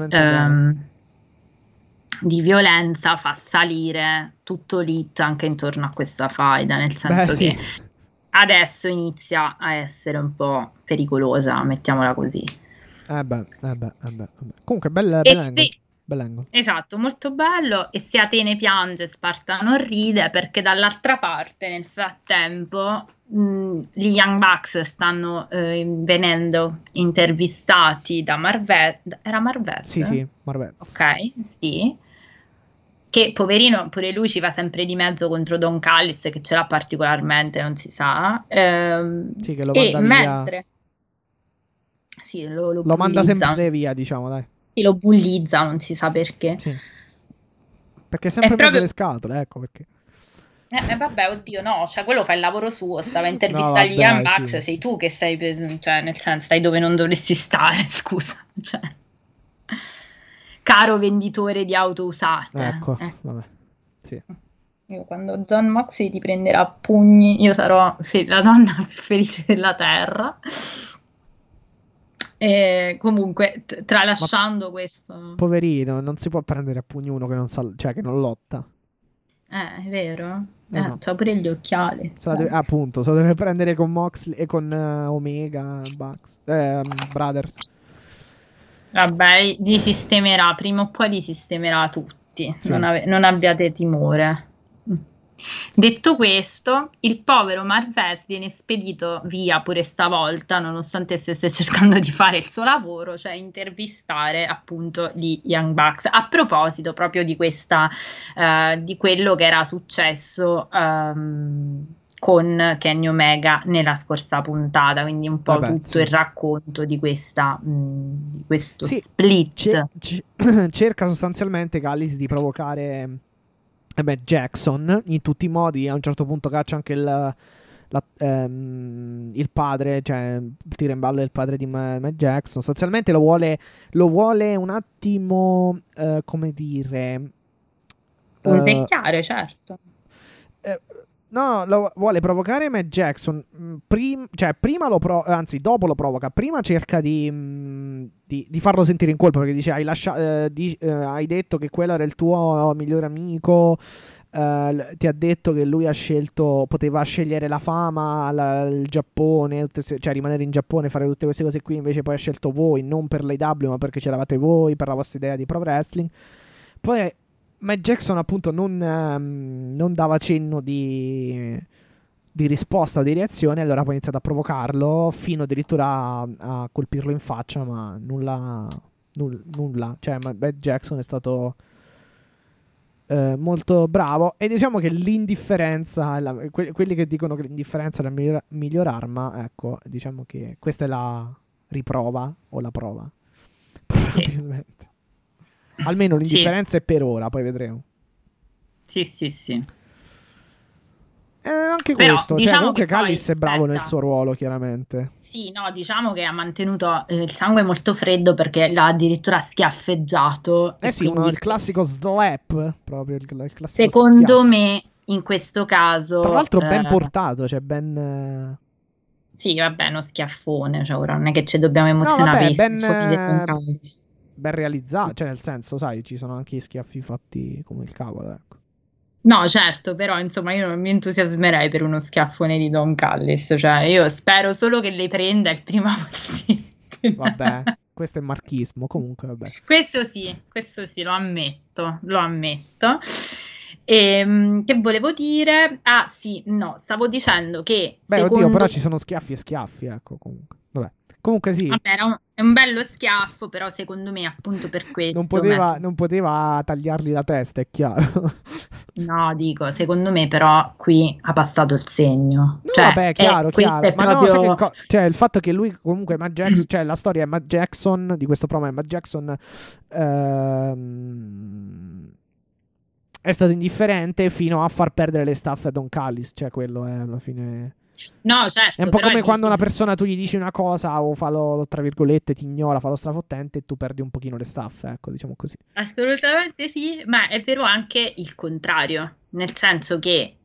di violenza fa salire tutto l'hit anche intorno a questa faida, nel senso che adesso inizia a essere un po' pericolosa, mettiamola così. Comunque bell'angle. Esatto, molto bello. E se Atene piange, Sparta non ride, perché dall'altra parte nel frattempo gli Young Bucks stanno venendo intervistati da Marvez. Era Marvez? Sì, Marvez. Ok, sì. Che poverino, pure lui ci va sempre di mezzo contro Don Callis, che ce l'ha particolarmente, non si sa. Sì, che lo manda via. Sì, lo manda sempre via, diciamo, dai. Sì, lo bullizza, non si sa perché. Sì. Perché è sempre in mezzo alle scatole, ecco perché. Vabbè, oddio, no, cioè quello fa il lavoro suo, stava a intervistare gli Young Bucks, sei tu che sei, cioè nel senso, stai dove non dovresti stare, scusa, cioè. Caro venditore di auto usate. Ecco. Vabbè. Sì. Io quando John Moxley ti prenderà a pugni, io sarò la donna più felice della terra. E comunque, tralasciando questo... Poverino, non si può prendere a pugni uno che non sa, cioè che non lotta. È vero? No. C'ha pure gli occhiali. Appunto, se lo deve prendere con Moxley e con Omega, Bucks, Brothers. Vabbè, li sistemerà, prima o poi li sistemerà tutti, Sì. non abbiate timore. Detto questo, il povero Marvez viene spedito via pure stavolta, nonostante stesse cercando di fare il suo lavoro, cioè intervistare appunto gli Young Bucks. A proposito proprio di questa, di quello che era successo con Kenny Omega nella scorsa puntata, quindi un po' tutto il racconto di questo split. Cerca sostanzialmente Callis di provocare Jackson in tutti i modi. A un certo punto caccia anche il padre, cioè tira in ballo il padre di Matt Jackson. Sostanzialmente lo vuole un attimo, come dire, punzecchiare, certo. No, lo vuole provocare Matt Jackson. Dopo lo provoca. Prima cerca di farlo sentire in colpa, perché dice: hai detto che quello era il tuo migliore amico. Ti ha detto che lui poteva scegliere la fama, il Giappone, cioè rimanere in Giappone, fare tutte queste cose qui. Invece poi ha scelto voi, non per l'AEW, ma perché c'eravate voi, per la vostra idea di pro wrestling. Poi Matt Jackson appunto non dava cenno di risposta o di reazione, allora poi ha iniziato a provocarlo fino addirittura a colpirlo in faccia, ma nulla. Cioè Matt Jackson è stato molto bravo, e diciamo che l'indifferenza, quelli che dicono che l'indifferenza è la miglior arma, ecco, diciamo che questa è la riprova o la prova, probabilmente. Almeno l'indifferenza è per ora, poi vedremo. Sì. Anche però, questo, diciamo, cioè, comunque che Callis è bravo nel suo ruolo, chiaramente. Sì, no, diciamo che ha mantenuto il sangue molto freddo, perché l'ha addirittura schiaffeggiato. Sì, il classico slap, proprio il classico secondo schiaffo. me, in questo caso... Tra l'altro ben portato, cioè ben... Sì, vabbè, uno schiaffone, cioè ora non è che ci dobbiamo No, emozionare vabbè, per gli schiaffoni di Don Callis. ben realizzato, cioè nel senso, sai, ci sono anche gli schiaffi fatti come il cavolo, ecco. No, certo, però insomma io non mi entusiasmerei per uno schiaffone di Don Callis, cioè io spero solo che le prenda il prima possibile. Vabbè, questo è marchismo, comunque, vabbè. Questo sì, lo ammetto, lo ammetto. Che volevo dire? Ah sì, no, stavo dicendo che Beh, oddio, secondo però ci sono schiaffi e schiaffi, ecco, comunque. Vabbè. Comunque sì, vabbè, è un bello schiaffo, però secondo me appunto per non questo poteva, non poteva tagliargli la testa, è chiaro. no, dico, secondo me però qui ha passato il segno. No, Cioè, vabbè, chiaro, questo chiaro. è Ma no, sai che proprio... cioè, il fatto che lui comunque Matt Jackson, cioè la storia è Matt Jackson, di questo promo è Matt Jackson è stato indifferente fino a far perdere le staffe a Don Callis, cioè quello è alla fine. No, È un certo, po' però come il quando una discorso... persona tu gli dici una cosa o fa lo, tra virgolette, ti ignora, fa lo strafottente e tu perdi un pochino le staffe, ecco, diciamo così. Assolutamente sì, ma è vero anche il contrario, nel senso che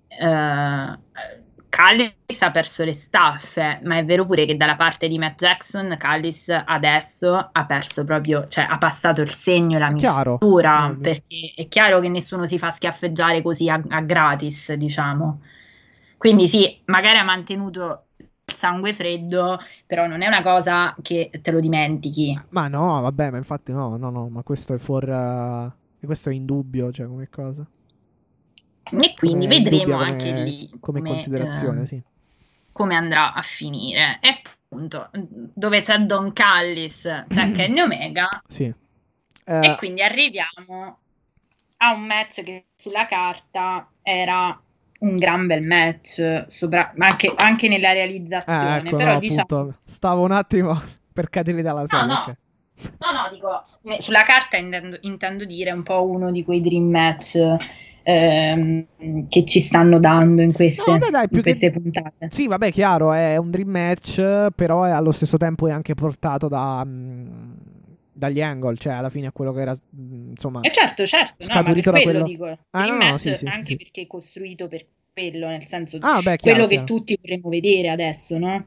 Callis ha perso le staffe, ma è vero pure che dalla parte di Matt Jackson Callis adesso ha perso proprio, cioè ha passato il segno e la È chiaro. misura, perché è chiaro che nessuno si fa schiaffeggiare così a gratis, diciamo. Quindi sì, magari ha mantenuto il sangue freddo, però non è una cosa che te lo dimentichi. Ma no, vabbè, ma infatti no, ma questo è questo è indubbio, cioè come cosa. E quindi Come indubbia vedremo anche lì come considerazione, sì. come andrà a finire. E appunto, dove c'è Don Callis, c'è Kenny Omega, Sì. e quindi arriviamo a un match che sulla carta era un gran bel match, anche nella realizzazione, Ecco, però no, diciamo... appunto, stavo un attimo per cadere dalla No, sedia, no, ok. no, dico, sulla carta intendo dire un po' uno di quei dream match che ci stanno dando in No, vabbè, dai, in queste puntate. Sì, vabbè, chiaro, è un dream match, però allo stesso tempo è anche portato dagli angle, cioè alla fine è quello che era, insomma, E certo, no, ma per scaturito da quello quello. dico, Ah, dream no, match sì, anche sì. perché è costruito per quello, nel senso Ah, beh, chiaro, quello che chiaro. tutti vorremmo vedere adesso, no?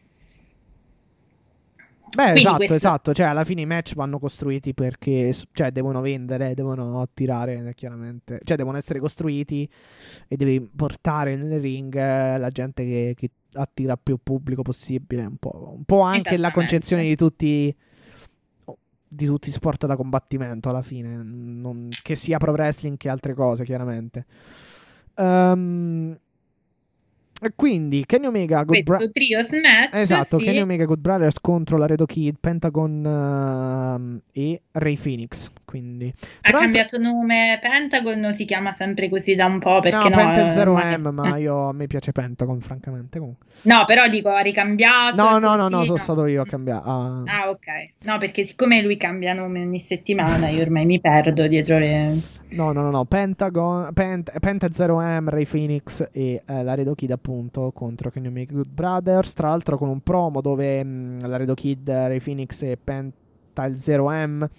Beh, Quindi questo esatto, cioè alla fine i match vanno costruiti perché, cioè, devono vendere, devono attirare, chiaramente, cioè, devono essere costruiti e devi portare nel ring la gente che attira più pubblico possibile, un po' anche la concezione esattamente. di tutti i sport da combattimento alla fine, che sia pro wrestling che altre cose, chiaramente. E quindi Kenny Omega, Questo trios match, esatto, Kenny sì. Omega Good Brothers contro Laredo Kid, Pentagon e Ray Phoenix. Quindi, Ha tra l'altro, cambiato nome, Pentagon si chiama sempre così da un po', perché no, no, Penta è ormai... 0M, ma a me piace Pentagon, francamente. Comunque. No, però dico, ha ricambiato No, e no, così, sono no. stato io a cambiare. Ah, ok. No, perché siccome lui cambia nome ogni settimana, io ormai mi perdo dietro le... No. Penta 0M, Ray Phoenix e Laredo Kid, appunto, contro Kenny Omega Good Brothers. Tra l'altro, con un promo dove Laredo Kid, Ray Phoenix e Penta il 0M.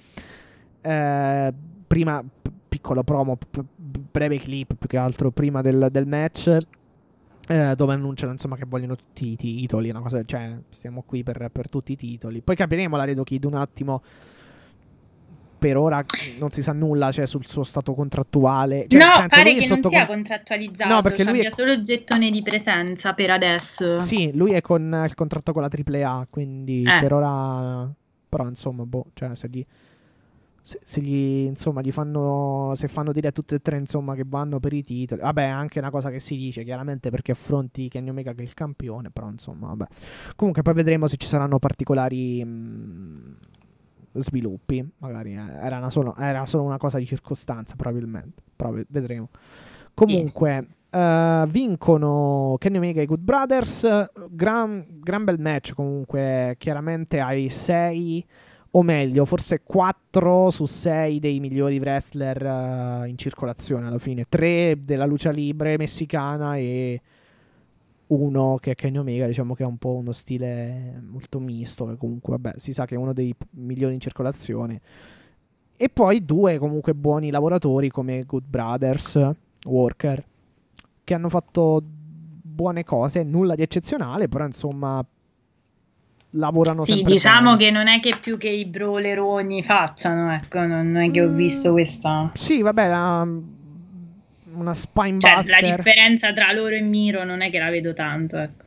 Prima, piccolo promo, breve clip più che altro prima del match. Dove annunciano insomma che vogliono tutti i titoli, una cosa, cioè siamo qui per tutti i titoli. Poi capiremo Laredo Kid un attimo. Per ora non si sa nulla, cioè, sul suo stato contrattuale. Cioè, No, nel senso, pare lui è che non sotto sia no, contrattualizzato, perché cioè lui è abbia solo il gettone di presenza per adesso. sì, lui è con il contratto con la AAA, quindi per ora però insomma, boh, cioè se gli insomma gli fanno se fanno dire a tutte e tre insomma che vanno per i titoli. Vabbè, è anche una cosa che si dice chiaramente perché affronti Kenny Omega che è il campione, però insomma, vabbè. Comunque poi vedremo se ci saranno particolari sviluppi, magari era solo una cosa di circostanza probabilmente, però vedremo. Comunque vincono Kenny Omega e Good Brothers, gran bel match comunque, chiaramente hai 6 o meglio forse 4 su 6 dei migliori wrestler in circolazione alla fine, 3 della lucha libre messicana e uno che è Kenny Omega, diciamo che ha un po' uno stile molto misto, che comunque vabbè si sa che è uno dei migliori in circolazione, e poi 2 comunque buoni lavoratori come Good Brothers, Worker, che hanno fatto buone cose, nulla di eccezionale, però insomma lavorano Sì, sempre diciamo bene. che non è che più che i brawleroni facciano, ecco, non è che ho visto questa. Sì, vabbè, una Cioè, la Spinebuster. differenza tra loro e Miro non è che la vedo tanto, ecco.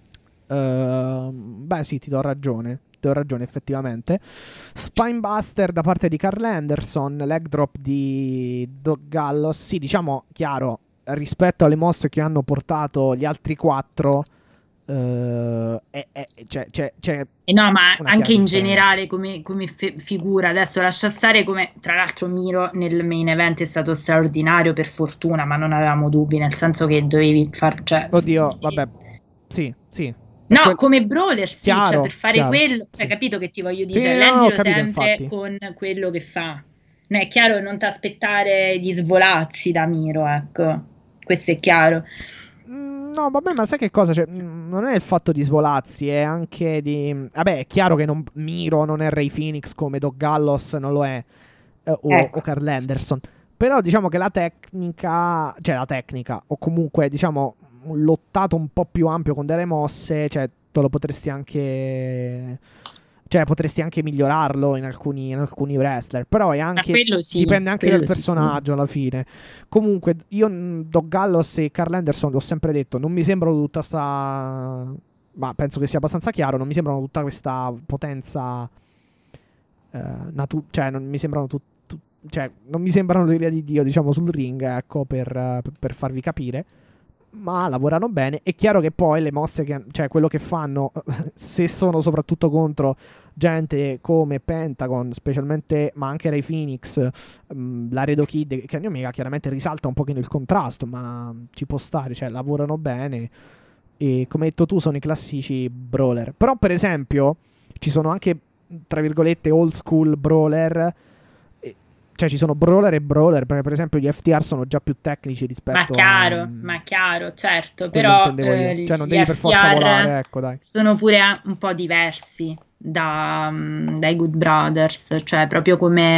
Beh, sì, ti do ragione. Ti do ragione, effettivamente. Spinebuster da parte di Carl Anderson, leg drop di Doug Gallows. Sì, diciamo chiaro, rispetto alle mosse che hanno portato gli altri quattro, c'è E no, ma una anche chiara in differenza. generale come figura, adesso lascia stare come, tra l'altro Miro nel main event è stato straordinario per fortuna, ma non avevamo dubbi, nel senso che dovevi far, cioè, Oddio, vabbè. Sì, sì. no, come brawler sì, cioè Chiaro, per fare chiaro, quello, cioè sì. capito che ti voglio Sì, dire, no, ho leggilo capito, sempre infatti. con quello che fa. No, è chiaro che non ti aspettare gli svolazzi da Miro, ecco, questo è chiaro. No, vabbè, ma sai che cosa? Cioè, non è il fatto di svolazzi, è anche di... Vabbè, è chiaro che Miro non è Ray Phoenix come Doug Gallows, non lo è, o Ecco. Carl Anderson. Però diciamo che la tecnica, o comunque diciamo un lottato un po' più ampio con delle mosse, cioè te lo potresti anche... Cioè, potresti anche migliorarlo in alcuni wrestler. Però è Ma anche... quello sì, Dipende anche quello dal personaggio alla fine. Comunque, io Doug Gallows e Carl Anderson l'ho sempre detto, non mi sembrano tutta sta... Ma penso che sia abbastanza chiaro, non mi sembrano tutta questa potenza... cioè, non mi sembrano cioè, non mi sembrano l'ira di Dio, diciamo, sul ring, ecco, per farvi capire. Ma lavorano bene. È chiaro che poi le mosse, cioè quello che fanno, se sono soprattutto contro gente come Pentagon, specialmente, ma anche Ray Phoenix, Laredo Kid, che Omega chiaramente risalta un pochino il contrasto, ma ci può stare, cioè lavorano bene. E come hai detto tu, sono i classici brawler. Però, per esempio, ci sono anche, tra virgolette, old school brawler. Cioè, ci sono brawler e brawler, perché per esempio gli FTR sono già più tecnici rispetto Ma chiaro, certo, quello però intendevo io. Cioè, non gli devi per forza FTR volare, ecco, dai. sono pure un po' diversi dai Good Brothers, cioè proprio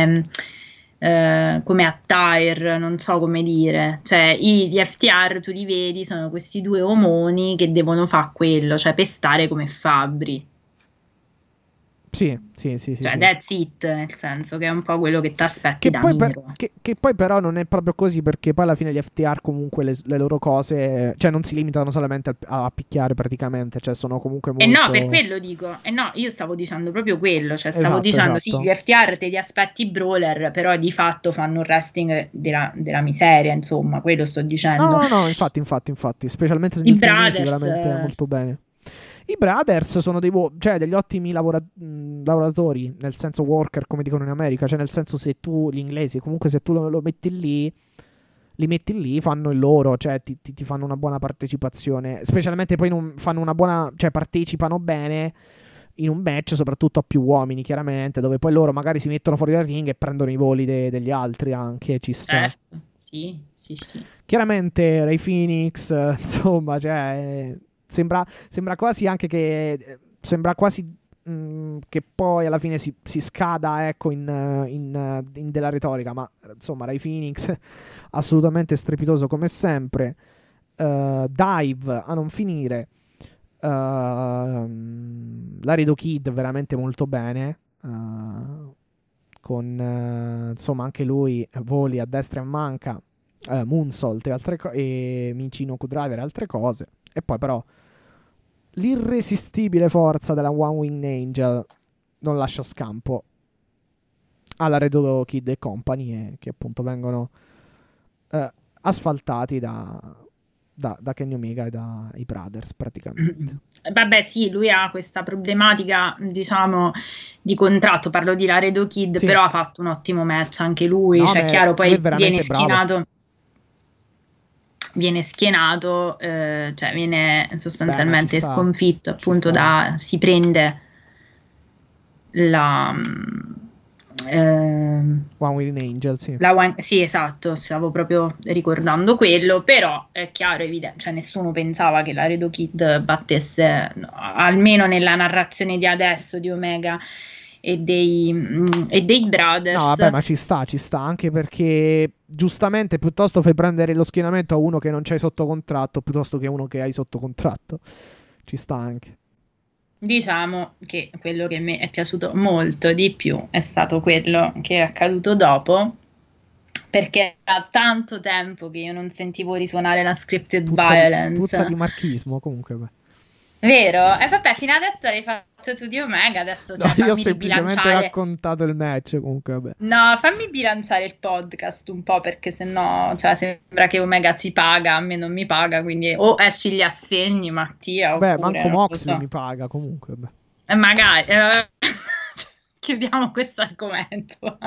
come attire, non so come dire, cioè gli FTR tu li vedi, sono questi due omoni che devono fare quello, cioè pestare come fabbri. Sì. Cioè, that's it, nel senso che è un po' quello che ti aspetti da Miro. Che poi però non è proprio così, perché poi alla fine gli FTR comunque le loro cose, cioè non si limitano solamente a picchiare praticamente, cioè sono comunque molto... E no, per quello dico, e no, io stavo dicendo proprio quello, cioè stavo Esatto, dicendo esatto. sì, gli FTR te li aspetti brawler, però di fatto fanno un wrestling della miseria, insomma, quello sto dicendo. No, infatti, specialmente negli I ultimi mesi, Brothers, veramente molto bene. I Brothers sono cioè, degli ottimi lavoratori, nel senso worker, come dicono in America, cioè nel senso se tu, gli inglesi, comunque se tu lo metti lì, li metti lì, fanno il loro, cioè ti fanno una buona partecipazione, specialmente poi fanno una buona, cioè partecipano bene in un match, soprattutto a più uomini, chiaramente, dove poi loro magari si mettono fuori dal ring e prendono i voli degli altri anche, ci sta. certo, sì. Chiaramente Ray Phoenix, insomma, cioè, sembra quasi anche che che poi alla fine si scada, ecco, in della retorica, ma insomma Ray Phoenix assolutamente strepitoso come sempre. Dive a non finire. Laredo Kid veramente molto bene, con insomma anche lui voli a destra e a manca, moonsault e Michino Q-Driver e altre cose. E poi però l'irresistibile forza della One Winged Angel non lascia scampo alla Laredo Kid e compagnie, che appunto vengono asfaltati da Kenny Omega e dai Brothers praticamente. Vabbè, sì, lui ha questa problematica, diciamo, di contratto. Parlo di Laredo Kid, Sì. però ha fatto un ottimo match anche lui. No, cioè, ma chiaro, lui poi è veramente bravo. viene schienato, cioè viene sostanzialmente Beh, ma ci sta. sconfitto, Ci appunto, sta. si prende la. One Winged Angel, sì. Sì, esatto, stavo proprio ricordando quello, però è chiaro, evidente, cioè nessuno pensava che Laredo Kid battesse, no, almeno nella narrazione di adesso di Omega e dei Brothers. No, vabbè, ma ci sta, anche perché giustamente piuttosto fai prendere lo schienamento a uno che non c'hai sotto contratto piuttosto che uno che hai sotto contratto. Ci sta anche. Diciamo che quello che a me è piaciuto molto di più è stato quello che è accaduto dopo, perché era tanto tempo che io non sentivo risuonare la scripted violence. Puzza di marchismo, comunque. Beh. Vero? E vabbè, fino adesso l'hai fatto tu di Omega, adesso No, io ho fammi semplicemente ribilanciare. raccontato il match, comunque, vabbè. No, fammi bilanciare il podcast un po', perché sennò, cioè, sembra che Omega ci paga, a me non mi paga, quindi o esci gli assegni, Mattia, Beh, oppure manco non lo Moxley so. mi paga, comunque, beh. Magari, chiudiamo questo argomento.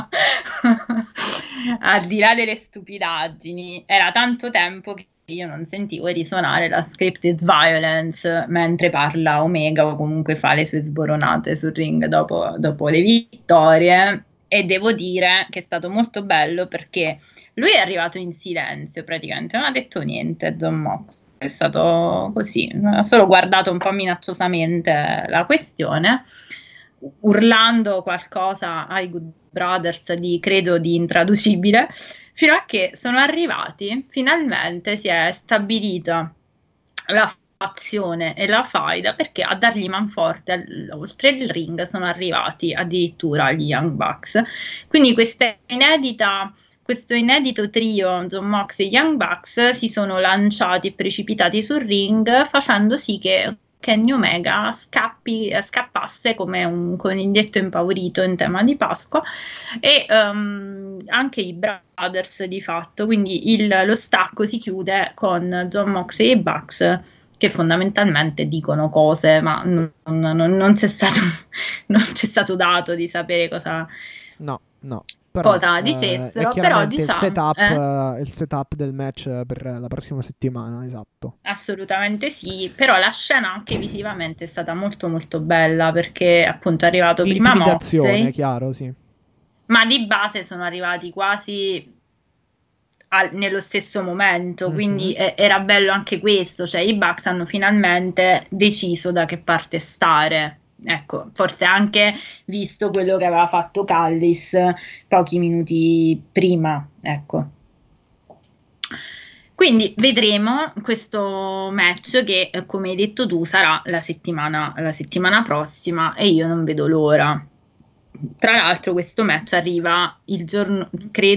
Al di là delle stupidaggini, era tanto tempo che io non sentivo risuonare la scripted violence mentre parla Omega o comunque fa le sue sboronate sul ring dopo le vittorie, e devo dire che è stato molto bello perché lui è arrivato in silenzio, praticamente non ha detto niente. John Mox è stato così, ha solo guardato un po' minacciosamente la questione, urlando qualcosa ai Good Brothers credo di intraducibile, fino a che sono arrivati, finalmente si è stabilita la fazione e la faida, perché a dargli manforte oltre il ring sono arrivati addirittura gli Young Bucks. Quindi questo inedito trio, John Mox e Young Bucks, si sono lanciati e precipitati sul ring, facendo sì che Kenny Omega scappasse come un coniglietto impaurito in tema di Pasqua, e anche i Brothers di fatto. Quindi lo stacco si chiude con John Moxley e i Bucks che fondamentalmente dicono cose, ma non c'è stato dato di sapere cosa dicessero, però diciamo il setup del match per la prossima settimana, esatto. Assolutamente sì, però la scena anche visivamente è stata molto molto bella, perché appunto è arrivato prima Moxley, chiaro, sì. ma di base sono arrivati quasi nello stesso momento, quindi era bello anche questo, cioè i Bucks hanno finalmente deciso da che parte stare. Ecco, forse anche visto quello che aveva fatto Callis pochi minuti prima, ecco. Quindi vedremo questo match che, come hai detto tu, sarà la settimana prossima, e io non vedo l'ora. Tra l'altro questo match arriva il giorno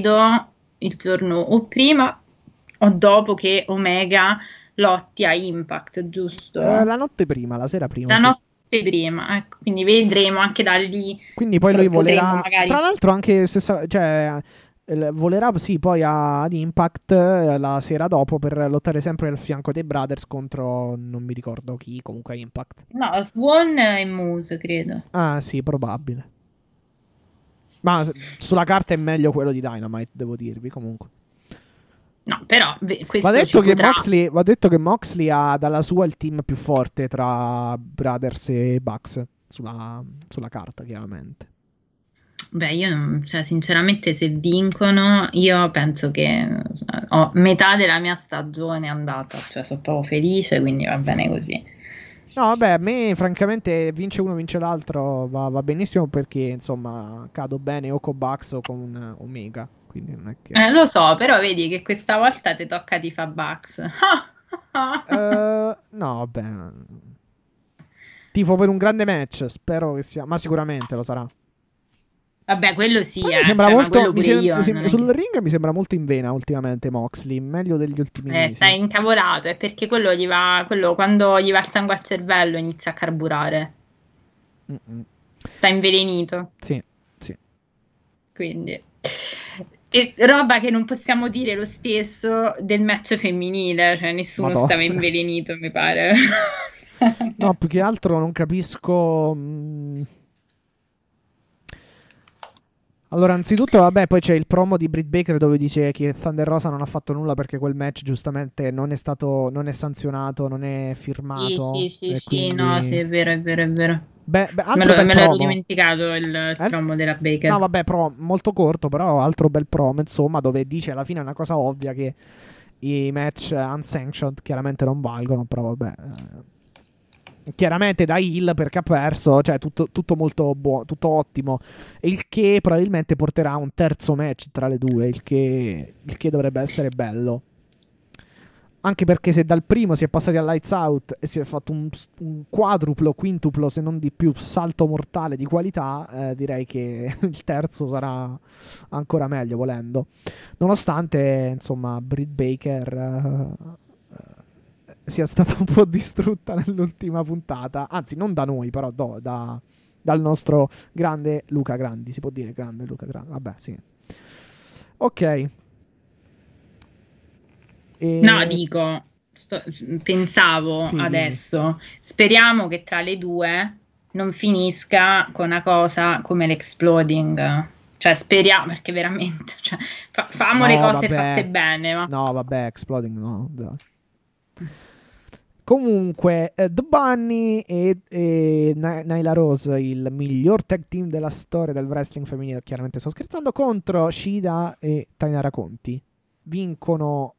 o prima o dopo che Omega lotti a Impact, giusto? La notte prima, la sera prima. La notte prima, ecco, quindi vedremo anche da lì. Quindi poi lui volerà, magari... tra l'altro anche volerà sì poi ad Impact la sera dopo per lottare sempre al fianco dei Brothers contro non mi ricordo chi, comunque Impact. No, Swan e Moose, credo. Ah sì, probabile. Ma sulla carta è meglio quello di Dynamite, devo dirvi, comunque. No, però questo va detto che Moxley ha dalla sua il team più forte tra Brothers e Bucks sulla carta, chiaramente. Beh, io sinceramente, se vincono, io penso che metà della mia stagione è andata, cioè sono proprio felice, quindi va bene così. No, vabbè, a me francamente vince uno, vince l'altro va benissimo, perché insomma cado bene o con Bucks o con Omega, quindi non è che... Lo so, però vedi che questa volta ti tocca di fa Bucks. No, vabbè, tifo per un grande match, spero che sia, ma sicuramente lo sarà. Vabbè, quello sì, mi sembra molto, sul ring mi sembra molto in vena ultimamente Moxley, meglio degli ultimi mesi. Stai incavolato, è perché quello quando gli va il sangue al cervello inizia a carburare. Sta invelenito. Sì. Quindi e roba che non possiamo dire lo stesso del match femminile, cioè nessuno stava invelenito, mi pare. No, più che altro non capisco. Allora, anzitutto, vabbè, poi c'è il promo di Britt Baker dove dice che Thunder Rosa non ha fatto nulla perché quel match giustamente non è sanzionato, non è firmato. Sì, no, sì, è vero. Me l'ero dimenticato il promo della Baker. No, vabbè, molto corto, però altro bel promo, insomma, dove dice alla fine una cosa ovvia, che i match unsanctioned chiaramente non valgono, però vabbè. chiaramente da heel perché ha perso, cioè tutto molto buono, tutto ottimo, il che probabilmente porterà a un terzo match tra le due, il che dovrebbe essere bello. Anche perché se dal primo si è passati a Lights Out e si è fatto un quadruplo, quintuplo, se non di più, salto mortale di qualità, direi che il terzo sarà ancora meglio, volendo. Nonostante, insomma, Britt Baker sia stata un po' distrutta nell'ultima puntata. Anzi, non da noi, però dal nostro grande Luca Grandi. Si può dire grande Luca Grandi? Vabbè, sì. Ok. No, dico, pensavo Sì, adesso, speriamo che tra le due non finisca con una cosa come l'Exploding. Cioè, speriamo, perché veramente, cioè, famo le cose fatte bene. Ma... No, vabbè, Exploding no. Dai. Comunque, The Bunny e Nyla Rose, il miglior tag team della storia del wrestling femminile, chiaramente sto scherzando, contro Shida e Tainara Conti. Vincono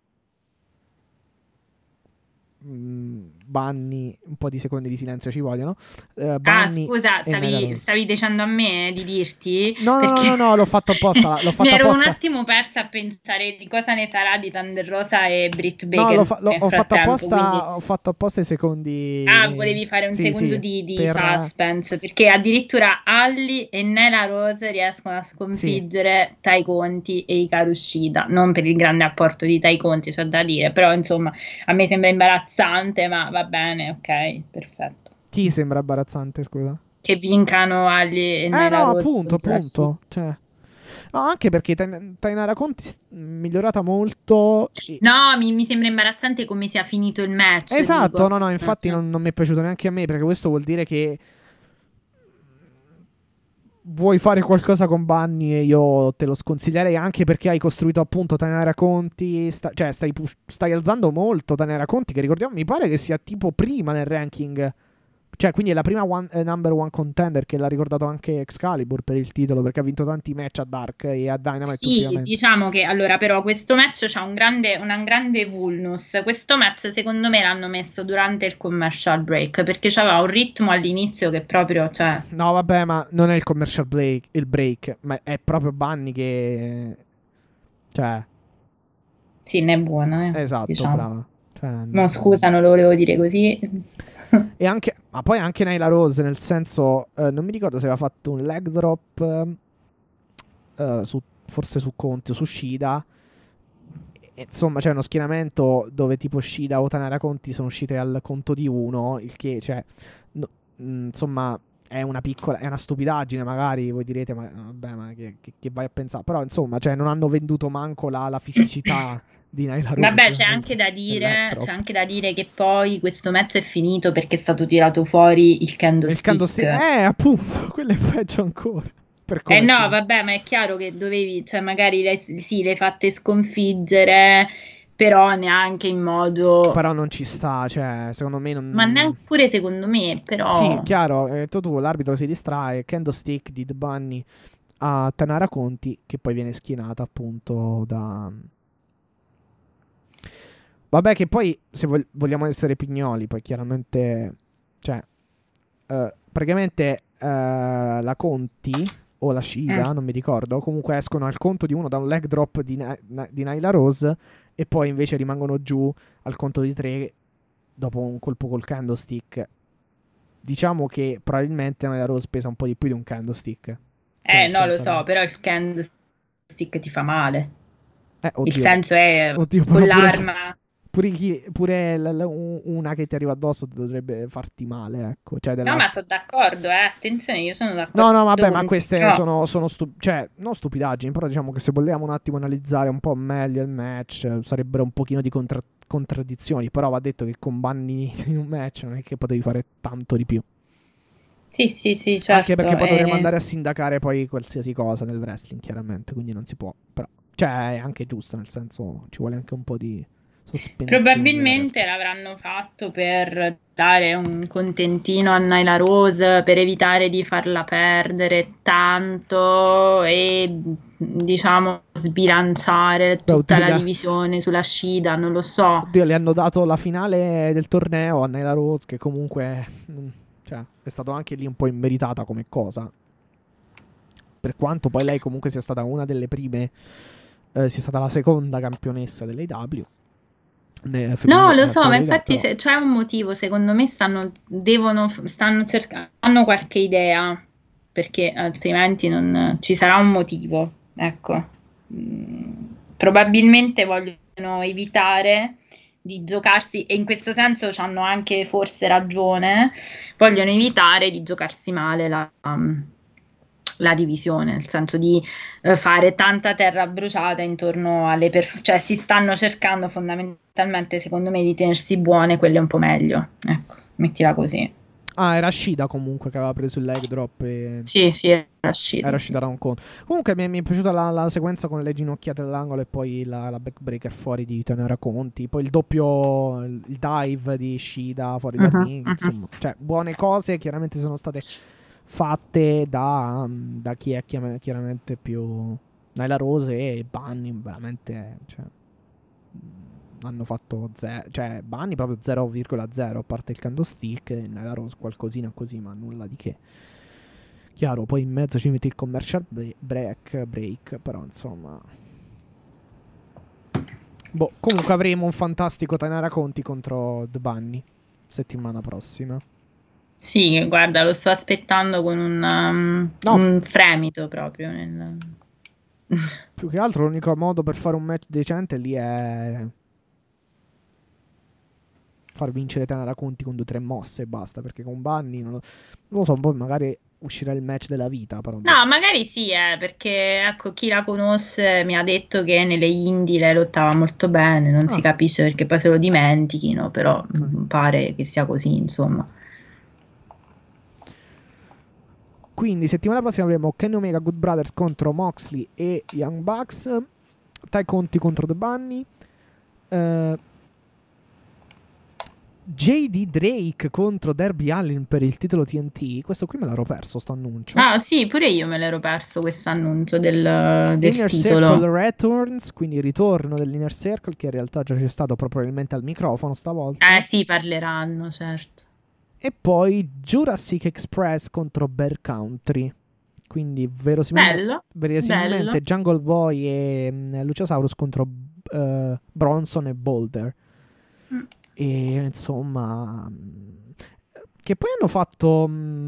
Bunny, un po' di secondi di silenzio ci vogliono. Scusa, stavi dicendo a me di dirti? No, l'ho fatto apposta. Mi ero un attimo persa a pensare di cosa ne sarà di Thunder Rosa e Britt Baker. No, ho fatto apposta i secondi. Volevi fare un secondo di suspense, perché addirittura Allie e Nyla Rose riescono a sconfiggere Tai Conti e Hikaru Shida. Non per il grande apporto di Tai Conti, c'è da dire, però insomma a me sembra imbarazzante, ma va bene, ok, perfetto. Chi sembra imbarazzante, scusa? Che vincano Allie e Nyla Rose. appunto. Cioè. No, anche perché Tainara Conti migliorata molto. No, mi sembra imbarazzante come sia finito il match. Esatto, dico. No, infatti non mi è piaciuto neanche a me, perché questo vuol dire che vuoi fare qualcosa con Bunny e io te lo sconsiglierei, anche perché hai costruito appunto Tainara Conti, stai alzando molto Tainara Conti, che ricordiamo mi pare che sia tipo prima nel ranking, cioè quindi è la prima number one contender, che l'ha ricordato anche Excalibur per il titolo, perché ha vinto tanti match a Dark e a Dynamite. Sì, diciamo che allora però questo match c'ha una grande vulnus. Questo match secondo me l'hanno messo durante il commercial break, perché c'aveva un ritmo all'inizio che proprio, cioè... No vabbè, ma non è il commercial break, ma è proprio Bunny che... cioè... Sì, ne è buona, esatto, diciamo. Brava. Cioè, no, scusa, non lo volevo dire così. E anche, ma poi anche Nyla Rose, nel senso, non mi ricordo se aveva fatto un leg drop forse su Conti o su Shida. Insomma, c'è uno schienamento dove tipo Shida o Tainara Conti sono uscite al conto di 1, il che, cioè, insomma, è una stupidaggine, magari voi direte, ma vabbè, ma che vai a pensare? Però insomma, cioè, non hanno venduto manco la fisicità di Nyla Rose. Vabbè, c'è anche da dire che poi questo match è finito perché è stato tirato fuori il candlestick. Appunto, quello è peggio ancora. No, vabbè, ma è chiaro che dovevi, cioè magari le fatte sconfiggere, però neanche in modo... Però non ci sta, cioè, secondo me non... Ma neppure secondo me, però... Sì, chiaro, tu l'arbitro si distrae, candlestick di The Bunny a Tainara Conti, che poi viene schienata appunto da... Vabbè, che poi, se vogliamo essere pignoli, poi chiaramente, cioè, praticamente la Conti o la Shida, non mi ricordo, comunque escono al conto di 1 da un leg drop di Nyla Rose e poi invece rimangono giù al conto di 3 dopo un colpo col candlestick. Diciamo che probabilmente Nyla Rose pesa un po' di più di un candlestick. Cioè, no, lo so, però il candlestick ti fa male. Oddio. Il senso è con l'arma... Pure una che ti arriva addosso dovrebbe farti male, ecco. Cioè no, ma sono d'accordo, attenzione, io sono d'accordo. No, vabbè, ma queste sono cioè, non stupidaggini, però diciamo che se vogliamo un attimo analizzare un po' meglio il match, sarebbero un pochino di contraddizioni, però va detto che con Bunny in un match non è che potevi fare tanto di più. Sì, certo. Anche perché poi dovremmo andare a sindacare poi qualsiasi cosa nel wrestling, chiaramente, quindi non si può, però, cioè, è anche giusto, nel senso, ci vuole anche un po' di sospensione. Probabilmente l'avranno fatto per dare un contentino a Nyla Rose, per evitare di farla perdere tanto e diciamo sbilanciare tutta la divisione sulla Shida, non lo so. Oddio, le hanno dato la finale del torneo a Nyla Rose, che comunque cioè, è stato anche lì un po' immeritata come cosa. Per quanto poi lei comunque sia stata una delle prime, sia stata la seconda campionessa dell'AEW. No, lo so, ma infatti c'è un motivo, secondo me stanno cercando, hanno qualche idea, perché altrimenti non ci sarà un motivo, ecco. Probabilmente vogliono evitare di giocarsi, e in questo senso hanno anche forse ragione, vogliono evitare di giocarsi male la divisione, nel senso di fare tanta terra bruciata intorno alle cioè si stanno cercando fondamentalmente, secondo me, di tenersi buone quelle un po' meglio, ecco, mettila così. Era Shida comunque che aveva preso il leg drop sì, era Shida. Era Shida da un conto. Comunque mi è piaciuta la sequenza con le ginocchiate all'angolo e poi la backbreaker fuori di Tanara Conti, poi il doppio, il dive di Shida fuori dal ring, insomma, cioè buone cose chiaramente sono state fatte da chi è chiaramente più Nyla Rose e Bunny, veramente, cioè, hanno fatto cioè Bunny proprio 0,0, a parte il candlestick, e Nyla Rose qualcosina così, ma nulla di che. Chiaro, poi in mezzo ci metti il commercial break, però insomma, comunque avremo un fantastico Tainara Conti contro The Bunny settimana prossima. Sì, guarda, lo sto aspettando con un fremito proprio. Più che altro l'unico modo per fare un match decente lì è far vincere Tanara Conti con 2 o 3 mosse e basta, perché con Bunny non lo so, poi magari uscirà il match della vita, però. No, magari sì, perché ecco, chi la conosce mi ha detto che nelle indie lei lottava molto bene, non si capisce perché poi se lo dimentichino, però pare che sia così, insomma. Quindi settimana prossima avremo Kenny Omega, Good Brothers contro Moxley e Young Bucks, Tai Conti contro The Bunny, JD Drake contro Darby Allin per il titolo TNT. Questo qui me l'ero perso, sto annuncio. Ah sì, pure io me l'ero perso questo annuncio del Inner titolo. Circle Returns, quindi il ritorno dell'Inner Circle, che in realtà già c'è stato probabilmente al microfono stavolta. Sì, parleranno, certo. E poi Jurassic Express contro Bear Country. Quindi verosimilmente Jungle Boy e Luciasaurus contro Bronson e Boulder. E insomma, che poi hanno fatto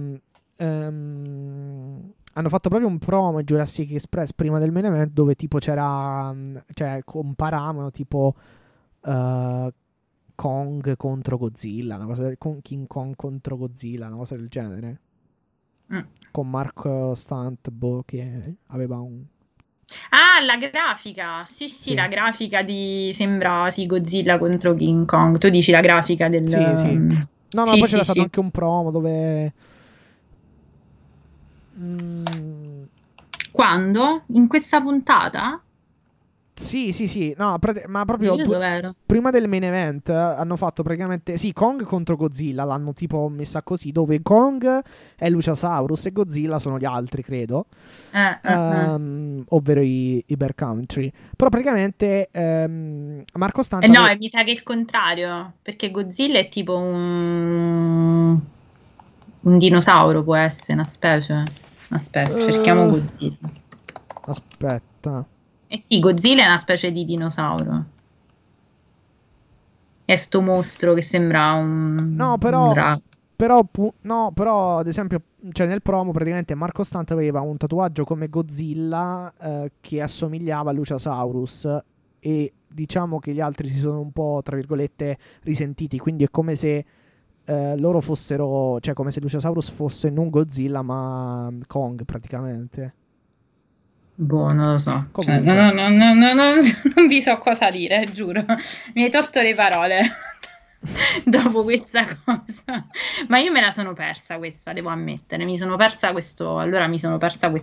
proprio un promo Jurassic Express prima del main event, dove tipo c'era, cioè comparavano tipo Kong contro Godzilla, una cosa con King Kong contro Godzilla, una cosa del genere, con Mark Stunt che aveva la grafica, sì, la grafica sembra Godzilla contro King Kong. Tu dici la grafica del... Sì. No, poi c'era stato anche un promo dove... Quando? In questa puntata? Sì, no, ma proprio dov'ero? Prima del main event hanno fatto praticamente, Kong contro Godzilla, l'hanno tipo messa così, dove Kong è Luciasaurus e Godzilla sono gli altri, credo, ovvero i Bear Country. Però praticamente Marco Stanta... no, mi sa che è il contrario, perché Godzilla è tipo un dinosauro, può essere, una specie. Aspetta, cerchiamo Godzilla. Aspetta. Sì, Godzilla è una specie di dinosauro. È sto mostro che sembra un... No, però ad esempio, cioè nel promo praticamente Marco Stunt aveva un tatuaggio come Godzilla che assomigliava a Luciasaurus, e diciamo che gli altri si sono un po', tra virgolette, risentiti, quindi è come se loro fossero, cioè come se Luciasaurus fosse non Godzilla ma Kong praticamente. Non lo so. Non vi so cosa dire, giuro. Mi hai tolto le parole dopo questa cosa. Ma io me la sono persa questa, devo ammettere. Mi sono persa questo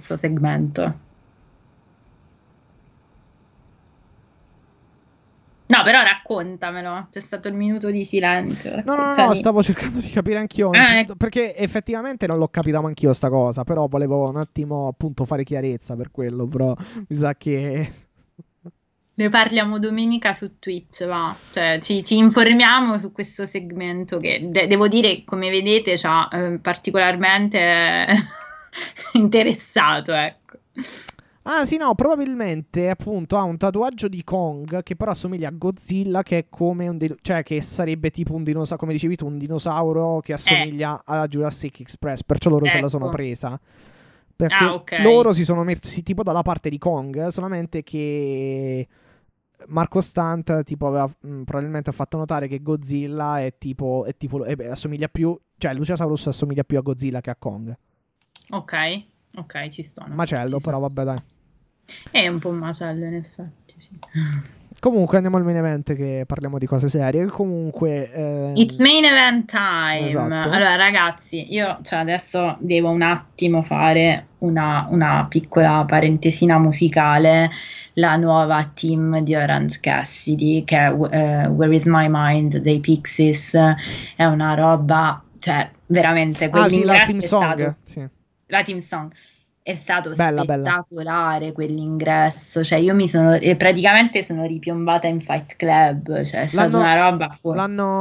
segmento. No, però raccontamelo, c'è stato il minuto di silenzio. No, stavo cercando di capire anch'io, ecco. perché effettivamente non l'ho capita anch'io sta cosa, però volevo un attimo appunto fare chiarezza per quello, però mi sa che... Ne parliamo domenica su Twitch, va. Cioè, ci informiamo su questo segmento che devo dire, come vedete, ci ha particolarmente interessato, ecco. Ah sì, no, probabilmente appunto ha un tatuaggio di Kong che però assomiglia a Godzilla, che è come cioè che sarebbe tipo un dinosauro, come dicevi tu, un dinosauro che assomiglia a Jurassic Express, perciò loro se la sono Ecco. presa. Perché Ok. loro si sono messi tipo dalla parte di Kong, solamente che Marco Stunt tipo aveva probabilmente ha fatto notare che Godzilla è tipo assomiglia più, cioè Luciasaurus assomiglia più a Godzilla che a Kong. Ok, ci sto. Macello, però vabbè dai. È un po' un macello in effetti, sì. Comunque andiamo al main event, che parliamo di cose serie. Comunque It's main event time. Esatto. Allora ragazzi, io adesso devo un attimo fare una piccola parentesina musicale. La nuova team di Orange Cassidy, che è Where Is My Mind dei Pixies, è una roba, cioè veramente sì, la quell'ingresso theme è song, stato, sì. la team song è stato Bella. spettacolare, quell'ingresso, cioè io praticamente sono ripiombata in Fight Club, cioè è stata una roba fuori.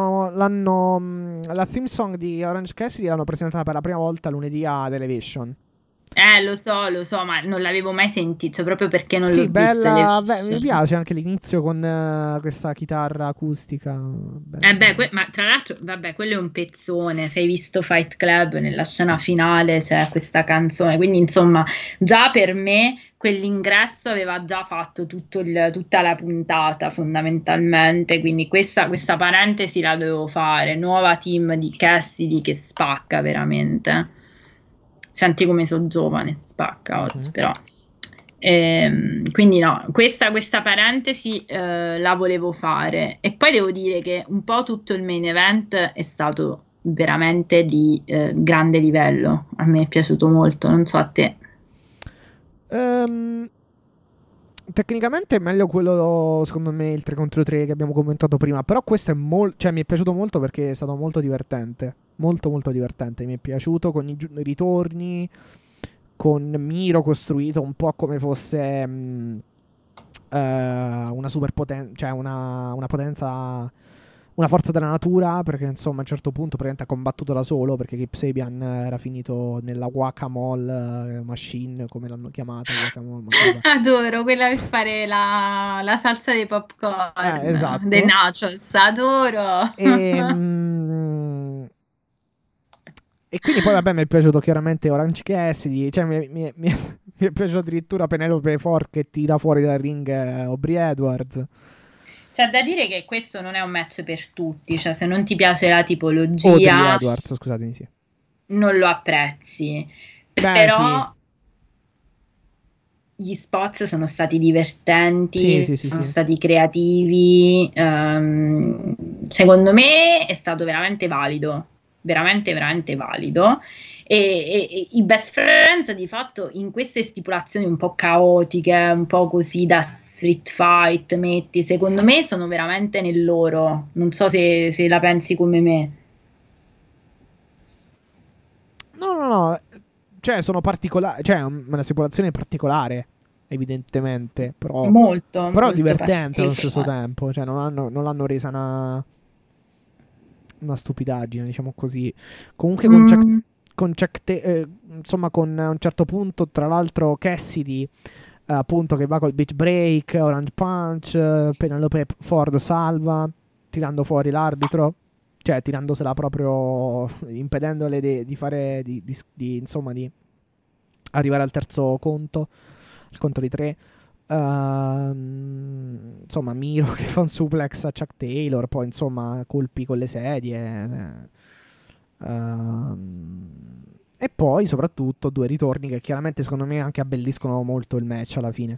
La theme song di Orange Cassidy l'hanno presentata per la prima volta lunedì a Television. Lo so, ma non l'avevo mai sentito, cioè proprio perché non Sì, l'ho visto. bella, mi piace anche l'inizio con questa chitarra acustica. Ma tra l'altro, vabbè, quello è un pezzone. Se hai visto Fight Club, nella scena finale c'è questa canzone, quindi insomma, già per me quell'ingresso aveva già fatto tutta la puntata fondamentalmente, quindi questa parentesi la dovevo fare. Nuova team di Cassidy che spacca veramente. Senti come sono giovane, spacca oggi, però. Quindi no, questa parentesi la volevo fare. E poi devo dire che un po' tutto il main event è stato veramente di grande livello. A me è piaciuto molto, non so a te. Tecnicamente è meglio quello, secondo me, il 3 contro 3 che abbiamo commentato prima. Però questo è cioè mi è piaciuto molto perché è stato molto divertente. Molto divertente. Mi è piaciuto con i ritorni, con Miro costruito un po' come fosse una superpotenza, cioè una potenza, una forza della natura, perché insomma a un certo punto praticamente ha combattuto da solo, perché Kip Sabian era finito nella guacamole machine, come l'hanno chiamata, Adoro quella per fare la salsa dei popcorn, esatto. dei nachos, adoro. E quindi poi vabbè mi è piaciuto chiaramente Orange Cassidy, cioè mi è piaciuto addirittura Penelope Ford che tira fuori dal ring Aubrey Edwards. C'è da dire che questo non è un match per tutti, cioè se non ti piace la tipologia Aubrey Edwards, scusatemi, sì. Non lo apprezzi. Beh, però sì. Gli spots sono stati divertenti, Sì. sono stati creativi, secondo me è stato veramente valido, veramente valido. E i Best Friends di fatto in queste stipulazioni un po' caotiche, un po' così da street fight, secondo me sono veramente nel loro. Non so se la pensi come me. No, cioè sono particolari, cioè una stipulazione particolare, evidentemente, però Molto divertente allo stesso particolare. tempo, cioè non l'hanno resa una stupidaggine, diciamo così. Comunque insomma con a un certo punto, tra l'altro Cassidy appunto che va col beach break, Orange Punch, Penelope Ford salva tirando fuori l'arbitro, cioè tirandosela proprio, impedendole di fare insomma di arrivare al terzo conto, il conto di 3. Insomma Miro che fa un suplex a Chuck Taylor, poi insomma colpi con le sedie, e poi soprattutto due ritorni che chiaramente secondo me anche abbelliscono molto il match alla fine.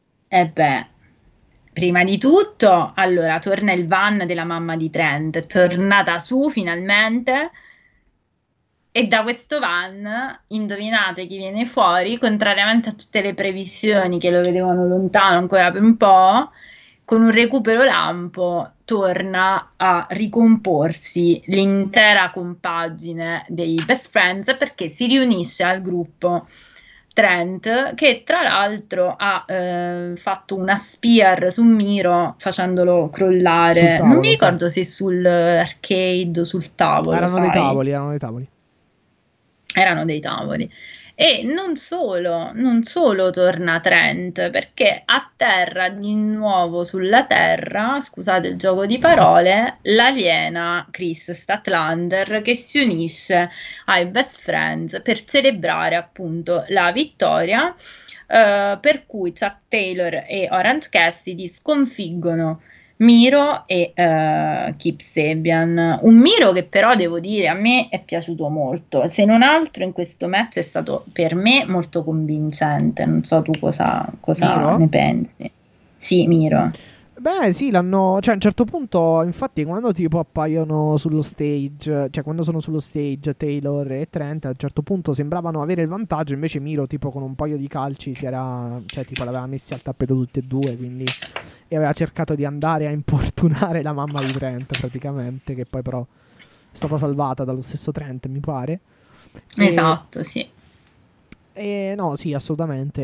Prima di tutto, allora, torna il van della mamma di Trent, è tornata su finalmente, e da questo van, indovinate chi viene fuori, contrariamente a tutte le previsioni che lo vedevano lontano ancora per un po', con un recupero lampo torna a ricomporsi l'intera compagine dei Best Friends, perché si riunisce al gruppo Trent, che tra l'altro ha fatto una spear su Miro facendolo crollare. Sul tavolo, Non mi sì. ricordo se sull'arcade o sul tavolo, Erano dei sai? tavoli, erano dei tavoli. Erano dei tavoli. E non solo torna Trent, perché atterra di nuovo sulla Terra, scusate il gioco di parole, l'aliena Chris Statlander, che si unisce ai Best Friends per celebrare appunto la vittoria, per cui Chuck Taylor e Orange Cassidy sconfiggono Miro e Kip Sabian. Un Miro che però devo dire a me è piaciuto molto, se non altro in questo match è stato per me molto convincente. Non so tu cosa Miro? ne pensi. Sì, Miro. Beh, sì, l'hanno. Cioè, a un certo punto, infatti, quando tipo appaiono sullo stage, cioè quando sono sullo stage Taylor e Trent, a un certo punto sembravano avere il vantaggio. Invece Miro, tipo, con un paio di calci si era. Cioè, tipo, l'aveva messi al tappeto tutti e due. Quindi. E aveva cercato di andare a importunare la mamma di Trent, praticamente. Che poi, però, è stata salvata dallo stesso Trent, mi pare. Esatto, sì. E no, sì, assolutamente.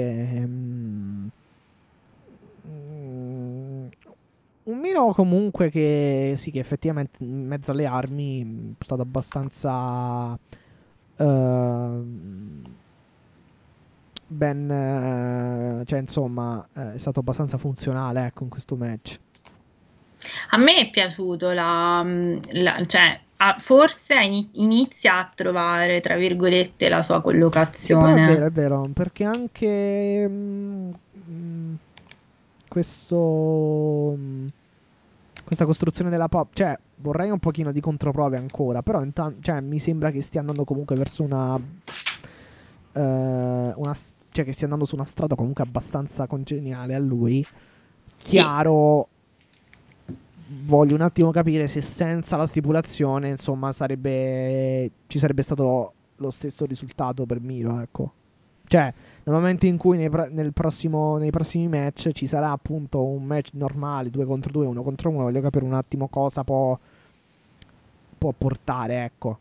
Un Miro comunque che sì, che effettivamente in mezzo alle armi è stato abbastanza cioè insomma è stato abbastanza funzionale, ecco, in questo match. A me è piaciuto cioè, forse inizia a trovare, tra virgolette, la sua Sì, però collocazione. è vero, perché anche questo questa costruzione della pop, cioè vorrei un pochino di controprove ancora, però cioè, mi sembra che stia andando comunque verso cioè che stia andando su una strada comunque abbastanza congeniale a lui. Chiaro, voglio un attimo capire se senza la stipulazione, insomma, ci sarebbe stato lo stesso risultato per Miro, ecco. Cioè, nel momento in cui nei prossimi match ci sarà appunto un match normale, 2 contro 2, 1 contro 1, voglio capire un attimo cosa può portare, ecco.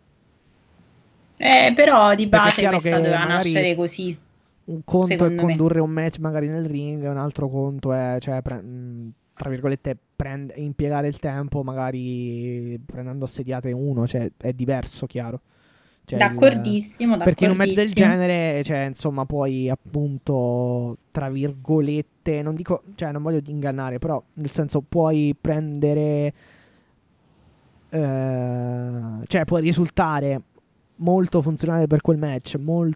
Però di Perché è base chiaro questa che doveva magari nascere così, un conto è secondo me. condurre un match magari nel ring, un altro conto è, cioè, tra virgolette, impiegare il tempo magari prendendo assediate uno, cioè è diverso, chiaro. Cioè, D'accordissimo, perché in un match del d'accordissimo. genere, cioè, insomma, puoi appunto, tra virgolette, non dico, cioè, non voglio ingannare, però nel senso puoi prendere, cioè, puoi risultare molto funzionale per quel match,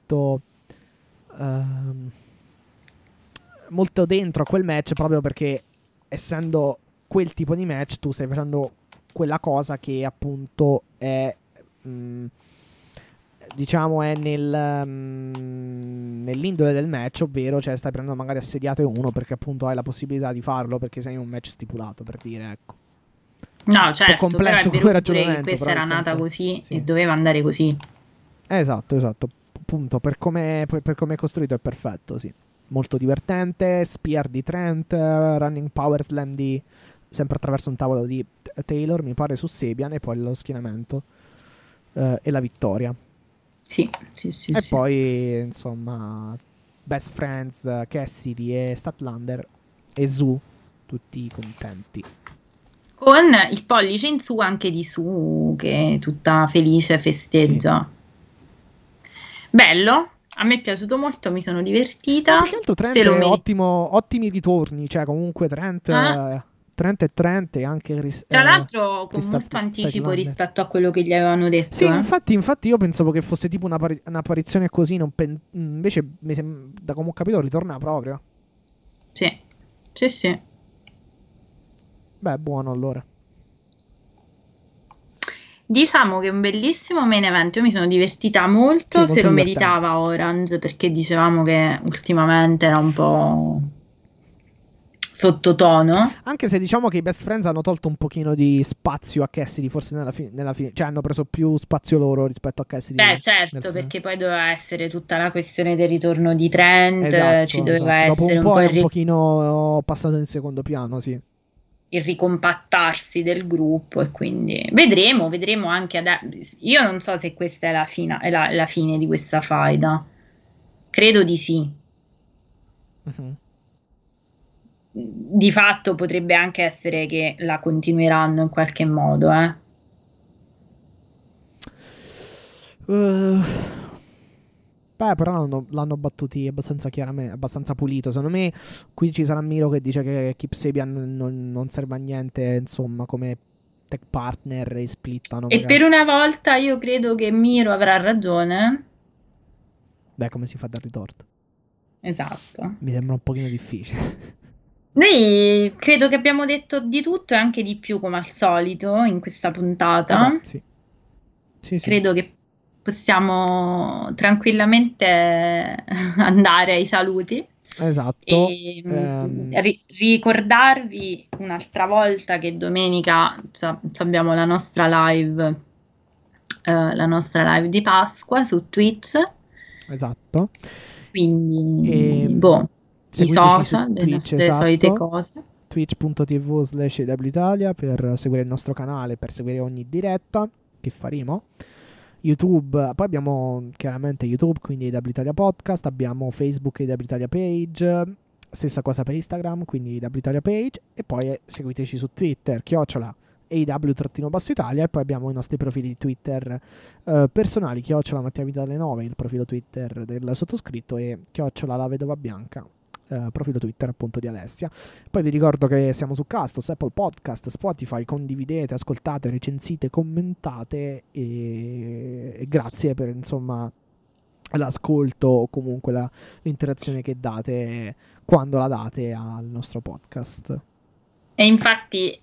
ehm, molto dentro a quel match, proprio perché essendo quel tipo di match tu stai facendo quella cosa che appunto è diciamo è nell'indole del match, ovvero cioè stai prendendo magari assediate uno perché appunto hai la possibilità di farlo perché sei in un match stipulato, per dire, ecco. No, certo, però complesso è come vero pure che ragionamento, questa però era nel nata senso, così sì. e doveva andare così. Esatto, appunto, per come è costruito è perfetto, sì. Molto divertente, spear di Trent, running power slam di sempre attraverso un tavolo di Taylor, mi pare, su Sabian, e poi lo schienamento e la vittoria. Sì. E poi, insomma, Best Friends, Cassidy e Statlander e Zoo, tutti contenti. Con il pollice in su anche di Su, che tutta felice festeggia. Sì. Bello, a me è piaciuto molto, mi sono divertita. Più che altro Trent ottimi ritorni, cioè comunque Trent e anche tra l'altro con molto anticipo rispetto a quello che gli avevano detto. Sì, infatti io pensavo che fosse tipo un'apparizione così, invece da come ho capito ritorna proprio. Sì. Beh, buono allora. Diciamo che è un bellissimo main event, io mi sono divertita molto, sì, se lo divertente. meritava Orange, perché dicevamo che ultimamente era un po' sottotono. Anche se diciamo che i Best Friends hanno tolto un pochino di spazio a Cassidy, forse nella fine, cioè hanno preso più spazio loro rispetto a Cassidy. Beh, certo, perché poi doveva essere tutta la questione del ritorno di Trent, ci doveva essere dopo un po' è un pochino passato in secondo piano, sì. il ricompattarsi del gruppo, e quindi vedremo anche adesso. Io non so se questa è la fine di questa faida, credo di sì. Mhm. Di fatto potrebbe anche essere che la continueranno in qualche modo, eh. Beh, però l'hanno battuti abbastanza chiaramente, abbastanza pulito. Secondo me qui ci sarà Miro che dice che Kip Sabian non serve a niente, insomma, come tech partner, e splittano E magari. per una volta io credo che Miro avrà ragione. Beh, come si fa a dar ritorto? Esatto. Mi sembra un pochino difficile. Noi credo che abbiamo detto di tutto e anche di più come al solito in questa puntata. Beh, sì. Sì, sì. Credo che possiamo tranquillamente andare ai saluti Esatto. e ricordarvi un'altra volta che domenica abbiamo la nostra live di Pasqua su Twitch, Esatto. quindi E i seguiteci su social, Twitch, le solite esatto. cose. Twitch.tv/EWItalia per seguire il nostro canale, per seguire ogni diretta che faremo. YouTube, poi abbiamo chiaramente YouTube, quindi EW Italia Podcast, abbiamo Facebook EW Italia Page, stessa cosa per Instagram, quindi EW Italia Page, e poi seguiteci su Twitter, @EW_Italia, e poi abbiamo i nostri profili di Twitter personali, Mattia Vitale 9, il profilo Twitter del sottoscritto, e @ la vedova bianca, profilo Twitter appunto di Alessia. Poi vi ricordo che siamo su Castos, Apple Podcast, Spotify, condividete, ascoltate, recensite, commentate, e grazie per insomma l'ascolto o comunque l'interazione che date quando la date al nostro podcast. E infatti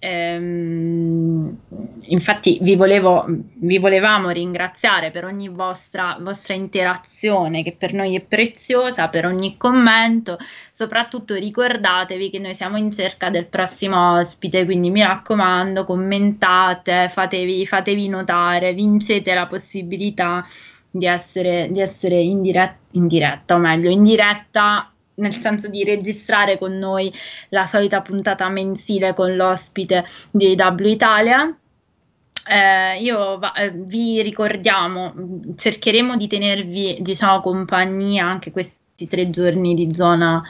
vi volevamo ringraziare per ogni vostra interazione, che per noi è preziosa, per ogni commento. Soprattutto ricordatevi che noi siamo in cerca del prossimo ospite, quindi mi raccomando, commentate, fatevi notare, vincete la possibilità di essere in diretta, o meglio, in diretta, nel senso di registrare con noi la solita puntata mensile con l'ospite di EW Italia. Vi ricordiamo, cercheremo di tenervi, diciamo, compagnia anche questi 3 giorni di zona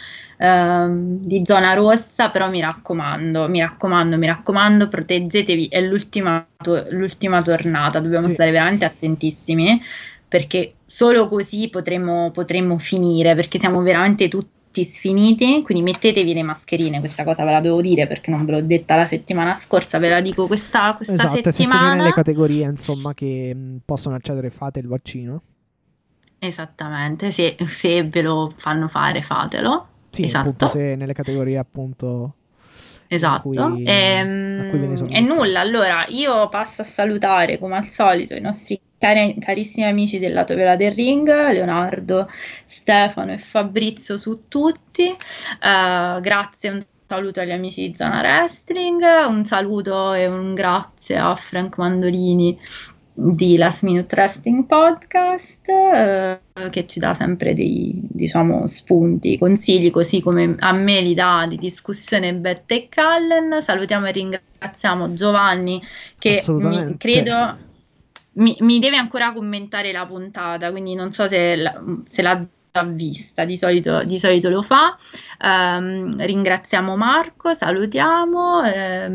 rossa, però mi raccomando, proteggetevi, è l'ultima tornata, dobbiamo Sì. stare veramente attentissimi, perché solo così potremo finire, perché siamo veramente tutti sfiniti, quindi mettetevi le mascherine. Questa cosa ve la devo dire perché non ve l'ho detta la settimana scorsa, ve la dico questa Esatto, se siete settimana. nelle categorie insomma che possono accedere, fate il vaccino. Esattamente, se ve lo fanno fare, fatelo. Sì, Esatto. appunto, se nelle categorie appunto Esatto. a cui ve ne sono E nulla, allora io passo a salutare come al solito i nostri carissimi amici del Lato Vela del Ring, Leonardo, Stefano e Fabrizio su tutti. Grazie, un saluto agli amici di Zona Wrestling, un saluto e un grazie a Frank Mandolini di Last Minute Wrestling Podcast, che ci dà sempre dei, diciamo, spunti, consigli, così come a me li dà di discussione Beth e Callen. Salutiamo e ringraziamo Giovanni, che credo mi deve ancora commentare la puntata, quindi non so se l'ha già vista, di solito lo fa. Ringraziamo Marco, salutiamo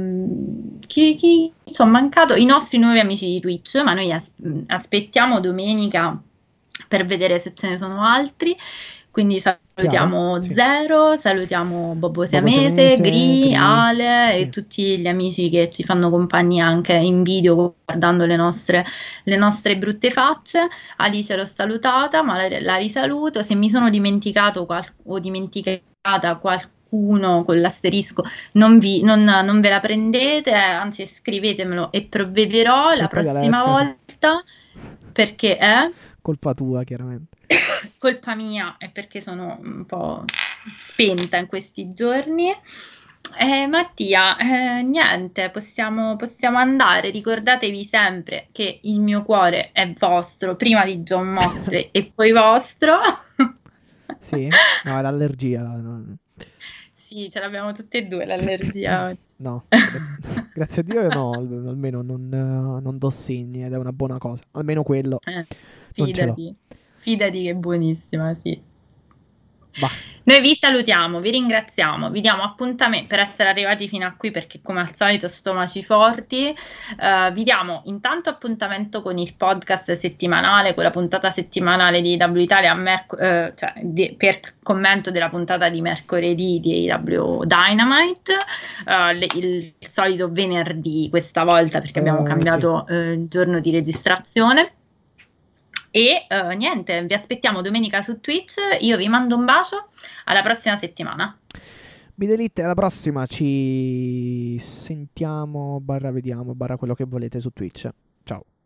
chi ci sono mancato, i nostri nuovi amici di Twitch, ma noi aspettiamo domenica per vedere se ce ne sono altri, quindi salutiamo sì. Zero, salutiamo Bobo Siamese, Gri, Ale, sì, e tutti gli amici che ci fanno compagnia anche in video guardando le nostre brutte facce. Alice l'ho salutata, ma la risaluto. Se mi sono dimenticato o dimenticata qualcuno con l'asterisco, non ve la prendete, anzi scrivetemelo e provvederò la prossima volta, perché è colpa tua, chiaramente. Colpa mia, è perché sono un po' spenta in questi giorni. Mattia, niente, possiamo andare. Ricordatevi sempre che il mio cuore è vostro, prima di John Moxley e poi vostro. Sì? No, è l'allergia. Sì, ce l'abbiamo tutte e due l'allergia oggi. No, grazie a Dio no, almeno non do segni ed è una buona cosa. Almeno quello non ce l'ho. Fidati che è buonissima, sì. Bah. Noi vi salutiamo, vi ringraziamo, vi diamo appuntamento per essere arrivati fino a qui perché come al solito stomaci forti, vi diamo intanto appuntamento con il podcast settimanale, con la puntata settimanale di AW Italia per commento della puntata di mercoledì di AW Dynamite, il solito venerdì questa volta perché abbiamo cambiato il giorno di registrazione. E niente, vi aspettiamo domenica su Twitch. Io vi mando un bacio. Alla prossima settimana. Bidelite, alla prossima. Ci sentiamo /vediamo / quello che volete su Twitch. Ciao.